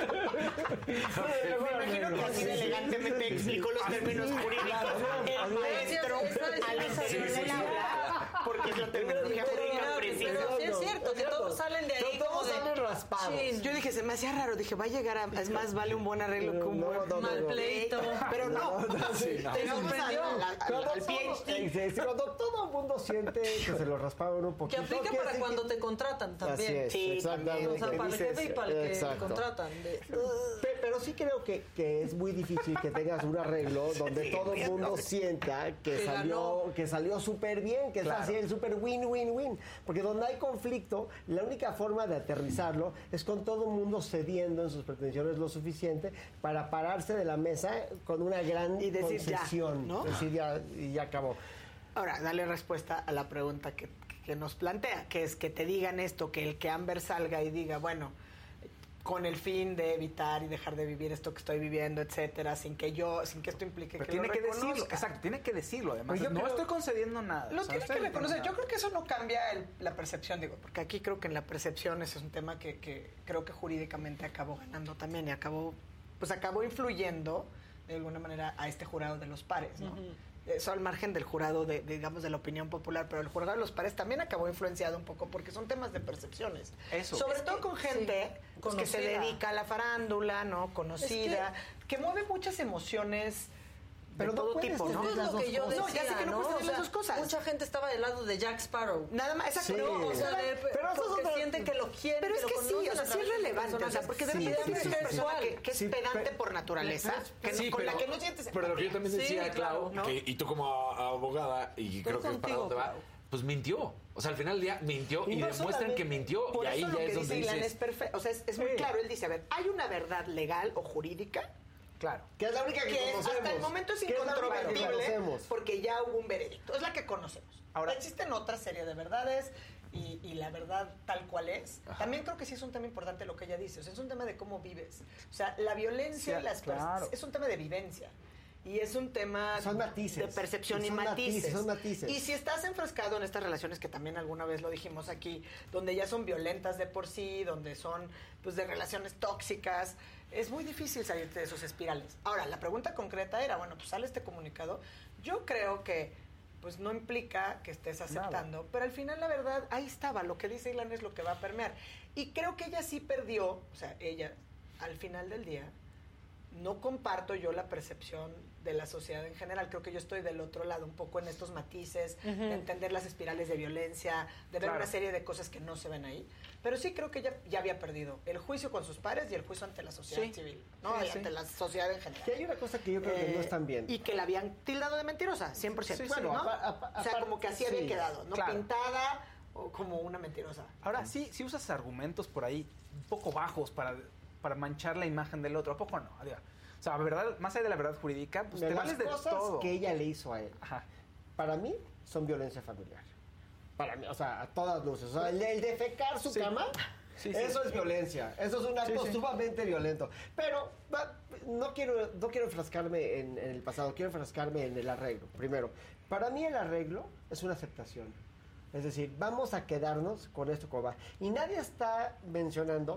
K: Me imagino que así de elegantemente explicó los términos jurídicos. El maestro al interior del aula, porque es la terminología jurídica precisa.
C: Pero sí es cierto, que todos salen de ahí
N: todos salen raspados.
C: Sí.
K: Yo dije, se me hacía raro. Dije, va a llegar a... Es más, vale un buen arreglo que un buen
C: mal pleito.
K: Pero no. Te sorprendió. Al PhD.
N: Cuando todo el mundo siente que se lo rasparon un poquito.
C: Que aplica para cuando te contratan también.
N: Así es,
C: sí,
N: exactamente.
C: O sea, para el jefe y para el que contratan.
N: Pero sí creo que es muy difícil que tengas un arreglo donde todo el mundo sienta que salió súper bien, que es así el súper win-win-win. Porque donde hay conflicto, la única forma de aterrizarlo es con todo el mundo cediendo en sus pretensiones lo suficiente para pararse de la mesa con una gran concesión.
K: ¿no?
N: Decir ya acabó.
K: Ahora, dale respuesta a la pregunta que nos plantea, que es que te digan esto, que el que Amber salga y diga, bueno, con el fin de evitar y dejar de vivir esto que estoy viviendo, etcétera, sin que esto implique
A: pero
K: que
A: tiene
K: lo
A: que
K: reconozca.
A: decirlo, exacto, tiene que decirlo, además.
N: Pero yo
A: no
N: creo,
A: estoy concediendo nada.
K: Lo tiene que reconocer.
A: Nada.
K: Yo creo que eso no cambia la percepción, digo, porque aquí creo que en la percepción ese es un tema que creo que jurídicamente acabó ganando también y acabó influyendo de alguna manera a este jurado de los pares, ¿no? Eso al margen del jurado digamos, de la opinión popular, pero el jurado de los pares también acabó influenciado un poco porque son temas de percepciones.
A: Eso.
K: Sobre todo con gente pues, que se dedica a la farándula, ¿no? Conocida, que mueve muchas emociones
N: pero
K: de
N: no
K: todo tipo, ¿no?
C: Es lo que yo decía,
K: no, ya sé que no puedes hacer las dos cosas.
C: Mucha gente estaba del lado de Jack Sparrow.
K: Nada más, exacto.
N: Sí.
K: No,
C: O sea,
N: pero
C: porque sienten que lo quieren.
K: Pero es que sí,
C: conocen
K: o sea,
C: a
K: sí es
C: través de
K: relevante, o sea, porque de repente es una persona que es pedante por naturaleza, con la que no sientes
B: pero lo que yo también decía, Clau,
K: ¿no?
B: y tú como abogada, y creo que es para dónde va, pues mintió. O sea, al final del día mintió y
K: no
B: demuestran que mintió
K: por
B: y ahí
K: eso lo
B: ya
K: que
B: es donde
K: dice Ilan
B: dices...
K: es perfecto, o sea, es muy claro, él dice, a ver, hay una verdad legal o jurídica
A: Claro.
N: Que es la única que conocemos.
K: hasta el momento es
N: Que la única que
K: incontrovertible
N: conocemos.
K: porque ya hubo un veredicto. Es la que conocemos. Ahora existen otra serie de verdades y la verdad tal cual es.
A: Ajá.
K: También creo que sí es un tema importante lo que ella dice. O sea, es un tema de cómo vives. O sea, la violencia
A: Sí,
K: y las
A: claro.
K: es un tema de vivencia. Y es un tema
N: Son matices.
K: de percepción y
N: Son
K: matices.
N: son matices.
K: Y si estás enfrascado en estas relaciones que también alguna vez lo dijimos aquí, donde ya son violentas de por sí, donde son pues de relaciones tóxicas, es muy difícil salirte de esos espirales. Ahora, la pregunta concreta era, bueno, pues sale este comunicado. Yo creo que pues no implica que estés aceptando, pero al final la verdad, ahí estaba, lo que dice Ilan es lo que va a permear. Y creo que ella sí perdió, o sea, ella, al final del día, no comparto yo la percepción de la sociedad en general. Creo que yo estoy del otro lado, un poco en estos matices, de entender las espirales de violencia, de ver una serie de cosas que no se ven ahí. Pero sí creo que ella ya había perdido el juicio con sus pares y el juicio ante la sociedad civil, ¿no? Y ante la sociedad en general.
N: Y hay una cosa que yo creo que no están bien.
K: Y que la habían tildado de mentirosa, 100%.
N: Sí,
K: Bueno,
N: sí.
K: ¿no? O sea, como que así había quedado, ¿no?
A: Claro.
K: Pintada o como una mentirosa.
A: Ahora, sí usas argumentos por ahí un poco bajos para manchar la imagen del otro. ¿A poco no? Digo, o sea, verdad, más allá de la verdad jurídica, pues
N: De
A: te
N: las
A: vales de
N: cosas
A: todo.
N: que ella le hizo a él,
A: Ajá.
N: para mí, son violencia familiar. Para mí, o sea, a todas luces. O sea, el defecar su cama, eso es violencia. Eso es un acto sumamente violento. Pero no quiero enfrascarme en el pasado, quiero enfrascarme en el arreglo. Primero, para mí el arreglo es una aceptación. Es decir, vamos a quedarnos con esto como va. Y nadie está mencionando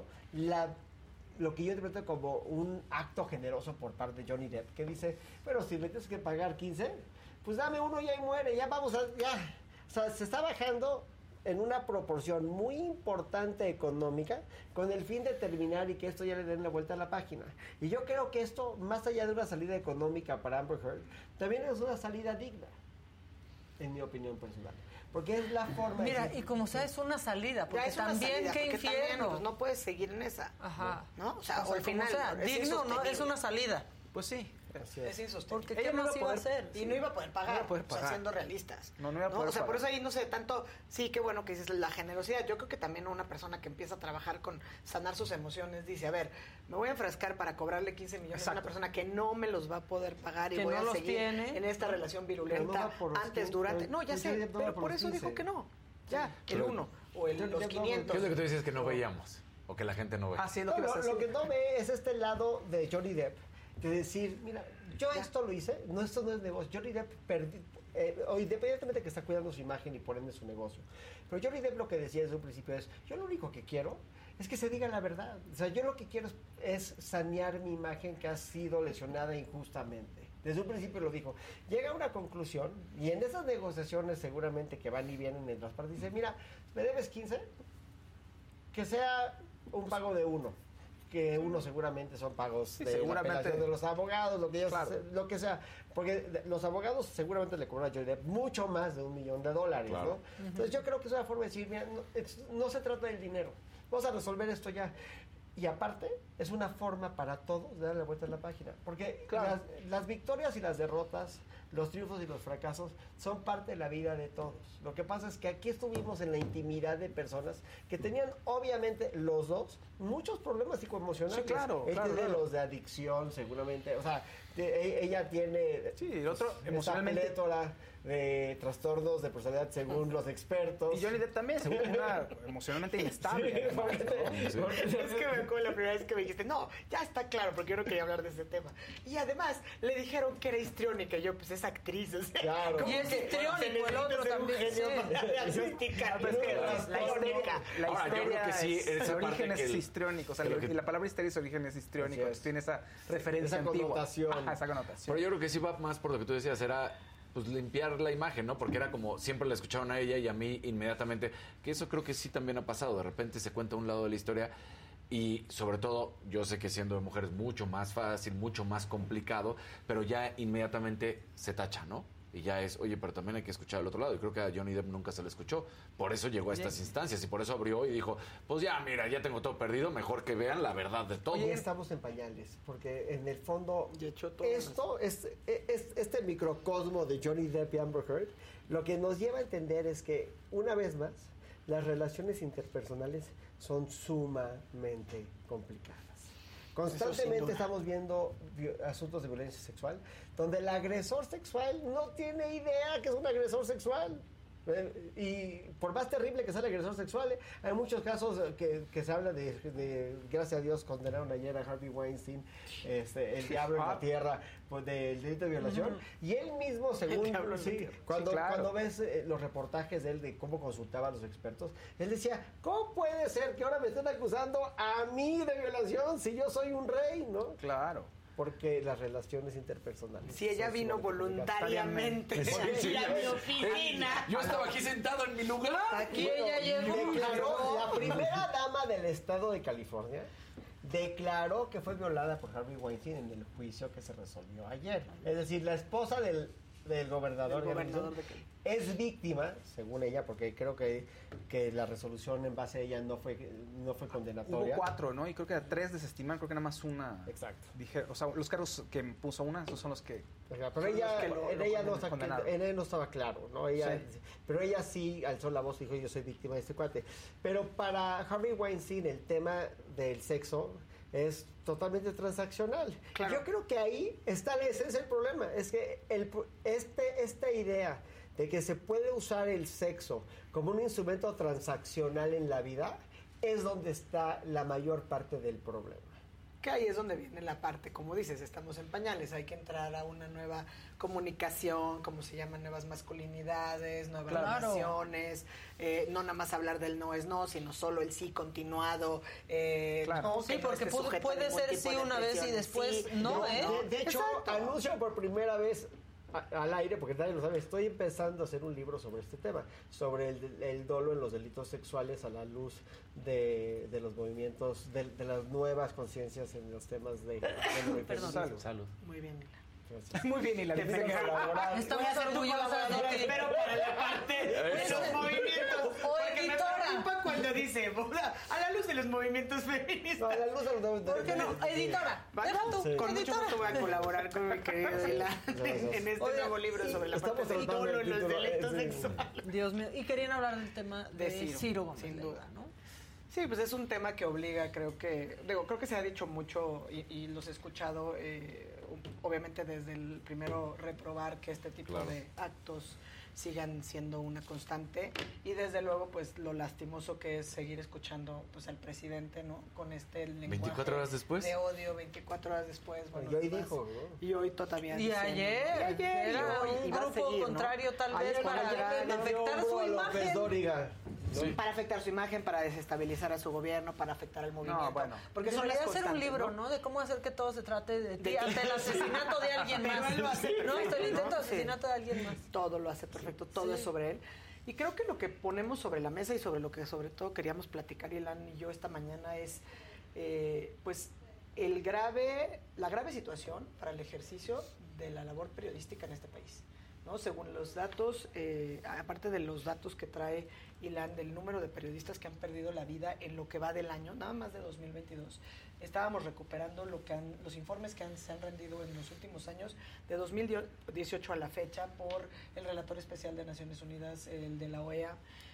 N: lo que yo interpreto como un acto generoso por parte de Johnny Depp, que dice, pero si me tienes que pagar 15, pues dame uno y ahí muere, ya vamos a... ya. O sea, se está bajando en una proporción muy importante económica con el fin de terminar y que esto ya le den la vuelta a la página. Y yo creo que esto, más allá de una salida económica para Amber Heard, también es una salida digna, en mi opinión personal. Porque es la forma...
C: Mira, y como sea, es una salida, porque también, qué infierno.
K: Pues no puedes seguir en esa.
C: Ajá.
K: ¿No? O sea, o al final...
C: digno, ¿no? Es una salida.
A: Pues sí.
K: Es insostenible.
C: Porque ¿qué más iba a hacer?
K: Y no iba a poder pagar,
A: No iba a poder
K: o sea,
A: pagar.
K: siendo realistas.
A: No iba a poder
K: O sea, por
A: pagar.
K: eso ahí no sé, tanto, sí, qué bueno que dices la generosidad. Yo creo que también una persona que empieza a trabajar con sanar sus emociones dice, a ver, me voy a enfrascar para cobrarle 15 millones a una persona que no me los va a poder pagar y
C: Que
K: voy
C: no
K: a
C: los
K: seguir
C: tiene.
K: en esta relación virulenta
N: Pero no va por los
K: antes,
N: 15,
K: durante... No, ya
N: el
K: sé,
N: Johnny Depp no va
K: pero
N: por
K: por
N: los
K: eso dijo
N: 15.
K: que no. Ya, el
B: Pero-
K: 1 o
N: Johnny
K: los
N: Depp no va por
K: 500.
B: ¿Qué es lo que tú dices que no veíamos? O que la gente no ve.
A: Ah, sí, es lo
N: No,
A: que vas a
N: lo
A: decir.
N: que no ve es este lado de Johnny Depp, de decir, mira, yo esto lo hice, no, esto no es negocio. Johnny Depp o independientemente que está cuidando su imagen y por ende su negocio. Pero Johnny Depp lo que decía desde un principio es, yo lo único que quiero es que se diga la verdad. O sea, yo lo que quiero es sanear mi imagen que ha sido lesionada injustamente. Desde un principio lo dijo. Llega a una conclusión y en esas negociaciones seguramente que van y vienen en las partes, dice, mira, me debes 15, que sea un pago de 1. Que uno seguramente son pagos de la apelación de los abogados, lo que ellos, lo que sea, porque los abogados seguramente le cobran a Johnny Depp mucho más de $1 millón, ¿no? Entonces yo creo que es una forma de decir, mira, no se trata del dinero, vamos a resolver esto ya. Y aparte, es una forma para todos de darle la vuelta a la página. Porque las victorias y las derrotas, los triunfos y los fracasos son parte de la vida de todos. Lo que pasa es que aquí estuvimos en la intimidad de personas que tenían, obviamente, los dos, muchos problemas psicoemocionales.
A: Sí, claro.
N: Él tiene los de adicción, seguramente. O sea, ella tiene...
A: Sí, el otro emocionalmente...
N: plétora de trastornos de personalidad según los expertos.
A: Y Johnny Depp también, según una emocionalmente inestable.
K: Sí, es que me acuerdo la primera vez que me dijiste, no, ya está claro, porque yo no quería hablar de ese tema. Y además, le dijeron que era histriónica. Y yo, pues, es actriz. O sea,
N: claro.
C: Y es histriónico, el otro también.
K: La histriónica.
A: La
B: yo creo que sí,
A: el origen es histriónico. O sea, la palabra histeria es origen es histriónico. Tiene esa referencia antigua.
N: Connotación.
A: Esa connotación.
B: Pero yo creo que sí va más por lo que tú decías, era pues limpiar la imagen, ¿no? Porque era como siempre la escucharon a ella y a mí inmediatamente, que eso creo que sí también ha pasado. De repente se cuenta un lado de la historia y sobre todo yo sé que siendo de mujer es mucho más fácil, mucho más complicado, pero ya inmediatamente se tacha, ¿no? Y ya es, oye, pero también hay que escuchar al otro lado. Y creo que a Johnny Depp nunca se le escuchó. Por eso llegó a estas instancias y por eso abrió y dijo, pues ya, mira, ya tengo todo perdido, mejor que vean la verdad de todo.
N: Oye, estamos en pañales, porque en el fondo este microcosmo de Johnny Depp y Amber Heard, lo que nos lleva a entender es que, una vez más, las relaciones interpersonales son sumamente complicadas. Constantemente estamos viendo asuntos de violencia sexual donde el agresor sexual no tiene idea que es un agresor sexual. Y por más terrible que sea el agresor sexual, hay muchos casos que se habla de, gracias a Dios, condenaron ayer a Harvey Weinstein, el diablo en la tierra, pues, del delito de violación. Y él mismo, según cuando ves los reportajes de él de cómo consultaba a los expertos, él decía, ¿cómo puede ser que ahora me estén acusando a mí de violación si yo soy un rey, ¿no?
A: Claro.
N: Porque las relaciones interpersonales.
K: Si ella vino voluntariamente a mi oficina.
B: Yo estaba aquí sentado en mi lugar.
C: Aquí ella llegó.
N: Declaró, la primera dama del estado de California declaró que fue violada por Harvey Weinstein en el juicio que se resolvió ayer. Es decir, la esposa del gobernador, es víctima, según ella, porque creo que la resolución en base a ella no fue condenatoria.
A: Hubo 4, ¿no? Y creo que a 3 desestimaron, creo que nada más una.
N: Exacto.
A: Dije, o sea, los cargos que puso una, esos son los que.
N: Pero ella no estaba claro, ¿no? Pero ella sí alzó la voz y dijo, yo soy víctima de este cuate. Pero para Harvey Weinstein el tema del sexo es totalmente transaccional. Claro. Yo creo que ahí está la esencia del problema. Es que esta idea de que se puede usar el sexo como un instrumento transaccional en la vida es donde está la mayor parte del problema.
K: Que ahí es donde viene la parte, como dices, estamos en pañales, hay que entrar a una nueva comunicación, como se llaman, nuevas masculinidades, nuevas relaciones, no nada más hablar del no es no, sino solo el sí continuado.
C: No, sí, porque puede ser sí una vez y después sí, no,
N: De hecho, anuncio por primera vez al aire, porque nadie lo sabe, estoy empezando a hacer un libro sobre este tema, sobre el dolo en los delitos sexuales a la luz de los movimientos, de las nuevas conciencias en los temas de
B: salud.
K: Muy bien,
N: Gracias.
A: Muy bien, y la
C: estamos orgullosos de ti.
K: Pero para la parte de los movimientos. Porque me preocupa cuando dice a la luz de los movimientos feministas.
N: No, a la luz de los movimientos.
C: ¿Por qué no? Editora. Deja tú.
K: Sí. Con mucho gusto voy a colaborar con mi querido Dylan en este nuevo libro sobre la parte del dolo en los delitos sexuales.
C: Dios mío. Y querían hablar del tema de Ciro Gómez,
K: sin duda, ¿no? Sí, pues es un tema que obliga, creo que se ha dicho mucho y los he escuchado, obviamente desde el primero reprobar que este tipo de actos sigan siendo una constante, y desde luego pues lo lastimoso que es seguir escuchando pues al presidente, ¿no? Con este lenguaje
B: 24 horas después
K: de odio, 24 horas después, bueno,
N: y hoy
K: más.
N: dijo, ¿no?
K: Y hoy todavía
C: Y
K: diciendo,
C: ayer era
K: y hoy,
C: un
K: y va a
C: grupo
K: seguir, ¿no?
C: contrario tal
N: Ayer
C: vez para
N: cuando
C: afectar su imagen.
N: Dóriga, ¿no?
B: Sí.
K: Para afectar su imagen, para desestabilizar a su gobierno, para afectar al movimiento.
A: bueno.
K: Porque son
C: Debería
K: las
C: ser un
K: constantes,
C: libro, ¿no? De cómo hacer que todo se trate de ti
K: De ti.
C: ante el asesinato de alguien
K: Pero
C: más.
K: él lo hace
C: No,
K: perfecto,
C: hasta el intento de
K: ¿no?
C: asesinato de alguien más.
K: Todo lo hace perfecto, todo
C: Sí.
K: es sobre él. Y creo que lo que ponemos sobre la mesa y sobre lo que sobre todo queríamos platicar Ilan y yo esta mañana es pues la grave situación para el ejercicio de la labor periodística en este país, ¿no? Según los datos, aparte de los datos que trae Ilan del número de periodistas que han perdido la vida en lo que va del año, nada más de 2022, estábamos recuperando los informes que se han rendido en los últimos años, de 2018 a la fecha, por el relator especial de Naciones Unidas, el de la OEA.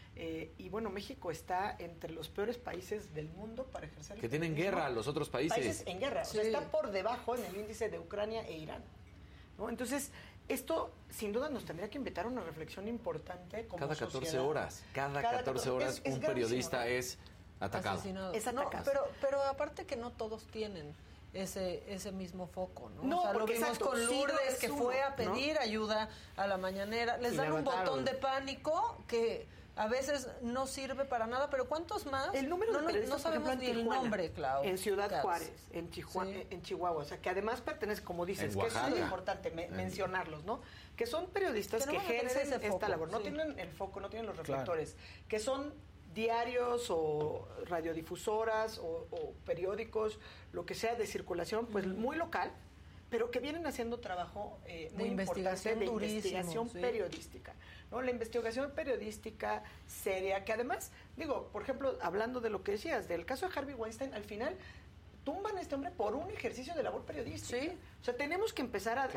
K: Y bueno, México está entre los peores países del mundo para ejercer
B: que tienen guerra los otros países
K: en guerra,
C: Sí.
K: o sea, está por debajo en el índice de Ucrania e Irán, ¿no? Entonces, esto sin duda nos tendría que invitar a una reflexión importante como
B: cada 14
K: sociedad.
B: horas cada 14 horas
K: es
B: un
K: gravísimo,
B: periodista
K: ¿no?
B: es atacado.
C: Asesinado.
K: Es
C: No,
K: atacado.
C: pero aparte que no todos tienen ese mismo foco, ¿no?
K: No,
C: o sea, lo
K: porque
C: vimos
K: exacto,
C: con
K: sí,
C: Lourdes,
K: es
C: que
K: uno,
C: fue a
K: ¿no?
C: pedir ayuda a la mañanera. Les
N: Y
C: dan
N: la
C: un
N: mataron.
C: botón de pánico que a veces no sirve para nada, pero ¿cuántos más?
K: El número de
C: no
K: periodistas, por
C: sabemos
K: ejemplo,
C: ni
K: en
C: el
K: Tijuana,
C: nombre, Clau.
K: en Ciudad
C: Katz.
K: Juárez, en Chihuahua, o sea, que además pertenece, como dices,
B: En
K: que eso es
B: Oaxaca.
K: importante mencionarlos, ¿no? Que son periodistas
C: Que no
K: que
C: van a tener
K: ejercen
C: ese foco,
K: esta labor, no
C: sí.
K: tienen el foco, no tienen los reflectores, que son diarios o radiodifusoras o periódicos, lo que sea de circulación, pues muy local, pero que vienen haciendo trabajo muy
C: investigación
K: importante de
C: durísimo,
K: investigación
C: sí.
K: periodística, ¿no? La investigación periodística seria, que además, digo, por ejemplo, hablando de lo que decías, del caso de Harvey Weinstein, al final tumban a este hombre por un ejercicio de labor periodística.
C: Sí.
K: O sea, tenemos que empezar a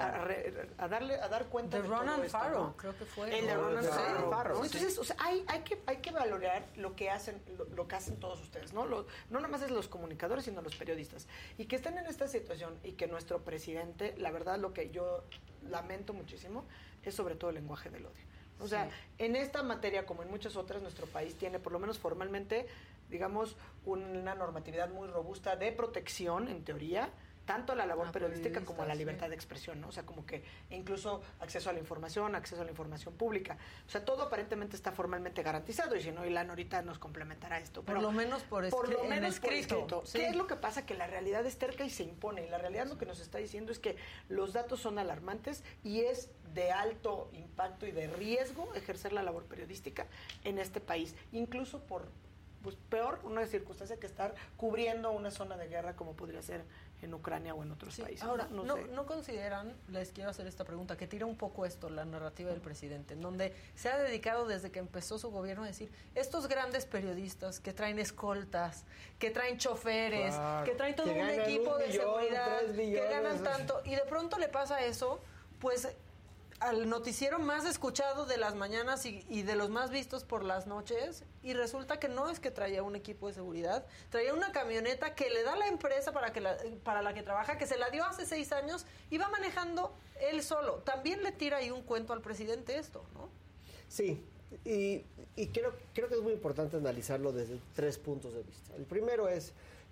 K: dar cuenta
C: De
K: de todo
C: Ronan
K: esto,
C: Farrow,
K: ¿no?
C: creo que fue.
K: El de
C: ¿no?
K: Ronan
N: Sí.
K: Farrow.
N: Sí.
K: Entonces, o sea, hay que valorar lo que hacen todos ustedes, ¿no? No nada más es los comunicadores, sino los periodistas. Y que estén en esta situación y que nuestro presidente, la verdad, lo que yo lamento muchísimo es sobre todo el lenguaje del odio. O sea, en esta materia, como en muchas otras, nuestro país tiene, por lo menos formalmente, digamos, una normatividad muy robusta de protección, en teoría, tanto a la labor periodística como a la libertad de expresión, ¿no? O sea, como que incluso acceso a la información pública. O sea, todo aparentemente está formalmente garantizado, y si no, Ilan ahorita nos complementará esto.
C: Por lo menos por escrito. Sí.
K: ¿Qué es lo que pasa? Que la realidad es terca y se impone. Y la realidad lo que nos está diciendo es que los datos son alarmantes y es de alto impacto y de riesgo ejercer la labor periodística en este país, incluso por peor una circunstancia que estar cubriendo una zona de guerra como podría ser en Ucrania o en otros países.
C: Ahora,
K: no sé.
C: ¿no consideran, les quiero hacer esta pregunta, que tira un poco esto, la narrativa del presidente, en donde se ha dedicado desde que empezó su gobierno a decir, estos grandes periodistas que traen escoltas, que traen choferes,
N: Claro,
C: que traen todo
N: que
C: un
N: ganan
C: equipo
N: 1
C: de
N: millón,
C: seguridad,
N: 3
C: que
N: millones,
C: ganan
N: o sea.
C: tanto, y de pronto le pasa eso, pues al noticiero más escuchado de las mañanas y de los más vistos por las noches, y resulta que no es que traía un equipo de seguridad, traía una camioneta que le da la empresa para la que trabaja, que se la dio hace 6 años, y va manejando él solo. También le tira ahí un cuento al presidente esto, ¿no?
N: Sí, y creo que es muy importante analizarlo desde 3 puntos de vista. El primero es,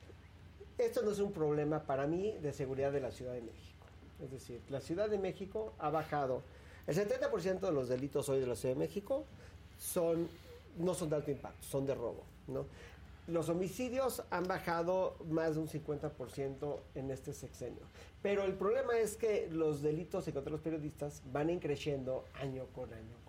N: esto no es un problema para mí de seguridad de la Ciudad de México. Es decir, la Ciudad de México ha bajado. El 70% de los delitos hoy de la Ciudad de México no son de alto impacto, son de robo, ¿no? Los homicidios han bajado más de un 50% en este sexenio. Pero el problema es que los delitos contra los periodistas van creciendo año con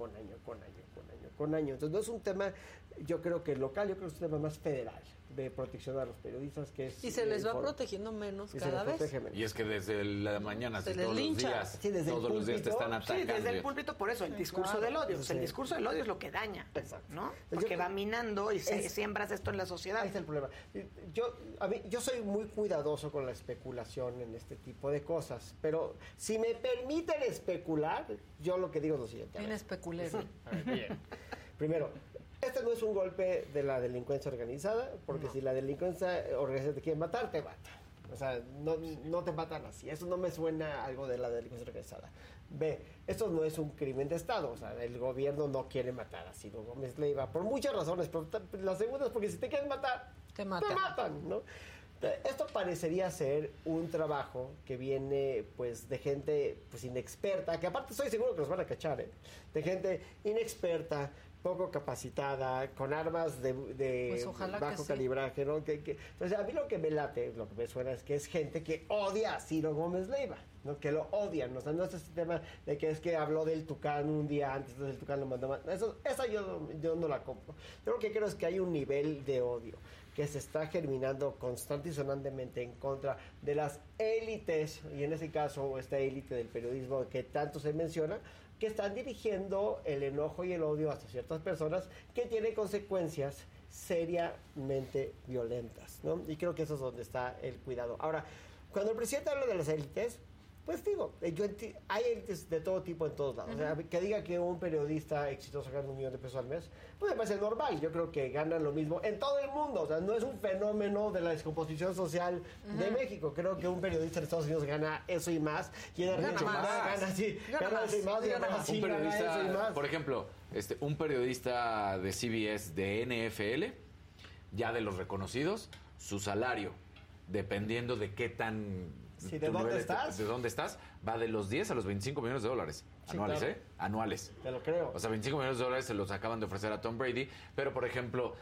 N: año. Entonces no es un tema, yo creo que local, yo creo que es un tema más federal de protección a los periodistas, que es...
C: Y se les va protegiendo menos cada vez.
B: Y es que desde la mañana,
C: Se les
B: todos los
C: lincha.
B: días,
N: Sí, desde el
B: todos los días te
N: púlpito.
B: están
K: Sí,
B: atacando.
K: desde el púlpito, por eso, el discurso del odio. O sea, el discurso del odio es lo que daña, ¿no? Porque va minando y siembras esto en la sociedad.
N: Ahí está el problema. Yo soy muy cuidadoso con la especulación en este tipo de cosas, pero si me permiten especular, yo lo que digo es lo siguiente.
C: Bien especulero.
N: Bien. Primero, este no es un golpe de la delincuencia organizada, porque si la delincuencia organizada te quiere matar, te mata. O sea, no te matan así. Eso no me suena algo de la delincuencia organizada. B, esto no es un crimen de Estado. O sea, el gobierno no quiere matar a Ciro Gómez Leiva por muchas razones. Pero la segunda es porque si te quieren matar, te matan, ¿no? Esto parecería ser un trabajo que viene pues de gente pues inexperta, que aparte estoy seguro que los van a cachar, de gente inexperta, poco capacitada, con armas de
C: pues
N: bajo calibraje, ¿no? Entonces, a mí lo que me late, lo que me suena es que es gente que odia a Ciro Gómez Leiva, ¿no? Que lo odian, o sea, no es este tema de que es que habló del Tucán un día antes, entonces el Tucán lo mandó más. Esa yo no la compro. Yo lo que creo es que hay un nivel de odio que se está germinando constante y sonantemente en contra de las élites, y en ese caso esta élite del periodismo que tanto se menciona, que están dirigiendo el enojo y el odio hacia ciertas personas que tienen consecuencias seriamente violentas, ¿no? Y creo que eso es donde está el cuidado. Ahora, cuando el presidente habla de las élites, pues digo, hay élites de todo tipo en todos lados. O sea, que diga que un periodista exitoso gana $1 millón al mes, pues me parece normal. Yo creo que ganan lo mismo en todo el mundo. O sea, no es un fenómeno de la descomposición social de México. Creo que un periodista en Estados Unidos gana eso y más. Y en Argentina gana eso y más.
B: Un periodista, por ejemplo, un periodista de CBS de NFL, ya de los reconocidos, su salario, dependiendo de qué tan...
N: Sí, ¿de dónde estás?
B: ¿De dónde estás? Va de los 10 a los 25 millones de dólares. Sí, anuales, claro. Anuales.
N: Te lo creo.
B: O sea, 25 millones de dólares se los acaban de ofrecer a Tom Brady, pero por ejemplo...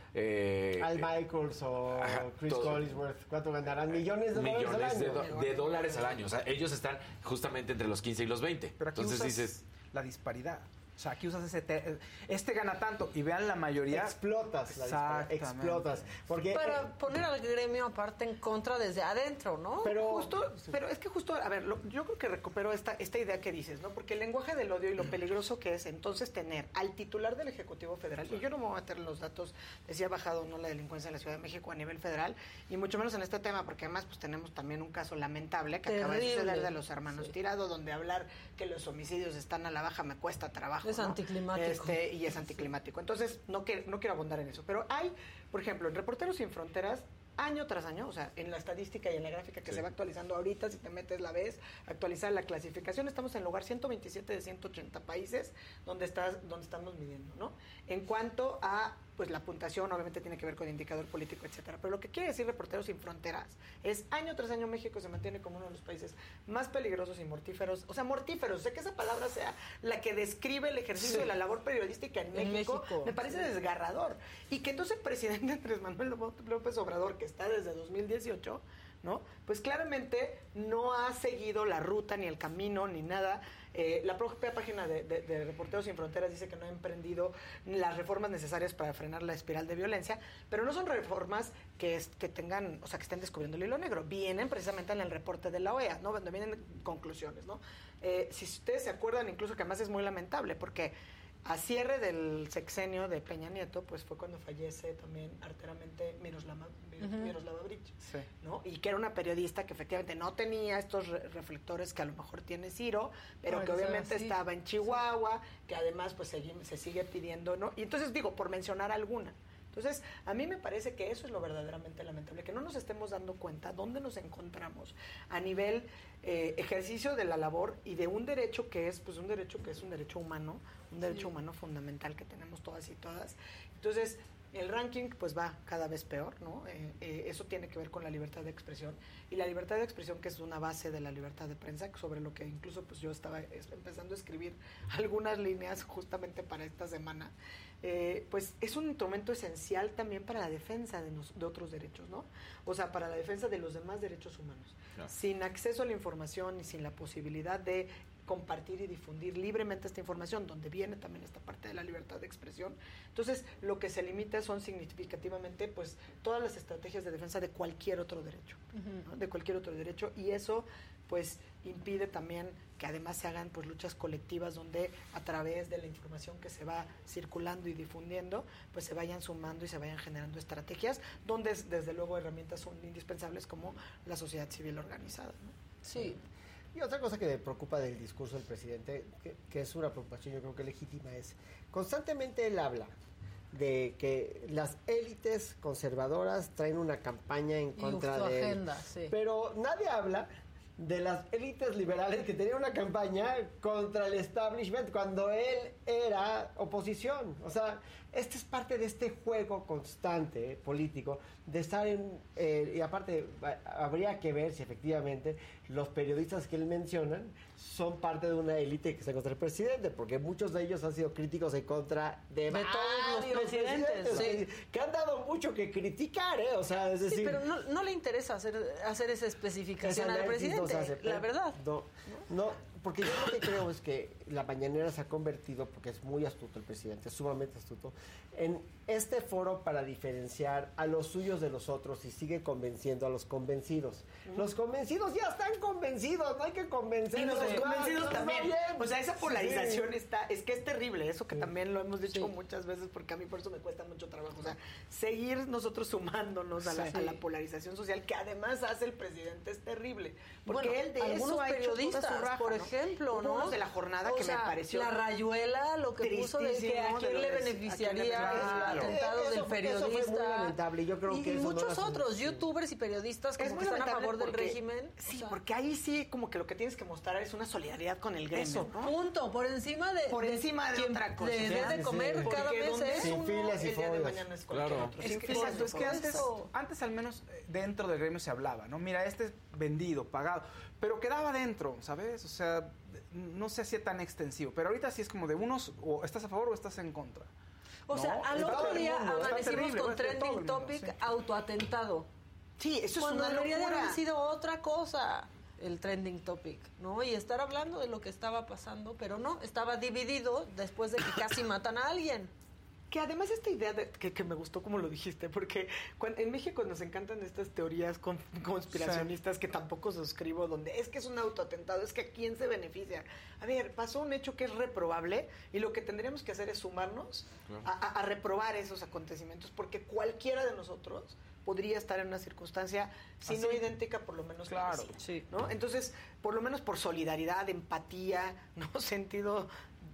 N: Al Michaels o Chris Collinsworth, ¿cuánto ganarán? Millones de dólares al año.
B: De dólares al año. O sea, ellos están justamente entre los 15 y los 20.
A: Pero aquí
B: entonces dices...
A: la disparidad. O sea, aquí usas este gana tanto y vean la mayoría.
N: Explotas. Explotas. Porque,
C: para poner al gremio aparte en contra desde adentro, ¿no?
K: Pero es que justo, a ver, yo creo que recupero esta idea que dices, ¿no? Porque el lenguaje del odio y lo peligroso que es entonces tener al titular del Ejecutivo Federal, y yo no me voy a meter en los datos de si ha bajado o no la delincuencia en la Ciudad de México a nivel federal, y mucho menos en este tema, porque además pues tenemos también un caso lamentable que acaba de suceder de los hermanos Tirado, donde hablar que los homicidios están a la baja me cuesta trabajo.
C: Es anticlimático.
K: Y es anticlimático. Entonces, no quiero abundar en eso. Pero hay, por ejemplo, en Reporteros Sin Fronteras, año tras año, o sea, en la estadística y en la gráfica que se va actualizando ahorita, si te metes la ves, actualizar la clasificación, estamos en el lugar 127 de 180 países donde estamos midiendo, ¿no? En cuanto a, pues, la puntuación, obviamente tiene que ver con indicador político, etcétera. Pero lo que quiere decir Reporteros Sin Fronteras es, año tras año México se mantiene como uno de los países más peligrosos y mortíferos, o sea, mortíferos, sé que esa palabra sea la que describe el ejercicio de la labor periodística en México, me parece desgarrador. Y que entonces el presidente Andrés Manuel López Obrador, que está desde 2018, ¿no? Pues claramente no ha seguido la ruta, ni el camino, ni nada. La propia página de Reporteros Sin Fronteras dice que no ha emprendido las reformas necesarias para frenar la espiral de violencia, pero no son reformas que tengan, o sea, que estén descubriendo el hilo negro. Vienen precisamente en el reporte de la OEA, ¿no? Donde vienen conclusiones, ¿no? Si ustedes se acuerdan, incluso que además es muy lamentable, porque a cierre del sexenio de Peña Nieto, pues fue cuando fallece también arteramente Miroslava Breach, sí, ¿no? Y que era una periodista que efectivamente no tenía estos reflectores que a lo mejor tiene Ciro, pero que obviamente estaba en Chihuahua, que además pues se sigue pidiendo, ¿no? Y entonces digo, por mencionar alguna. Entonces, a mí me parece que eso es lo verdaderamente lamentable, que no nos estemos dando cuenta dónde nos encontramos a nivel ejercicio de la labor y de un derecho que es, pues, un derecho humano, un derecho humano fundamental que tenemos todas y todas. Entonces, el ranking pues va cada vez peor, ¿no? Eso tiene que ver con la libertad de expresión, y la libertad de expresión, que es una base de la libertad de prensa, sobre lo que incluso pues yo estaba empezando a escribir algunas líneas justamente para esta semana. Pues es un instrumento esencial también para la defensa de otros derechos, ¿no? O sea, para la defensa de los demás derechos humanos. Claro. Sin acceso a la información y sin la posibilidad de compartir y difundir libremente esta información, donde viene también esta parte de la libertad de expresión. Entonces, lo que se limita son significativamente pues todas las estrategias de defensa de cualquier otro derecho, ¿no? De cualquier otro derecho, y eso pues impide también que además se hagan pues luchas colectivas donde a través de la información que se va circulando y difundiendo pues se vayan sumando y se vayan generando estrategias donde desde luego herramientas son indispensables como la sociedad civil organizada, ¿no?
N: Sí. Y otra cosa que me preocupa del discurso del presidente, que es una preocupación yo creo que legítima, es constantemente él habla de que las élites conservadoras traen una campaña en contra
C: su
N: de
C: agenda,
N: él.
C: sí.
N: Pero nadie habla de las élites liberales que tenían una campaña contra el establishment cuando él era oposición. O sea, este es parte de este juego constante político de estar en... y aparte, habría que ver si efectivamente los periodistas que él menciona son parte de una élite que está contra el presidente, porque muchos de ellos han sido críticos en contra de
C: todos los presidentes, sí.
N: que han dado mucho que criticar, ¿eh? O sea, es decir...
C: Sí, pero no le interesa hacer esa especificación
N: ese
C: al
N: análisis no
C: presidente,
N: se hace,
C: la verdad.
N: No, porque yo lo que creo es que la mañanera se ha convertido, porque es muy astuto el presidente, es sumamente astuto, en este foro para diferenciar a los suyos de los otros y sigue convenciendo a los convencidos. Los convencidos ya están convencidos, no hay que convencerlos.
K: Y los convencidos también.
N: Bien.
K: O sea, esa polarización
N: Sí.
K: es que es terrible, eso que también lo hemos dicho muchas veces, porque a mí por eso me cuesta mucho trabajo. O sea, seguir nosotros sumándonos a la polarización social, que además hace el presidente, es terrible. Porque
C: Bueno,
K: él de
C: algunos
K: eso ha hecho toda
C: periodistas,
K: su raja,
C: por
K: ¿no?
C: ejemplo,
K: Hubo
C: ¿no?
K: unos de la jornada
C: O
K: que
C: sea,
K: me pareció
C: la Rayuela, lo que puso de que a quién le beneficiaría el atentado del periodista.
N: Eso fue muy lamentable. Yo creo que eso
C: muchos
N: no
C: otros youtubers y periodistas como que están a favor del régimen.
K: Sí, porque ahí sí como que lo que tienes que mostrar es una solidaridad con el gremio,
C: Eso,
K: ¿no?
C: punto, por encima de
K: quien
C: otra cosa.
K: le
C: Debes de comer cada mes
N: Sin filas y
K: el día de
N: folios.
K: mañana es cualquier
B: Claro.
K: otro.
A: Es
K: Sin
A: que,
K: filas
A: exacto,
K: y
A: es que
K: folios.
A: antes al menos dentro del gremio se hablaba, ¿no? Mira, este es vendido, pagado, pero quedaba dentro, ¿sabes? O sea, no se hacía tan extensivo, pero ahorita sí es como de unos, o estás a favor o estás en contra.
C: O sea, al
A: Está
C: otro
A: todo el
C: día
A: mundo, está
C: amanecimos
A: terrible,
C: con
A: está todo el
C: trending
A: mundo,
C: topic
A: sí.
C: autoatentado.
K: Sí, eso es
C: Cuando
K: una
C: debería de
K: locura.
C: haber sido otra cosa el trending topic, ¿no? Y estar hablando de lo que estaba pasando, pero no, estaba dividido después de que casi matan a alguien.
K: Que además esta idea que me gustó como lo dijiste, porque en México nos encantan estas teorías conspiracionistas que tampoco suscribo, donde es que es un autoatentado, es que a quién se beneficia. A ver, pasó un hecho que es reprobable y lo que tendríamos que hacer es sumarnos a reprobar esos acontecimientos, porque cualquiera de nosotros podría estar en una circunstancia, si no idéntica, por lo menos
A: Claro,
K: parecida, ¿no? Entonces, por lo menos por solidaridad, empatía, no sentido...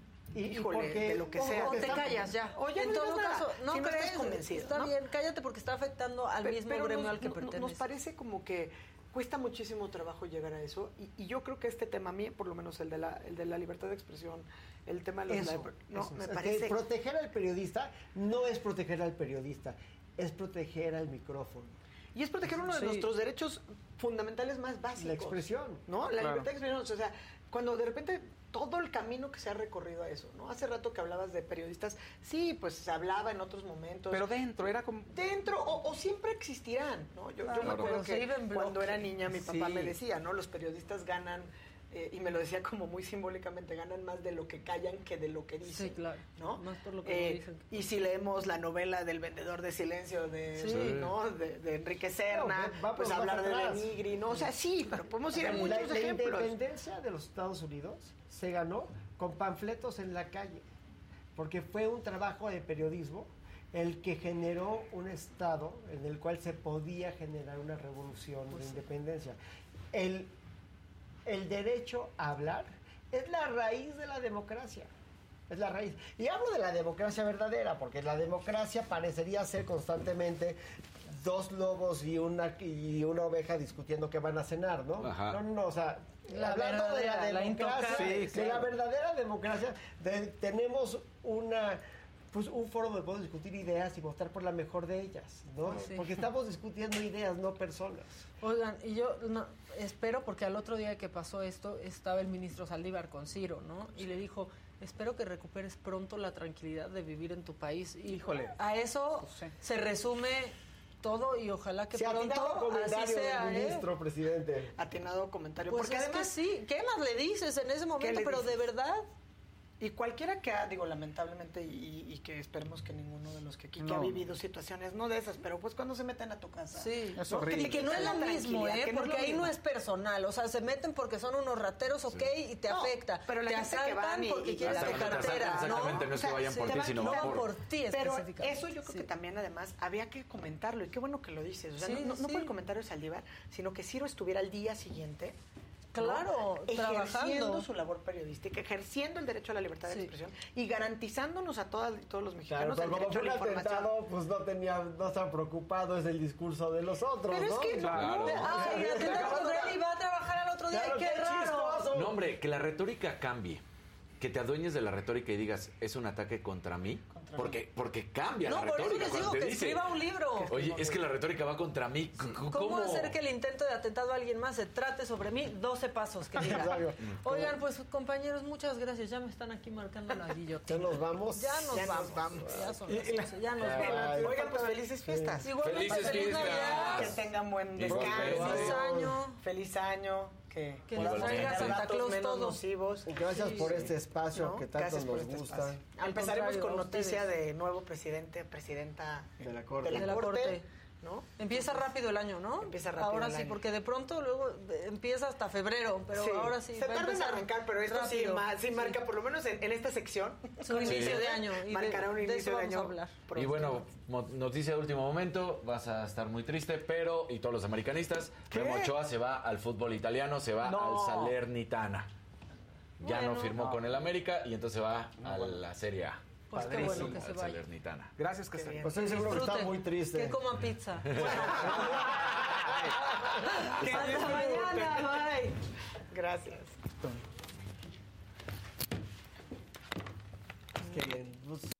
K: Híjole, de lo que sea.
C: O te callas ya.
K: Oye,
C: en todo caso, no
K: si no
C: crees,
K: estás convencido,
C: está
K: ¿no?
C: bien, cállate porque está afectando al mismo
K: Pero
C: gremio al que pertenece.
K: Nos parece como que cuesta muchísimo trabajo llegar a eso y yo creo que este tema a mí, por lo menos el de la libertad de expresión, el tema de los... me parece...
N: Que proteger al periodista no es proteger al periodista, es proteger al micrófono.
K: Y es proteger uno de nuestros derechos fundamentales más básicos.
N: La expresión.
K: ¿No? La libertad de expresión. O sea, cuando de repente todo el camino que se ha recorrido a eso, ¿no? Hace rato que hablabas de periodistas, sí, pues se hablaba en otros momentos.
A: Pero dentro, era como...
K: Dentro, o siempre existirán, ¿no? Yo me acuerdo que cuando era niña mi papá me decía, ¿no? Los periodistas ganan... y me lo decía como muy simbólicamente, ganan más de lo que callan que de lo que dicen.
C: Sí, claro.
K: ¿no?
C: Más por lo que no dicen.
K: Y si leemos la novela del vendedor de silencio ¿no? de Enrique Serna, pues hablar de la Nigri, ¿no? O sea, sí, pero podemos ir a muchos ejemplos.
N: La independencia de los Estados Unidos se ganó con panfletos en la calle, porque fue un trabajo de periodismo el que generó un estado en el cual se podía generar una revolución de independencia. El derecho a hablar es la raíz de la democracia. Es la raíz. Y hablo de la democracia verdadera, porque la democracia parecería ser constantemente dos lobos y una oveja discutiendo qué van a cenar, ¿no?
B: Ajá.
N: No, o sea, hablando de la democracia, de la verdadera democracia, tenemos un foro donde podemos discutir ideas y votar por la mejor de ellas, ¿no?
C: Sí.
N: Porque estamos discutiendo ideas, no personas.
C: Oigan, y yo espero, porque al otro día que pasó esto, estaba el ministro Saldívar con Ciro, ¿no? Y le dijo, espero que recuperes pronto la tranquilidad de vivir en tu país. Y
A: híjole,
C: a eso se resume todo y ojalá que pronto así sea,
N: ministro, presidente.
K: Atinado comentario.
C: Pues
K: porque
C: es
K: además,
C: que sí, ¿qué más le dices en ese momento? Pero de verdad...
K: Y cualquiera que lamentablemente, y que esperemos que ninguno de los que aquí que ha vivido situaciones, no de esas, pero pues cuando se meten a tu casa.
C: Sí,
A: es horrible.
C: Que no es lo mismo, porque ahí no es personal. O sea, se meten porque son unos rateros, ok, y te afecta.
K: Pero la
C: te
K: gente que
C: asaltan
K: van
C: porque quieren tu cartera.
B: Exactamente, no es que vayan por ti, sino
C: por ti específicamente.
K: Pero eso yo creo que también, además, había que comentarlo. Y qué bueno que lo dices. O sea, no por el comentario de Saldívar, sino que Ciro estuviera al día siguiente
C: Claro,
K: ejerciendo
C: trabajando.
K: su labor periodística, ejerciendo el derecho a la libertad de expresión y garantizándonos a todas y todos los mexicanos
N: Claro, pero
K: el
N: como
K: derecho a
N: fue
K: la
N: un
K: información.
N: atentado, pues no estaba preocupado, es el discurso de los otros,
K: Pero es
N: ¿no?
K: que
B: Claro.
C: Ay, atentado contra él y va a trabajar al otro día.
N: Claro,
C: ¡Qué
N: qué
C: raro!
N: chistoso.
B: No, hombre, que la retórica cambie. Que te adueñes de la retórica y digas, ¿es un ataque contra mí? Porque cambia
C: No,
B: la
C: por eso
B: retórica.
C: les digo
B: cuando te
C: que
B: dice,
C: escriba un libro.
B: Oye, es que la retórica va contra mí.
C: ¿Cómo hacer que el intento de atentado a alguien más se trate sobre mí? 12 pasos que diga. Oigan, pues compañeros, muchas gracias. Ya me están aquí marcando la guillotina.
N: ¿Ya nos vamos?
C: Ya nos vamos. Ya son las 11, ya nos
N: Ay,
C: vamos.
K: Oigan, pues felices fiestas.
C: Igualmente,
B: Felices
C: feliz
B: fiestas.
C: Navidad.
K: Que tengan buen descanso.
C: Feliz año.
K: Feliz año. Que
C: les traiga Santa Claus
K: menos
C: todo.
K: nocivos.
N: Gracias por este espacio
K: ¿no?
N: que tanto
K: Gracias por
N: nos
K: este
N: gusta.
K: espacio.
C: Al
K: Empezaremos
C: contrario,
K: con
C: a
K: noticia
C: ustedes.
K: de nuevo presidenta
N: De la Corte.
C: De la Corte.
K: ¿no?
C: Empieza rápido el año, ¿no?
K: Empieza rápido
C: ahora
K: el
C: sí,
K: año.
C: porque de pronto luego empieza hasta febrero, pero
K: Sí.
C: ahora sí
K: Se
C: va a
K: tarda en
C: empezar
K: arrancar, pero esto
C: rápido.
K: sí marca, por lo menos en esta sección,
C: Su inicio de año. Y
K: marcará un
C: de
K: inicio
C: eso
K: de
C: vamos a
K: año.
C: hablar.
B: Y bueno, noticia de último momento, vas a estar muy triste, pero, y todos los americanistas, Memo Ochoa se va al fútbol italiano, se va al Salernitana. Ya
C: Bueno.
B: no firmó con el América y entonces va a la Serie A.
C: Pues qué bueno que se
B: Al
C: vaya.
B: Salernitana.
A: Gracias, Castel.
N: Pues estoy seguro que está
C: Disfruten,
N: muy triste.
C: Que coman pizza.
K: Que
C: Hasta
K: disfruten.
C: mañana, bye.
K: Gracias.
N: Qué bien. Pues,